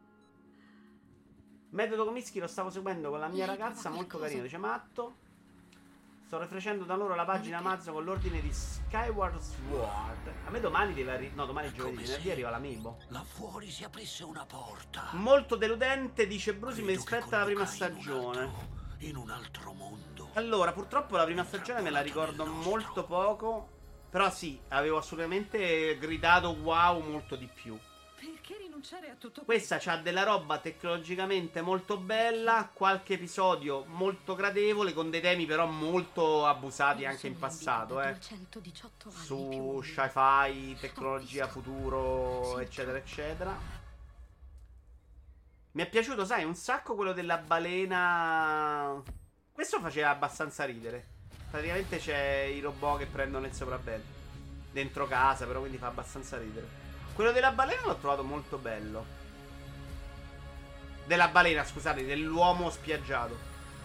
Metodo Comiskey lo stavo seguendo con la mia ragazza, molto carino, dice Matto. Sto rifacendo da loro la pagina Amazon con l'ordine di Skyward Sword. A me domani deve arrivare. No, domani è giovedì, venerdì arriva l'amiibo. Là fuori si aprisse una porta. Molto deludente, dice Brusi, mi rispetta la prima stagione. In un altro mondo. Allora, purtroppo la prima stagione me la ricordo molto poco. Però sì, avevo assolutamente gridato wow molto di più. Perché rinunciare a tutto? Questa c'ha della roba tecnologicamente molto bella, qualche episodio molto gradevole, con dei temi però molto abusati anche in passato, eh. Su sci-fi, tecnologia, futuro, eccetera, eccetera. Mi è piaciuto, sai, un sacco quello della balena. Questo faceva abbastanza ridere. Praticamente c'è i robot che prendono il sopravvento dentro casa, però quindi fa abbastanza ridere. Quello della balena l'ho trovato molto bello. Della balena, scusate, dell'uomo spiaggiato.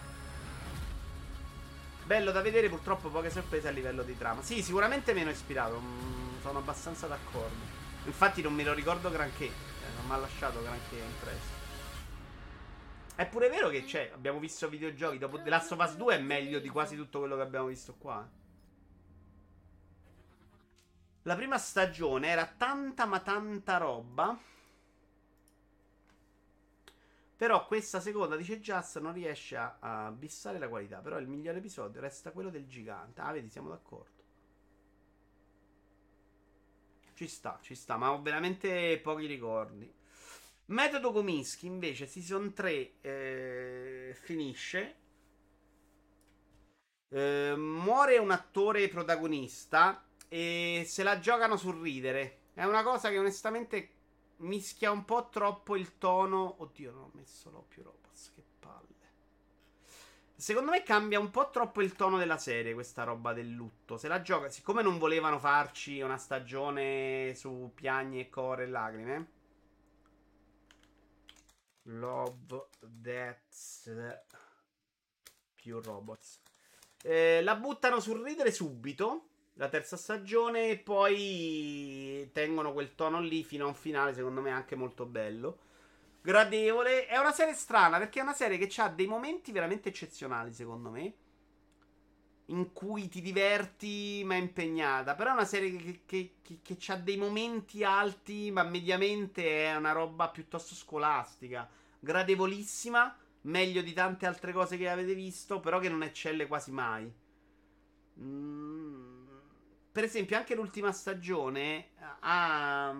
Bello da vedere, purtroppo poche sorprese a livello di trama. Sì, sicuramente meno ispirato, mm, sono abbastanza d'accordo. Infatti non me lo ricordo granché, eh, non mi ha lasciato granché impresso. È pure vero che c'è, abbiamo visto videogiochi, dopo The Last of Us due è meglio di quasi tutto quello che abbiamo visto qua. La prima stagione era tanta ma tanta roba. Però questa seconda, dice Just, non riesce a, a bissare la qualità. Però il migliore episodio resta quello del gigante. Ah, vedi, siamo d'accordo. Ci sta, ci sta, ma ho veramente pochi ricordi. Metodo Comiskey invece Season tre eh, finisce. eh, Muore un attore protagonista e se la giocano sul ridere. È una cosa che onestamente mischia un po' troppo il tono. Oddio, non ho messo l'ho più robots, che palle. Secondo me cambia un po' troppo il tono della serie, questa roba del lutto. Se la gioca, siccome non volevano farci una stagione su piagni e core e lacrime. Love, Death più robots. Eh, la buttano sul ridere subito. La terza stagione, e poi tengono quel tono lì fino a un finale, secondo me anche molto bello, gradevole. È una serie strana, perché è una serie che ha dei momenti veramente eccezionali, secondo me, in cui ti diverti ma è impegnata. Però è una serie che, che, che, che ha dei momenti alti, ma mediamente è una roba piuttosto scolastica, gradevolissima, meglio di tante altre cose che avete visto, però che non eccelle quasi mai. Mm. Per esempio, anche l'ultima stagione ha,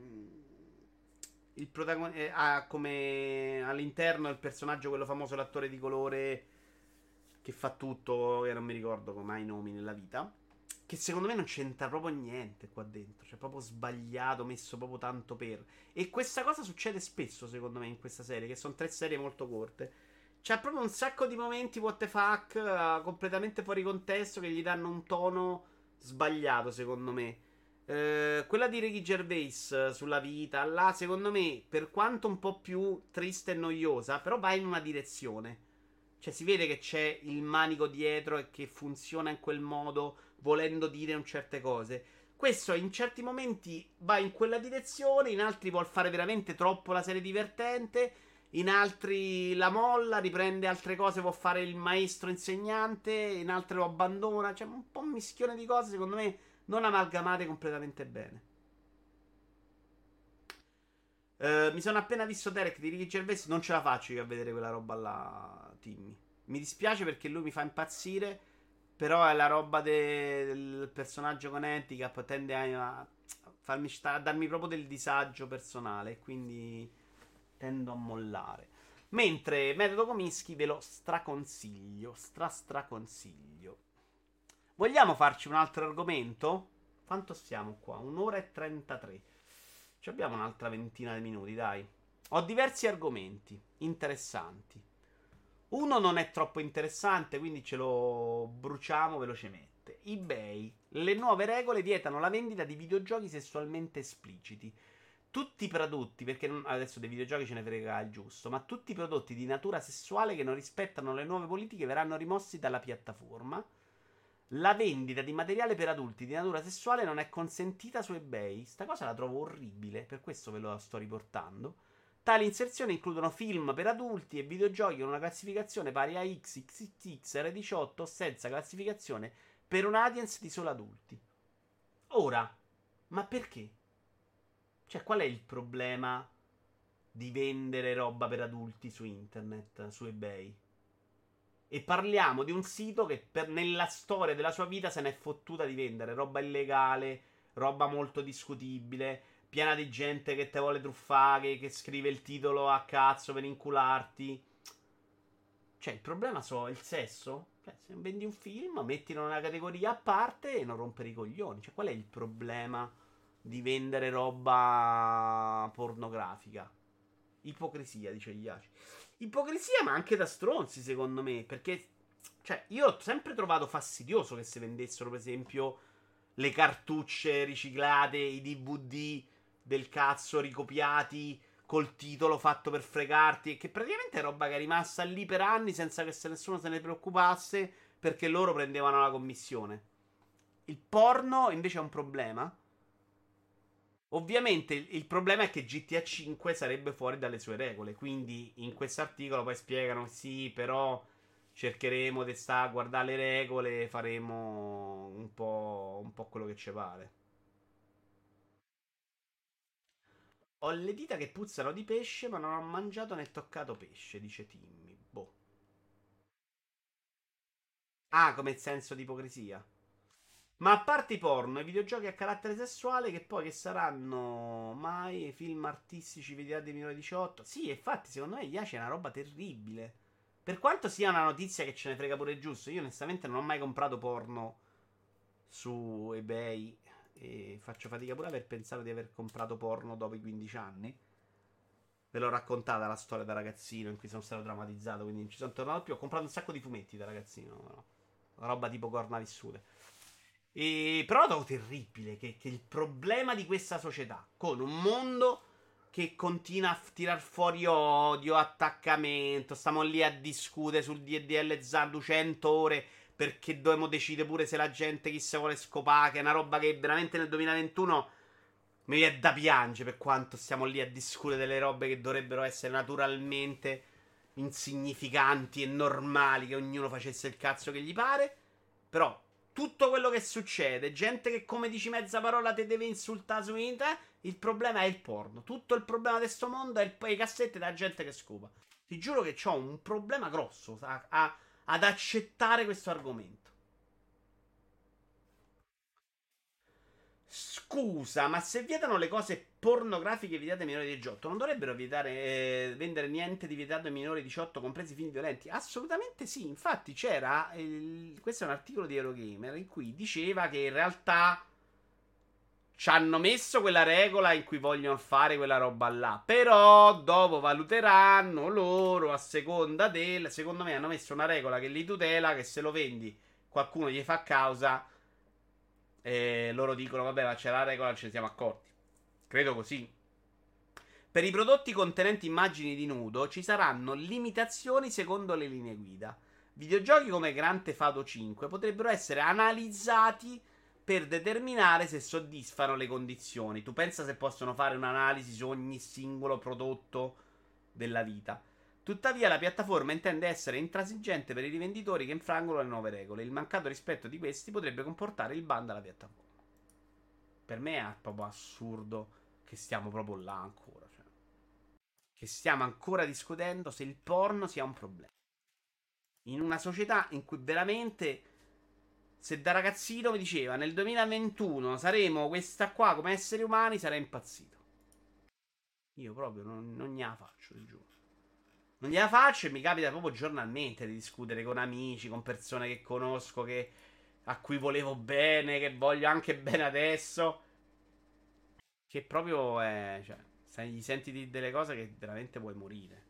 il protagon- ha come all'interno il personaggio, quello famoso, l'attore di colore che fa tutto, e non mi ricordo mai i nomi nella vita, che secondo me non c'entra proprio niente qua dentro. Cioè, proprio sbagliato, messo proprio tanto per. E questa cosa succede spesso, secondo me, in questa serie, che sono tre serie molto corte. C'è proprio un sacco di momenti what the fuck, uh, completamente fuori contesto, che gli danno un tono sbagliato, secondo me. Eh, quella di Ricky Gervais sulla vita, là, secondo me, per quanto un po' più triste e noiosa, però va in una direzione. Cioè, si vede che c'è il manico dietro e che funziona in quel modo, volendo dire un certe cose. Questo in certi momenti va in quella direzione, in altri vuol fare veramente troppo la serie divertente, in altri la molla, riprende altre cose, può fare il maestro insegnante, in altre lo abbandona. Cioè, un po' un mischione di cose, secondo me, non amalgamate completamente bene. Uh, mi sono appena visto Derek di Ricky Gervais, non ce la faccio io a vedere quella roba là, Timmy. Mi dispiace perché lui mi fa impazzire, però è la roba de- del personaggio con handicap, tende a, a farmi sta- a darmi proprio del disagio personale, quindi tendo a mollare. Mentre Metodo Cominsky ve lo straconsiglio, stra straconsiglio. Vogliamo farci un altro argomento? Quanto siamo qua? Un'ora e trentatré. Ci abbiamo un'altra ventina di minuti, dai. Ho diversi argomenti interessanti. Uno non è troppo interessante, quindi ce lo bruciamo velocemente. eBay. Le nuove regole vietano la vendita di videogiochi sessualmente espliciti. Tutti i prodotti, perché non- adesso dei videogiochi ce ne frega il giusto, ma tutti i prodotti di natura sessuale che non rispettano le nuove politiche verranno rimossi dalla piattaforma. La vendita di materiale per adulti di natura sessuale non è consentita su eBay. Sta cosa la trovo orribile, per questo ve lo sto riportando. Tali inserzioni includono film per adulti e videogiochi con una classificazione pari a X, X X X, R diciotto o senza classificazione per un audience di solo adulti. Ora, ma perché? Cioè, qual è il problema di vendere roba per adulti su internet, su eBay? E parliamo di un sito che per, nella storia della sua vita se n'è fottuta di vendere roba illegale, roba molto discutibile, piena di gente che te vuole truffare, che, che scrive il titolo a cazzo per incularti. Cioè, il problema so il sesso? Cioè, se vendi un film, mettilo in una categoria a parte e non rompere i coglioni. Cioè, qual è il problema di vendere roba pornografica? Ipocrisia, dice Iaci. Ipocrisia, ma anche da stronzi, secondo me. Perché, cioè, io ho sempre trovato fastidioso che si vendessero, per esempio, le cartucce riciclate, i D V D del cazzo ricopiati col titolo fatto per fregarti. Che praticamente è roba che è rimasta lì per anni senza che se nessuno se ne preoccupasse, perché loro prendevano la commissione. Il porno invece è un problema. Ovviamente il, il problema è che G T A cinque sarebbe fuori dalle sue regole. Quindi in questo articolo poi spiegano: sì, però cercheremo di stare a guardare le regole e faremo un po', un po' quello che ci pare. Ho le dita che puzzano di pesce, ma non ho mangiato né toccato pesce, dice Timmy. Boh. Ah, come senso di ipocrisia. Ma a parte i porno, i videogiochi a carattere sessuale, che poi che saranno mai film artistici vietati ai minori diciotto? Sì, infatti, secondo me Iaci è una roba terribile. Per quanto sia una notizia che ce ne frega pure giusto, io onestamente non ho mai comprato porno su eBay e faccio fatica pure per pensare di aver comprato porno dopo i quindici anni. Ve l'ho raccontata la storia da ragazzino in cui sono stato traumatizzato, quindi non ci sono tornato più. Ho comprato un sacco di fumetti da ragazzino, no? Roba tipo corna vissute. E però lo trovo terribile che, che il problema di questa società, con un mondo che continua a tirar fuori odio, attaccamento, stiamo lì a discutere sul D D L Zan duecento ore perché dobbiamo decidere pure se la gente chi se vuole scopare, che è una roba che veramente nel duemilaventuno mi viene da piangere, per quanto stiamo lì a discutere delle robe che dovrebbero essere naturalmente insignificanti e normali, che ognuno facesse il cazzo che gli pare. Però tutto quello che succede, gente che come dici mezza parola te deve insultare su internet, il problema è il porno. Tutto il problema di sto mondo è il, le cassette della gente che scopa. Ti giuro che ho un problema grosso a, a, ad accettare questo argomento. Scusa, ma se vietano le cose pornografiche vietate ai minori di diciotto, non dovrebbero vietare, eh, vendere niente di vietato ai minori di diciotto, compresi film violenti? Assolutamente sì. Infatti c'era, il, questo è un articolo di Eurogamer in cui diceva che in realtà ci hanno messo quella regola in cui vogliono fare quella roba là, però dopo valuteranno loro a seconda del... Secondo me hanno messo una regola che li tutela, che se lo vendi qualcuno gli fa causa e loro dicono vabbè, ma c'è la regola, ce ne siamo accorti. Credo così. Per i prodotti contenenti immagini di nudo ci saranno limitazioni secondo le linee guida. Videogiochi come Grand Theft Auto cinque potrebbero essere analizzati per determinare se soddisfano le condizioni. Tu pensa se possono fare un'analisi su ogni singolo prodotto della vita. Tuttavia la piattaforma intende essere intransigente per i rivenditori che infrangono le nuove regole. Il mancato rispetto di questi potrebbe comportare il ban dalla piattaforma. Per me è proprio assurdo che stiamo proprio là ancora. Cioè, che stiamo ancora discutendo se il porno sia un problema. In una società in cui veramente Se da ragazzino mi diceva nel duemilaventuno saremo questa qua come esseri umani, sarei impazzito. Io proprio non, non gliela faccio, ti giuro. Non gliela faccio e mi capita proprio giornalmente di discutere con amici, con persone che conosco, che, a cui volevo bene, che voglio anche bene adesso. Che proprio è... Cioè, sai, gli senti di delle cose che veramente vuoi morire.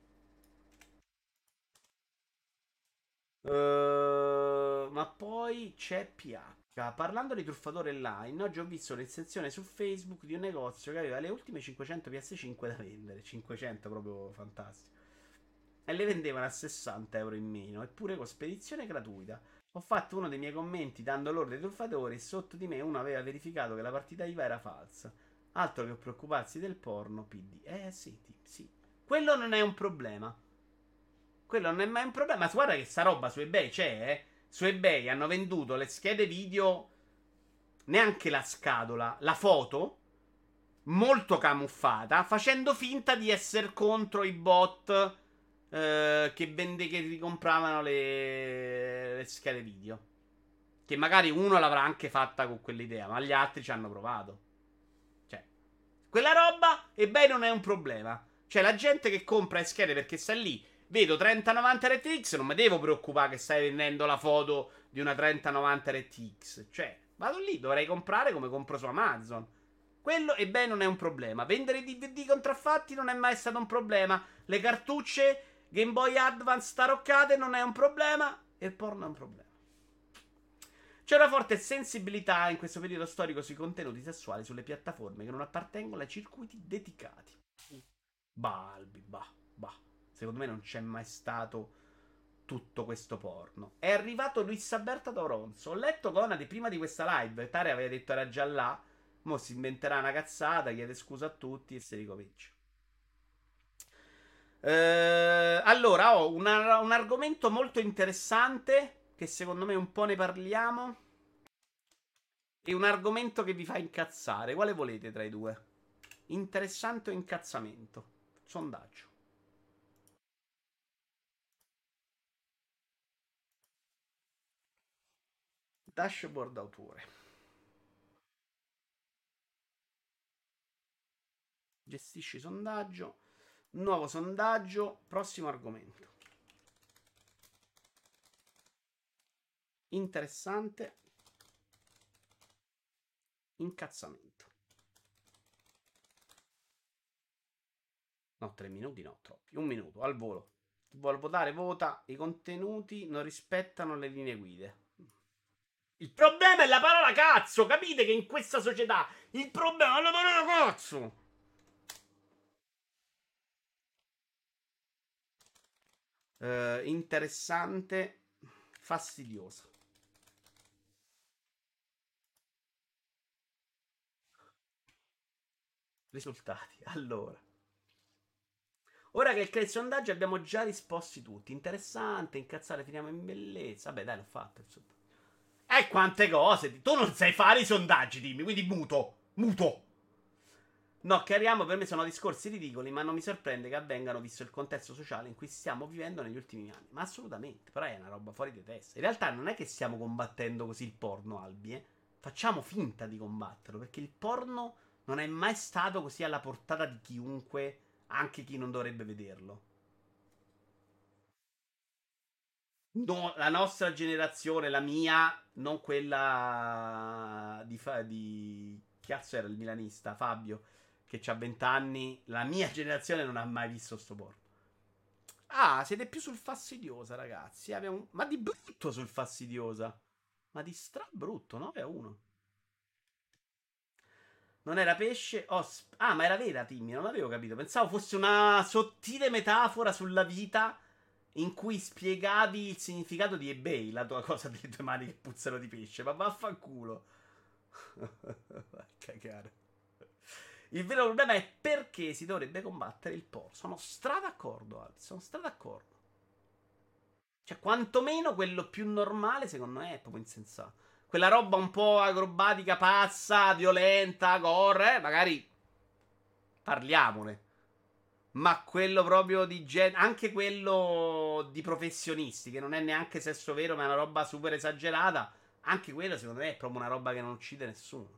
Uh, ma poi c'è P H. Parlando di truffatore online, oggi ho visto un'estensione su Facebook di un negozio che aveva le ultime cinquecento P S cinque da vendere. cinquecento, proprio fantastico. E le vendevano a sessanta euro in meno, eppure con spedizione gratuita. Ho fatto uno dei miei commenti dando loro dei truffatori e sotto di me uno aveva verificato che la partita I V A era falsa. Altro che preoccuparsi del porno P D. Eh sì, sì. Quello non è un problema. Quello non è mai un problema. Ma guarda che sta roba su eBay c'è, eh. Su eBay hanno venduto le schede video, neanche la scatola, la foto, molto camuffata, facendo finta di essere contro i bot eh, che, vende, che ricompravano le, le schede video. Che magari uno l'avrà anche fatta con quell'idea, ma gli altri ci hanno provato. Cioè, quella roba eBay non è un problema. Cioè, la gente che compra le schede perché sta lì, vedo trenta novanta R T X, non mi devo preoccupare che stai vendendo la foto di una trenta novanta R T X. Cioè, vado lì, dovrei comprare come compro su Amazon. Quello, eBay non è un problema. Vendere i D V D contraffatti non è mai stato un problema. Le cartucce Game Boy Advance taroccate non è un problema. E il porno è un problema. C'è una forte sensibilità in questo periodo storico sui contenuti sessuali sulle piattaforme che non appartengono ai circuiti dedicati. Balbi, bah, bah. Secondo me non c'è mai stato tutto questo porno. È arrivato Luis Alberto D'Oronzo. Ho letto Conade prima di questa live. Tare aveva detto era già là. Mo si inventerà una cazzata, chiede scusa a tutti e si ricomincia. Eh, allora, ho una, un argomento molto interessante che secondo me un po' ne parliamo. E un argomento che vi fa incazzare. Quale volete tra i due? Interessante o incazzamento? Sondaggio. Dashboard autore. Gestisci sondaggio. Nuovo sondaggio. Prossimo argomento. Interessante. Incazzamento. No, tre minuti no, troppi. Un minuto, al volo. Chi vuole votare, vota. I contenuti non rispettano le linee guida. Il problema è la parola cazzo. Capite che in questa società il problema è la parola cazzo. Uh, interessante. Fastidiosa. Risultati. Allora. Ora che il sondaggio abbiamo già risposti tutti. Interessante, incazzare, finiamo in bellezza. Vabbè, dai, l'ho fatto. E quante cose. Tu non sai fare i sondaggi, dimmi. Quindi muto. Muto. No, chiariamo, per me sono discorsi ridicoli, ma non mi sorprende che avvengano visto il contesto sociale in cui stiamo vivendo negli ultimi anni. Ma assolutamente, però è una roba fuori di testa. In realtà non è che stiamo combattendo così il porno, Albi, eh. Facciamo finta di combatterlo, perché il porno non è mai stato così alla portata di chiunque, anche chi non dovrebbe vederlo. No, la nostra generazione, la mia, non quella di, fa- di... Chi cazzo era il milanista? Fabio, che ha venti anni. La mia generazione non ha mai visto sto porno. Ah, siete più sul fastidiosa, ragazzi. Abbiamo... Ma di brutto sul fastidiosa. Ma di stra brutto, nove a uno. Non era pesce? Oh, sp- ah, ma era vera, Timmy, non avevo capito. Pensavo fosse una sottile metafora sulla vita in cui spiegavi il significato di eBay, la tua cosa delle tue mani che puzzano di pesce. Ma vaffanculo. Vai a cagare. Il vero problema è perché si dovrebbe combattere il porno. Sono stra d'accordo, Albi, sono stra d'accordo. Cioè, quantomeno quello più normale, secondo me, è proprio insensato. Quella roba un po' acrobatica, pazza, violenta, gore, eh, magari parliamone. Ma quello proprio di gen- anche quello di professionisti, che non è neanche sesso vero, ma è una roba super esagerata, Anche quello, secondo me, è proprio una roba che non uccide nessuno.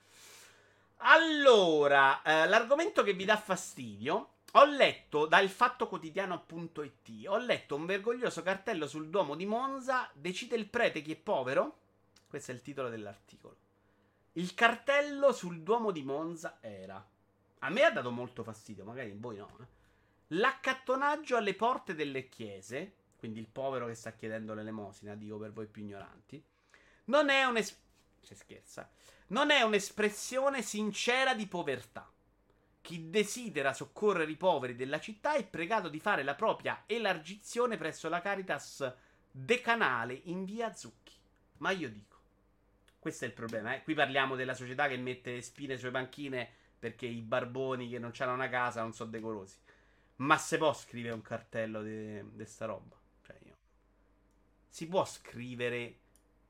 Allora, eh, l'argomento che vi dà fastidio. Ho letto dal fattoquotidiano punto it. Ho letto un vergognoso cartello sul Duomo di Monza. Decide il prete chi è povero? Questo è il titolo dell'articolo. Il cartello sul Duomo di Monza era: a me ha dato molto fastidio, magari in voi no. Eh. L'accattonaggio alle porte delle chiese, quindi il povero che sta chiedendo l'elemosina, dico per voi più ignoranti, non è un es- si scherza. Non è un'espressione sincera di povertà. Chi desidera soccorrere i poveri della città è pregato di fare la propria elargizione presso la Caritas decanale in via Zucchi. Ma io dico, questo è il problema, eh? Qui parliamo della società che mette le spine sulle panchine perché i barboni che non c'hanno una casa non sono decorosi. Ma se può scrivere un cartello di sta roba? Cioè io... Si può scrivere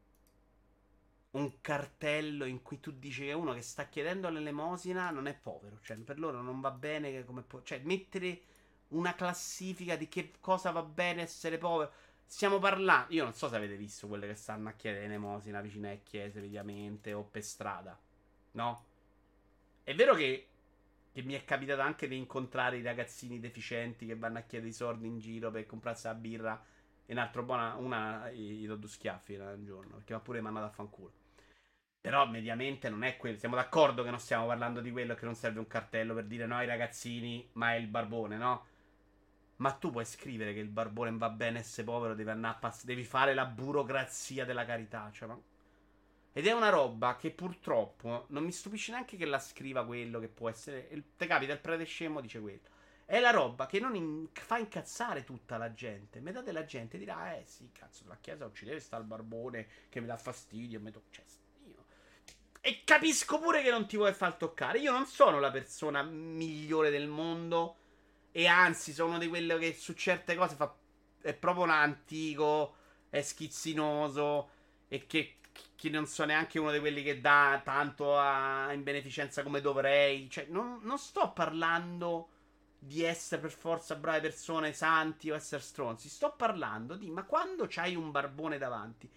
un cartello in cui tu dici che uno che sta chiedendo l'elemosina non è povero? Cioè per loro non va bene che come po- cioè mettere una classifica di che cosa va bene essere povero. Stiamo parlando, io non so se avete visto quelle che stanno a chiedere l'elemosina vicino alle chiese mediamente o per strada, no? È vero che Che mi è capitato anche di incontrare i ragazzini deficienti che vanno a chiedere i soldi in giro per comprarsi la birra e un altro buona, una gli do due schiaffi un giorno, perché va pure mandato a fanculo. Però mediamente non è quello. Siamo d'accordo che non stiamo parlando di quello e che non serve un cartello per dire no ai ragazzini, ma è il barbone, no? Ma tu puoi scrivere che il barbone va bene essere povero, devi andare a pass- devi fare la burocrazia della carità, cioè, ma... Ed è una roba che purtroppo non mi stupisce neanche che la scriva quello che può essere. Il, te capita, il prete scemo dice quello. È la roba che non in, fa incazzare tutta la gente. Metà della gente dirà: eh sì, cazzo, la chiesa non ci deve stare il barbone che mi dà fastidio. Mi to- cioè, io. E capisco pure che non ti vuoi far toccare. Io non sono la persona migliore del mondo. E anzi, sono uno di quelli che su certe cose fa. È proprio un antico. È schizzinoso. E che. Che non so neanche uno di quelli che dà tanto a, in beneficenza come dovrei. Cioè, non, non sto parlando di essere per forza brave persone, santi o essere stronzi. Sto parlando di, ma quando c'hai un barbone davanti,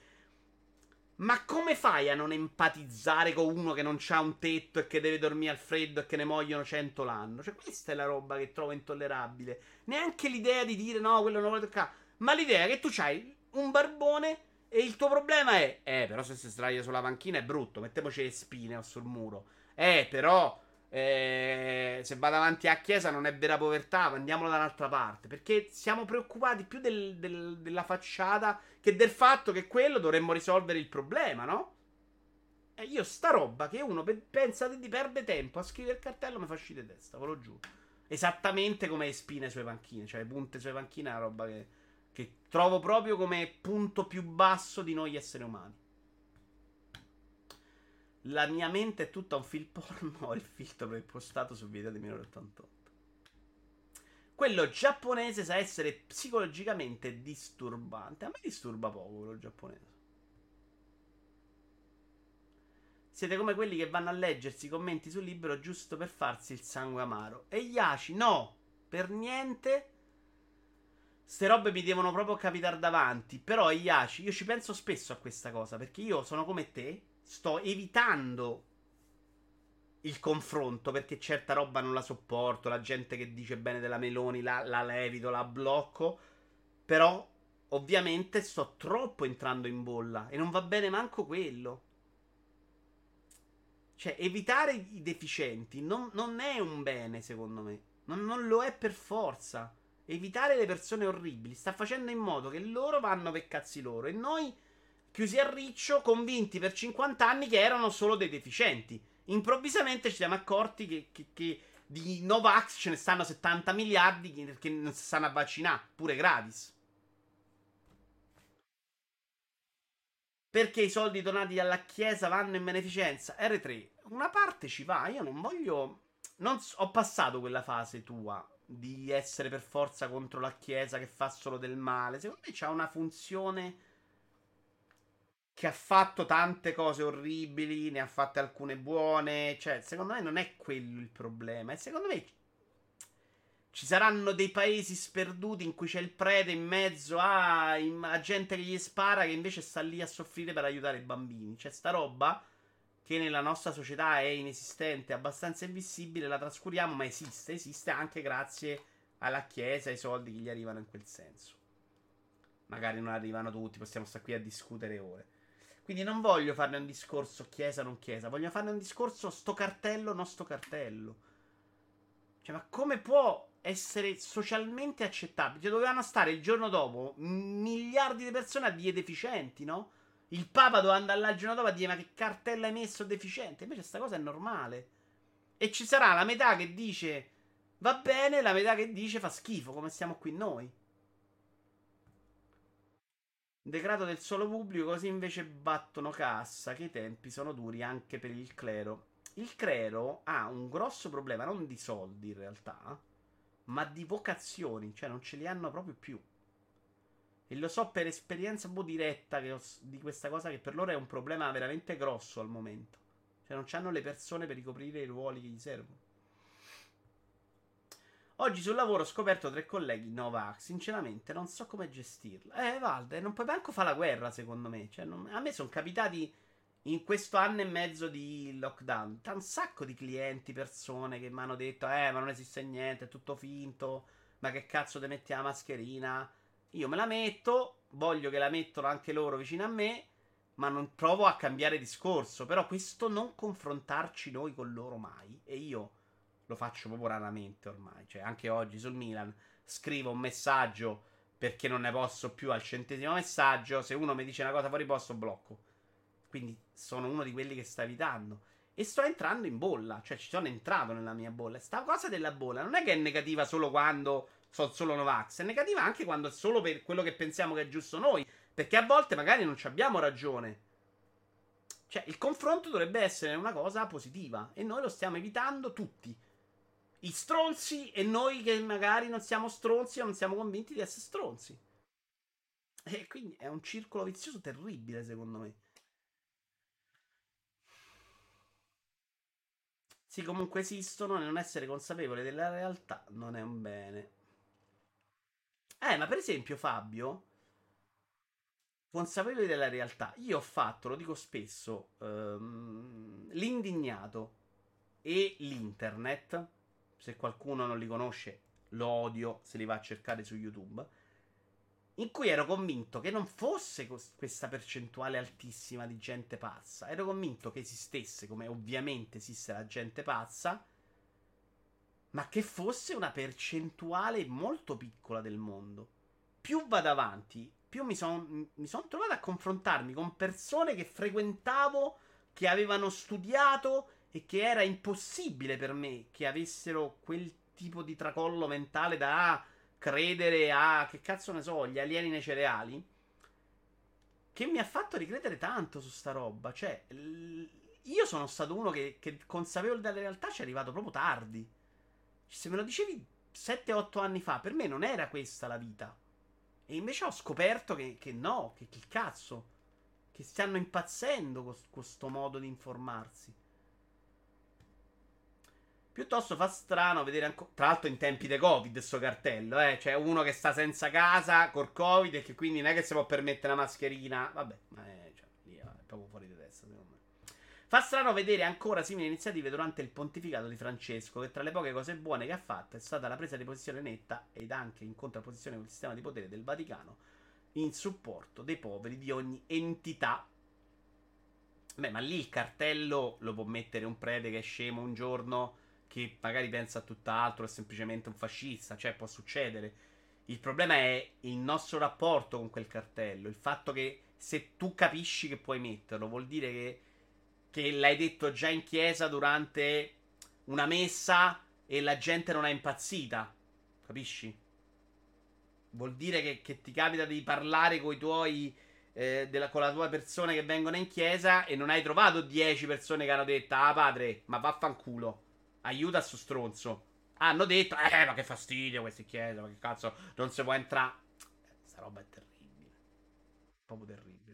ma come fai a non empatizzare con uno che non c'ha un tetto e che deve dormire al freddo e che ne muoiono cento l'anno? Cioè, questa è la roba che trovo intollerabile. Neanche l'idea di dire no, quello non vuole toccare. Ma l'idea che tu c'hai un barbone e il tuo problema è, eh, però se si sdraia sulla panchina è brutto, mettiamoci le spine o sul muro. Eh, però, eh, se va davanti a chiesa non è vera povertà, andiamolo da un'altra parte. Perché siamo preoccupati più del, del, della facciata che del fatto che quello dovremmo risolvere il problema, no? E io sta roba che uno pe- pensa di perde tempo a scrivere il cartello mi fa uscire di testa, ve lo giuro. Esattamente come le spine sulle panchine, cioè le punte sulle panchine è una roba che... che trovo proprio come punto più basso di noi esseri umani. La mia mente è tutta un film porno. Ho il filtro preimpostato sul video di millenovecentoottantotto. Quello giapponese sa essere psicologicamente disturbante. A me disturba poco quello giapponese. Siete come quelli che vanno a leggersi i commenti sul libro giusto per farsi il sangue amaro. E Yashi, no, per niente. Ste robe mi devono proprio capitare davanti. Però, Iaci, io ci penso spesso a questa cosa. Perché io sono come te. Sto evitando il confronto. Perché certa roba non la sopporto. La gente che dice bene della Meloni la, la levito, la blocco. Però, ovviamente, sto troppo entrando in bolla. E non va bene manco quello. Cioè, evitare i deficienti non, non è un bene, secondo me. Non, non lo è per forza. Evitare le persone orribili sta facendo in modo che loro vanno per cazzi loro e noi chiusi a riccio, convinti per cinquanta anni che erano solo dei deficienti. Improvvisamente ci siamo accorti che, che, che di Novax ce ne stanno settanta miliardi che non si stanno a vaccinare, pure gratis. Perché i soldi donati dalla chiesa vanno in beneficenza? R tre, una parte ci va, io non voglio... Non so, ho passato quella fase tua di essere per forza contro la chiesa che fa solo del male. Secondo me c'ha una funzione che ha fatto tante cose orribili, ne ha fatte alcune buone. Cioè, secondo me non è quello il problema. E secondo me Ci saranno dei paesi sperduti in cui c'è il prete in mezzo a, in- a gente che gli spara, che invece sta lì a soffrire per aiutare i bambini. C'è sta roba che nella nostra società è inesistente, abbastanza invisibile, la trascuriamo, ma esiste. Esiste anche grazie alla Chiesa, ai soldi che gli arrivano in quel senso. Magari non arrivano tutti, possiamo stare qui a discutere ore. Quindi non voglio farne un discorso Chiesa non Chiesa, voglio farne un discorso sto cartello non sto cartello. Cioè, ma come può essere socialmente accettabile? Cioè, dovevano stare il giorno dopo miliardi di persone a dire deficienti, no? Il Papa doveva andare là il giorno dopo a dire ma che cartello hai messo deficiente? Invece sta cosa è normale. E ci sarà la metà che dice va bene e la metà che dice fa schifo, come siamo qui noi. Decreto del solo pubblico, così invece battono cassa, che i tempi sono duri anche per il clero. Il clero ha un grosso problema, non di soldi in realtà, ma di vocazioni, cioè non ce li hanno proprio più. E lo so per esperienza un po' diretta che ho s- di questa cosa, che per loro è un problema veramente grosso al momento. Cioè non hanno le persone per ricoprire i ruoli che gli servono. Oggi sul lavoro ho scoperto tre colleghi Novax. Sinceramente, non so come gestirla. Eh, Valde, non puoi manco fare la guerra, secondo me. Cioè, non- a me sono capitati in questo anno e mezzo di lockdown un sacco di clienti, persone che mi hanno detto: Eh, ma non esiste niente, è tutto finto. Ma che cazzo te metti la mascherina? Io me la metto, voglio che la mettano anche loro vicino a me, ma non provo a cambiare discorso. Però questo non confrontarci noi con loro mai. E io lo faccio proprio raramente ormai. Cioè, anche oggi sul Milan scrivo un messaggio perché non ne posso più al centesimo messaggio. Se uno mi dice una cosa fuori posto, blocco. Quindi sono uno di quelli che sta evitando. E sto entrando in bolla. Cioè, ci sono entrato nella mia bolla. Sta cosa della bolla non è che è negativa solo quando sono solo Novax. È negativa anche quando è solo per quello che pensiamo che è giusto noi. Perché a volte magari non ci abbiamo ragione. Cioè, il confronto dovrebbe essere una cosa positiva. E noi lo stiamo evitando tutti. I stronzi e noi che magari non siamo stronzi o non siamo convinti di essere stronzi. E quindi è un circolo vizioso terribile, secondo me. Sì, comunque esistono e non essere consapevole della realtà non è un bene. Eh, ma per esempio, Fabio, consapevole della realtà, io ho fatto, lo dico spesso, ehm, l'indignato e l'internet. Se qualcuno non li conosce, lo odio, se li va a cercare su YouTube. In cui ero convinto che non fosse cos- questa percentuale altissima di gente pazza. Ero convinto che esistesse, come ovviamente esiste la gente pazza, ma che fosse una percentuale molto piccola del mondo. Più vado avanti, più mi sono mi son trovato a confrontarmi con persone che frequentavo, che avevano studiato e che era impossibile per me che avessero quel tipo di tracollo mentale da credere a, che cazzo ne so, gli alieni nei cereali, che mi ha fatto ricredere tanto su sta roba. Cioè, l- io sono stato uno che, che consapevole della realtà ci è arrivato proprio tardi. Se me lo dicevi sette otto anni fa, per me non era questa la vita. E invece ho scoperto che, che no, che, che cazzo, che stanno impazzendo con questo modo di informarsi. Piuttosto fa strano vedere ancora. Tra l'altro, in tempi di Covid, sto cartello, eh. Cioè, uno che sta senza casa col Covid e che quindi non è che si può permettere una mascherina. Vabbè, ma è, cioè, lì è proprio fuori di testa, secondo me. Fa strano vedere ancora simili iniziative durante il pontificato di Francesco, che tra le poche cose buone che ha fatto è stata la presa di posizione netta ed anche in contrapposizione con il sistema di potere del Vaticano in supporto dei poveri di ogni entità. Beh, ma lì il cartello lo può mettere un prete che è scemo un giorno, che magari pensa a tutt'altro, è semplicemente un fascista, cioè può succedere. Il problema è il nostro rapporto con quel cartello, il fatto che se tu capisci che puoi metterlo, vuol dire che, che l'hai detto già in chiesa durante una messa e la gente non è impazzita, capisci? Vuol dire che, che ti capita di parlare con i tuoi eh, della, con la tua persona che vengono in chiesa e non hai trovato dieci persone che hanno detto ah padre, ma vaffanculo, aiuta a sto stronzo. Hanno detto eh ma che fastidio queste chiese, ma che cazzo non si può entrare. Sta roba è terribile, proprio terribile.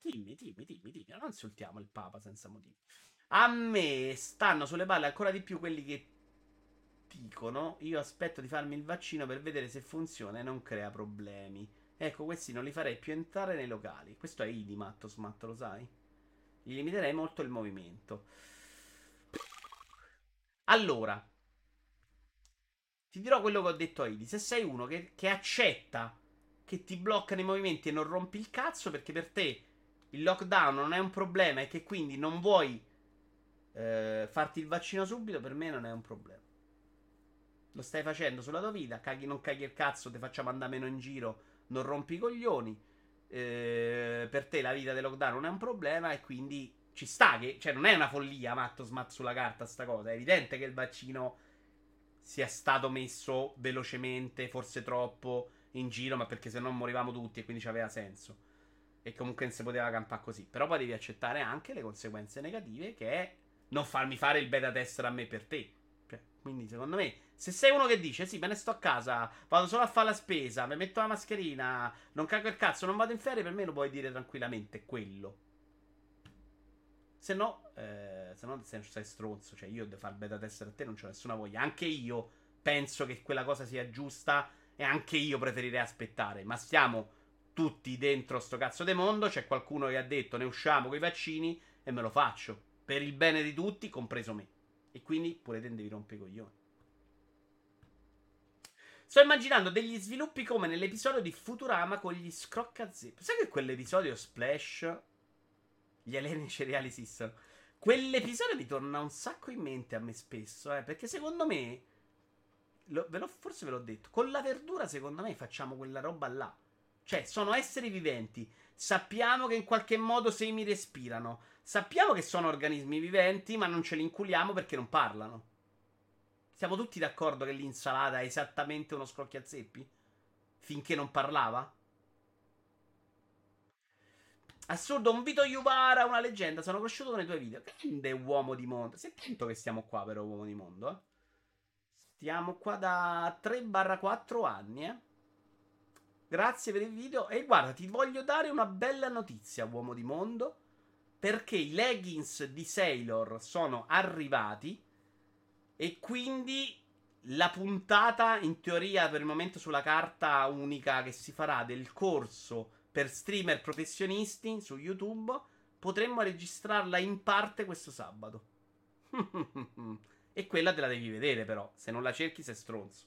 dimmi, dimmi, dimmi, dimmi. Non insultiamo il Papa senza motivo. A me stanno sulle palle ancora di più quelli che dicono: io aspetto di farmi il vaccino per vedere se funziona e non crea problemi. Ecco, questi non li farei più entrare nei locali. Questo è Idi, matto smatto, lo sai? Gli limiterei molto il movimento. Allora, ti dirò quello che ho detto a Idi. Se sei uno che, che accetta che ti bloccano i movimenti e non rompi il cazzo perché per te il lockdown non è un problema e che quindi non vuoi eh, farti il vaccino subito, per me non è un problema. Lo stai facendo sulla tua vita, caghi non caghi il cazzo, ti facciamo andare meno in giro, non rompi i coglioni. Eh, per te la vita del lockdown non è un problema e quindi ci sta che, cioè non è una follia, matto smat sulla carta sta cosa. È evidente che il vaccino sia stato messo velocemente, forse troppo in giro, ma perché se no morivamo tutti e quindi c'aveva senso. E comunque non si poteva campare così. Però poi devi accettare anche le conseguenze negative, che è non farmi fare il beta tester a me per te. Cioè, quindi secondo me, se sei uno che dice sì, me ne sto a casa, vado solo a fare la spesa, mi metto la mascherina, non cago il cazzo, non vado in ferie, per me lo puoi dire tranquillamente quello. Se no, eh, se no sei, sei stronzo. Cioè io devo fare il beta tester a te, non c'ho nessuna voglia. Anche io penso che quella cosa sia giusta e anche io preferirei aspettare. Ma stiamo tutti dentro sto cazzo de mondo. C'è qualcuno che ha detto ne usciamo con i vaccini e me lo faccio. Per il bene di tutti, compreso me. E quindi pure te devi rompere i coglioni. Sto immaginando degli sviluppi come nell'episodio di Futurama con gli scroccazip. Sai che quell'episodio Splash, gli alieni cereali esistono? Quell'episodio mi torna un sacco in mente a me spesso, eh, perché secondo me, lo, ve lo, forse ve l'ho detto, con la verdura secondo me facciamo quella roba là. Cioè, sono esseri viventi. Sappiamo che in qualche modo semi respirano. Sappiamo che sono organismi viventi, ma non ce li inculiamo perché non parlano. Siamo tutti d'accordo che l'insalata è esattamente uno scrocchiazeppi? Finché non parlava? Assurdo, un Vito Juvara, una leggenda. Sono cresciuto con i tuoi video. Grande uomo di mondo. Sei attento che stiamo qua per uomo di mondo, eh? Stiamo qua da tre quattro anni, eh? Grazie per il video. E guarda, ti voglio dare una bella notizia, uomo di mondo. Perché i leggings di Sailor sono arrivati. E quindi la puntata, in teoria, per il momento sulla carta unica che si farà del corso per streamer professionisti su YouTube, potremmo registrarla in parte questo sabato. E quella te la devi vedere, però. Se non la cerchi sei stronzo.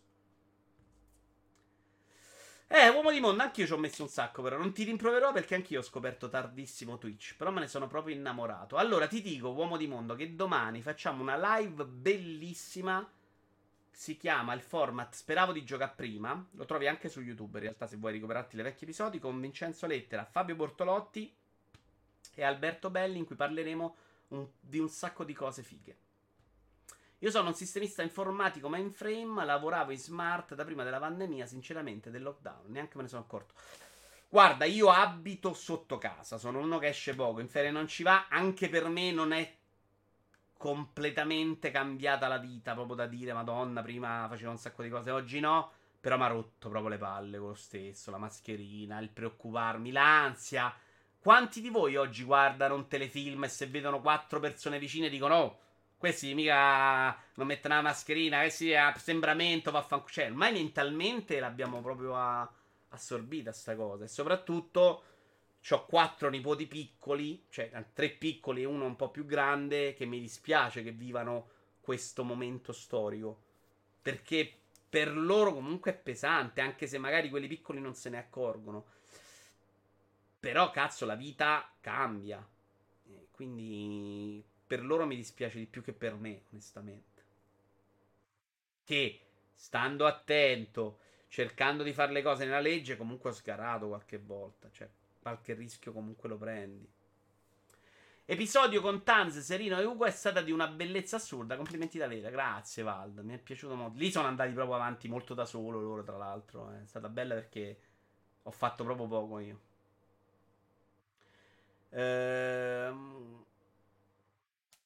Eh, uomo di mondo, anch'io ci ho messo un sacco, però non ti rimproverò perché anch'io ho scoperto tardissimo Twitch. Però me ne sono proprio innamorato. Allora, ti dico, uomo di mondo, che domani facciamo una live bellissima. Si chiama il format Speravo di giocare prima. Lo trovi anche su YouTube, in realtà, se vuoi recuperarti le vecchi episodi, con Vincenzo Lettera, Fabio Bortolotti e Alberto Belli, in cui parleremo un, di un sacco di cose fighe. Io sono un sistemista informatico mainframe, lavoravo in smart da prima della pandemia, sinceramente, del lockdown, neanche me ne sono accorto. Guarda, io abito sotto casa, sono uno che esce poco, in ferie non ci va, anche per me non è completamente cambiata la vita, proprio da dire, madonna, prima facevo un sacco di cose, oggi no, però mi ha rotto proprio le palle con lo stesso, la mascherina, il preoccuparmi, l'ansia. Quanti di voi oggi guardano un telefilm e se vedono quattro persone vicine dicono oh, questi mica non mettono la mascherina, che si assembramento, vaffanculo. Cioè, ormai mentalmente l'abbiamo proprio a, assorbita sta cosa. E soprattutto ho quattro nipoti piccoli, cioè tre piccoli e uno un po' più grande, che mi dispiace che vivano questo momento storico. Perché per loro comunque è pesante, anche se magari quelli piccoli non se ne accorgono. Però, cazzo, la vita cambia. E quindi per loro mi dispiace di più che per me, onestamente. Che, stando attento, cercando di fare le cose nella legge, comunque ho sgarato qualche volta. Cioè, qualche rischio comunque lo prendi. Episodio con Tanz, Serino e Ugo è stata di una bellezza assurda. Complimenti da Vera. Grazie, Vald. Mi è piaciuto molto. Lì sono andati proprio avanti molto da solo loro, tra l'altro. È stata bella perché ho fatto proprio poco io. Ehm...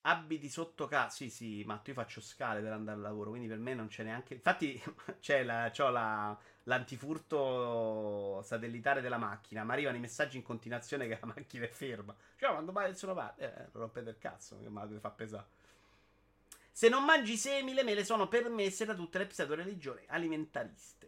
Abiti sotto casa. Sì, sì, ma io faccio scale per andare al lavoro, quindi per me non c'è neanche. Infatti, c'è la, c'ho la, l'antifurto satellitare della macchina. Ma arrivano i messaggi in continuazione che la macchina è ferma. Cioè, quando vai da nessuna parte, eh, non rompete il cazzo, che me la deve far pesare. Se non mangi semi, le mele sono permesse da tutte le pseudo-religioni alimentariste.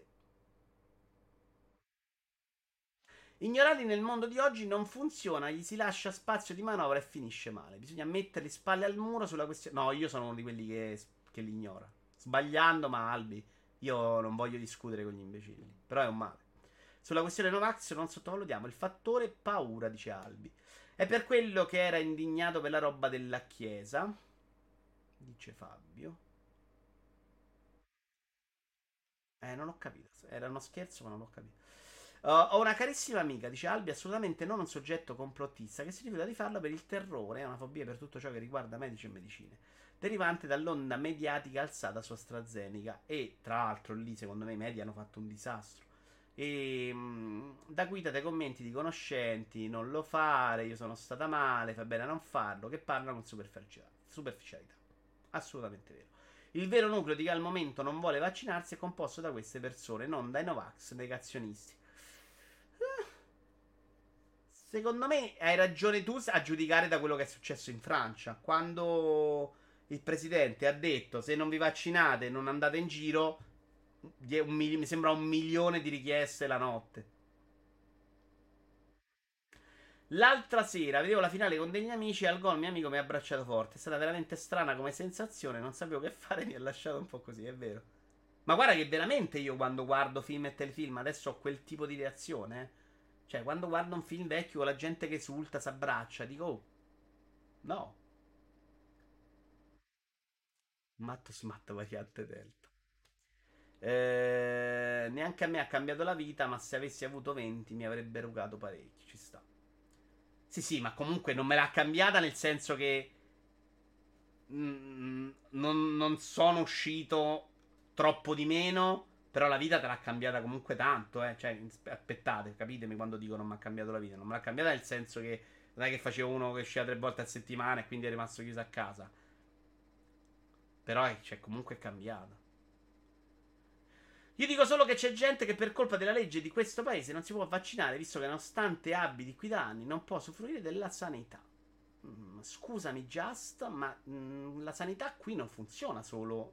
Ignorarli nel mondo di oggi non funziona, gli si lascia spazio di manovra e finisce male. Bisogna metterli spalle al muro sulla questione. No, io sono uno di quelli che, che li ignora. Sbagliando, ma Albi, io non voglio discutere con gli imbecilli. Però è un male. Sulla questione Novax non sottovalutiamo il fattore paura, dice Albi. È per quello che era indignato per la roba della Chiesa, dice Fabio. Eh, non ho capito. Era uno scherzo, ma non ho capito. Uh, ho una carissima amica, dice Albi, assolutamente non un soggetto complottista, che si rifiuta di farlo per il terrore e una fobia per tutto ciò che riguarda medici e medicine, derivante dall'onda mediatica alzata su AstraZeneca. E tra l'altro lì secondo me i media hanno fatto un disastro. E mh, da guida dai commenti di conoscenti, non lo fare, io sono stata male, fa bene a non farlo, che parlano con superficialità. superficialità. Assolutamente vero. Il vero nucleo di chi al momento non vuole vaccinarsi è composto da queste persone, non dai Novax negazionisti. Secondo me hai ragione tu a giudicare da quello che è successo in Francia. Quando il presidente ha detto se non vi vaccinate non andate in giro, un mil- mi sembra un milione di richieste la notte. L'altra sera vedevo la finale con degli amici e al gol mio amico mi ha abbracciato forte. È stata veramente strana come sensazione, non sapevo che fare, mi ha lasciato un po' così, è vero. Ma guarda che veramente io quando guardo film e telefilm adesso ho quel tipo di reazione, eh. Cioè, quando guardo un film vecchio con la gente che esulta, s'abbraccia, dico, oh, no. Matto smatto variante delta. Eh, neanche a me ha cambiato la vita, ma se avessi avuto venti mi avrebbe rugato parecchio, ci sta. Sì, sì, ma comunque non me l'ha cambiata nel senso che mm, non, non sono uscito troppo di meno. Però la vita te l'ha cambiata comunque tanto, eh. Cioè, aspettate, capitemi quando dico non mi ha cambiato la vita. Non me l'ha cambiata nel senso che non è che facevo uno che usciva tre volte a settimana e quindi è rimasto chiuso a casa. Però, eh, cioè, comunque è cambiata. Io dico solo che c'è gente che per colpa della legge di questo paese non si può vaccinare, visto che nonostante abiti qui da anni non può usufruire della sanità. Mm, scusami, Just, ma mm, la sanità qui non funziona solo.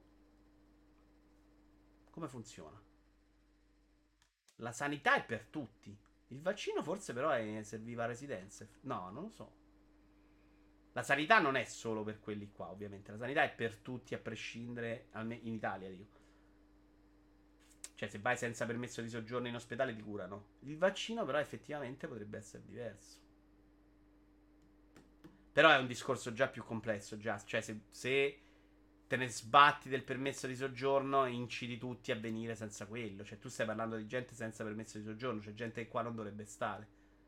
Come funziona? La sanità è per tutti. Il vaccino forse però è, serviva a residenze. No, non lo so. La sanità non è solo per quelli qua, ovviamente. La sanità è per tutti a prescindere, in Italia dico. Cioè, se vai senza permesso di soggiorno in ospedale ti curano. Il vaccino però effettivamente potrebbe essere diverso. Però è un discorso già più complesso, già. Cioè, se, se te ne sbatti del permesso di soggiorno, incidi tutti a venire senza quello. Cioè, tu stai parlando di gente senza permesso di soggiorno. C'è gente che qua non dovrebbe stare.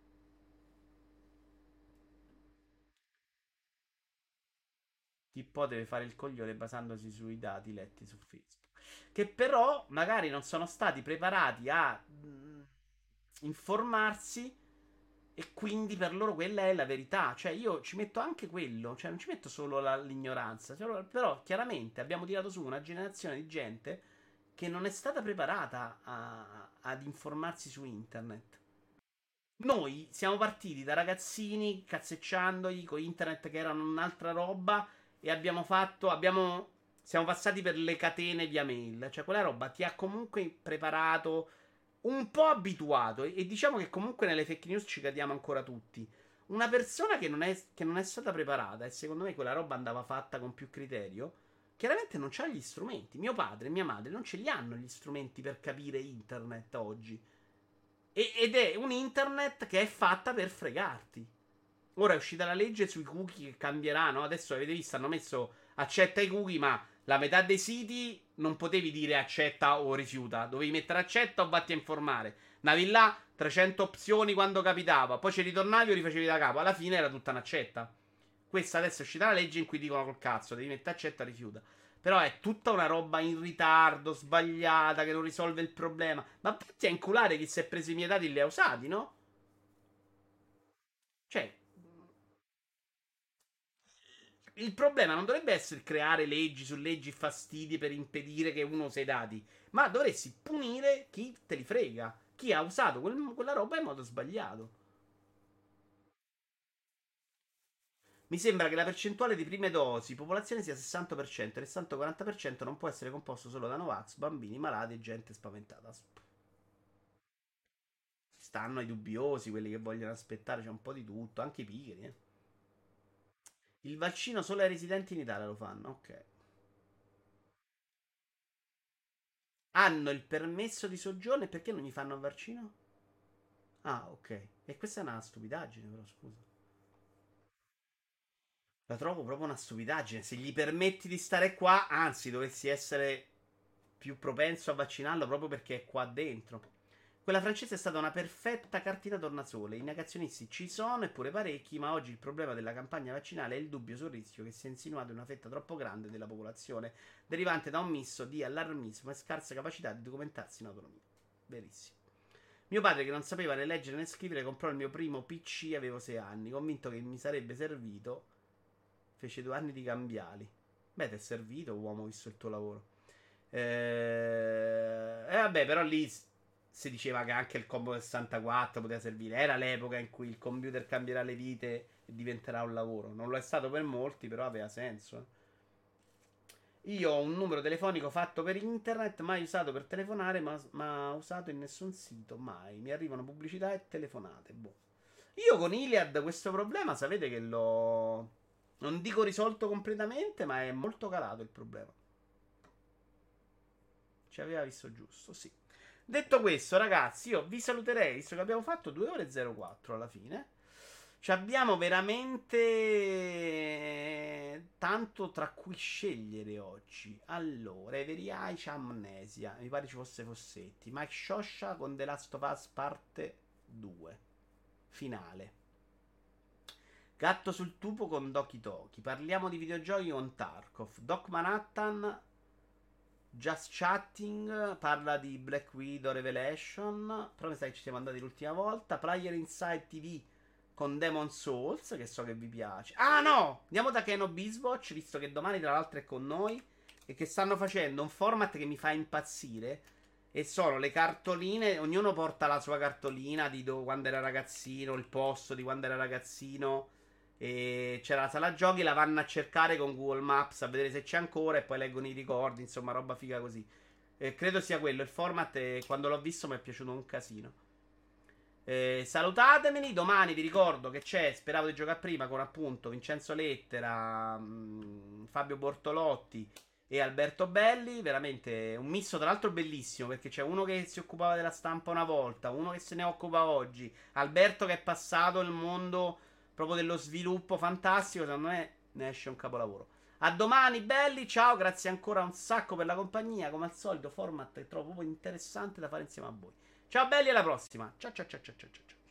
Chi può deve fare il coglione basandosi sui dati letti su Facebook. Che però magari non sono stati preparati a mh, informarsi. E quindi per loro quella è la verità. Cioè io ci metto anche quello. Cioè non ci metto solo la, l'ignoranza. Cioè, però chiaramente abbiamo tirato su una generazione di gente che non è stata preparata a, ad informarsi su internet. Noi siamo partiti da ragazzini cazzeggiandogli con internet che erano un'altra roba. E abbiamo fatto. Abbiamo. Siamo passati per le catene via mail. Cioè quella roba ti ha comunque preparato, un po' abituato. E, e diciamo che comunque nelle fake news ci cadiamo ancora tutti. Una persona che non, è, che non è stata preparata, e secondo me quella roba andava fatta con più criterio, chiaramente non c'ha gli strumenti. Mio padre e mia madre non ce li hanno gli strumenti per capire internet oggi. E, ed è un internet che è fatta per fregarti. Ora è uscita la legge sui cookie che cambieranno. Adesso avete visto, hanno messo accetta i cookie, ma la metà dei siti non potevi dire accetta o rifiuta. Dovevi mettere accetta o vatti a informare. Navi là, trecento opzioni quando capitava. Poi ci ritornavi o rifacevi da capo. Alla fine era tutta un'accetta. Questa adesso è uscita la legge in cui dicono col cazzo, devi mettere accetta o rifiuta. Però è tutta una roba in ritardo, sbagliata, che non risolve il problema. Ma tutti a inculare chi si è preso i miei dati e li ha usati, no? Cioè... il problema non dovrebbe essere creare leggi su leggi fastidi per impedire che uno usa i dati, ma dovresti punire chi te li frega, chi ha usato quel- quella roba in modo sbagliato. Mi sembra che la percentuale di prime dosi popolazione sia sessanta per cento, il restante quaranta per cento non può essere composto solo da Novax, bambini malati e gente spaventata. Stanno i dubbiosi, quelli che vogliono aspettare, c'è un po' di tutto, anche i pigri. Eh. Il vaccino solo ai residenti in Italia lo fanno, ok. Hanno il permesso di soggiorno e perché non gli fanno il vaccino? Ah, ok. E questa è una stupidaggine, però, scusa. La trovo proprio una stupidaggine. Se gli permetti di stare qua, anzi, dovresti essere più propenso a vaccinarlo proprio perché è qua dentro. Quella francese è stata una perfetta cartina tornasole. I negazionisti ci sono, eppure parecchi, ma oggi il problema della campagna vaccinale è il dubbio sul rischio che sia insinuato in una fetta troppo grande della popolazione, derivante da un misto di allarmismo e scarsa capacità di documentarsi in autonomia. Verissimo. Mio padre, che non sapeva né leggere né scrivere, comprò il mio primo P C, avevo sei anni, convinto che mi sarebbe servito. Fece due anni di cambiali. Beh, ti è servito, uomo, visto il tuo lavoro. E eh, eh, vabbè, però lì si diceva che anche il Commodore sessantaquattro poteva servire. Era l'epoca in cui il computer cambierà le vite e diventerà un lavoro. Non lo è stato per molti, però aveva senso. Io ho un numero telefonico fatto per internet, mai usato per telefonare, ma, ma usato in nessun sito, mai. Mi arrivano pubblicità e telefonate. Boh. Io con Iliad questo problema, sapete che l'ho... non dico risolto completamente, ma è molto calato il problema. Ci aveva visto giusto, sì. Detto questo, ragazzi, io vi saluterei, visto che abbiamo fatto due ore e zero quattro alla fine. Ci abbiamo veramente tanto tra cui scegliere oggi. Allora, Every Eye c'ha Amnesia, mi pare ci fosse Fossetti. Mike Scioscia con The Last of Us parte due. Finale. Gatto sul tubo con Doki Toki. Parliamo di videogiochi con Tarkov. Doc Manhattan, Just Chatting, parla di Black Widow Revelation. Però mi sa che ci siamo andati l'ultima volta. Player Inside T V con Demon Souls, che so che vi piace. Ah no! Andiamo da Keno Biswatch, visto che domani tra l'altro è con noi, e che stanno facendo un format che mi fa impazzire. E sono le cartoline, ognuno porta la sua cartolina di do, quando era ragazzino, il posto di quando era ragazzino. E c'era la sala giochi, la vanno a cercare con Google Maps a vedere se c'è ancora e poi leggono i ricordi, insomma roba figa così. Eh, credo sia quello il format e quando l'ho visto mi è piaciuto un casino. Eh, salutatemeli, domani vi ricordo che c'è, speravo di giocare prima con appunto Vincenzo Lettera, mh, Fabio Bortolotti e Alberto Belli, veramente un misto tra l'altro bellissimo, perché c'è uno che si occupava della stampa una volta, uno che se ne occupa oggi, Alberto che è passato il mondo proprio dello sviluppo fantastico, secondo me ne esce un capolavoro. A domani belli, ciao, grazie ancora un sacco per la compagnia, come al solito format che trovo proprio interessante da fare insieme a voi. Ciao belli, alla prossima. Ciao ciao ciao ciao ciao ciao.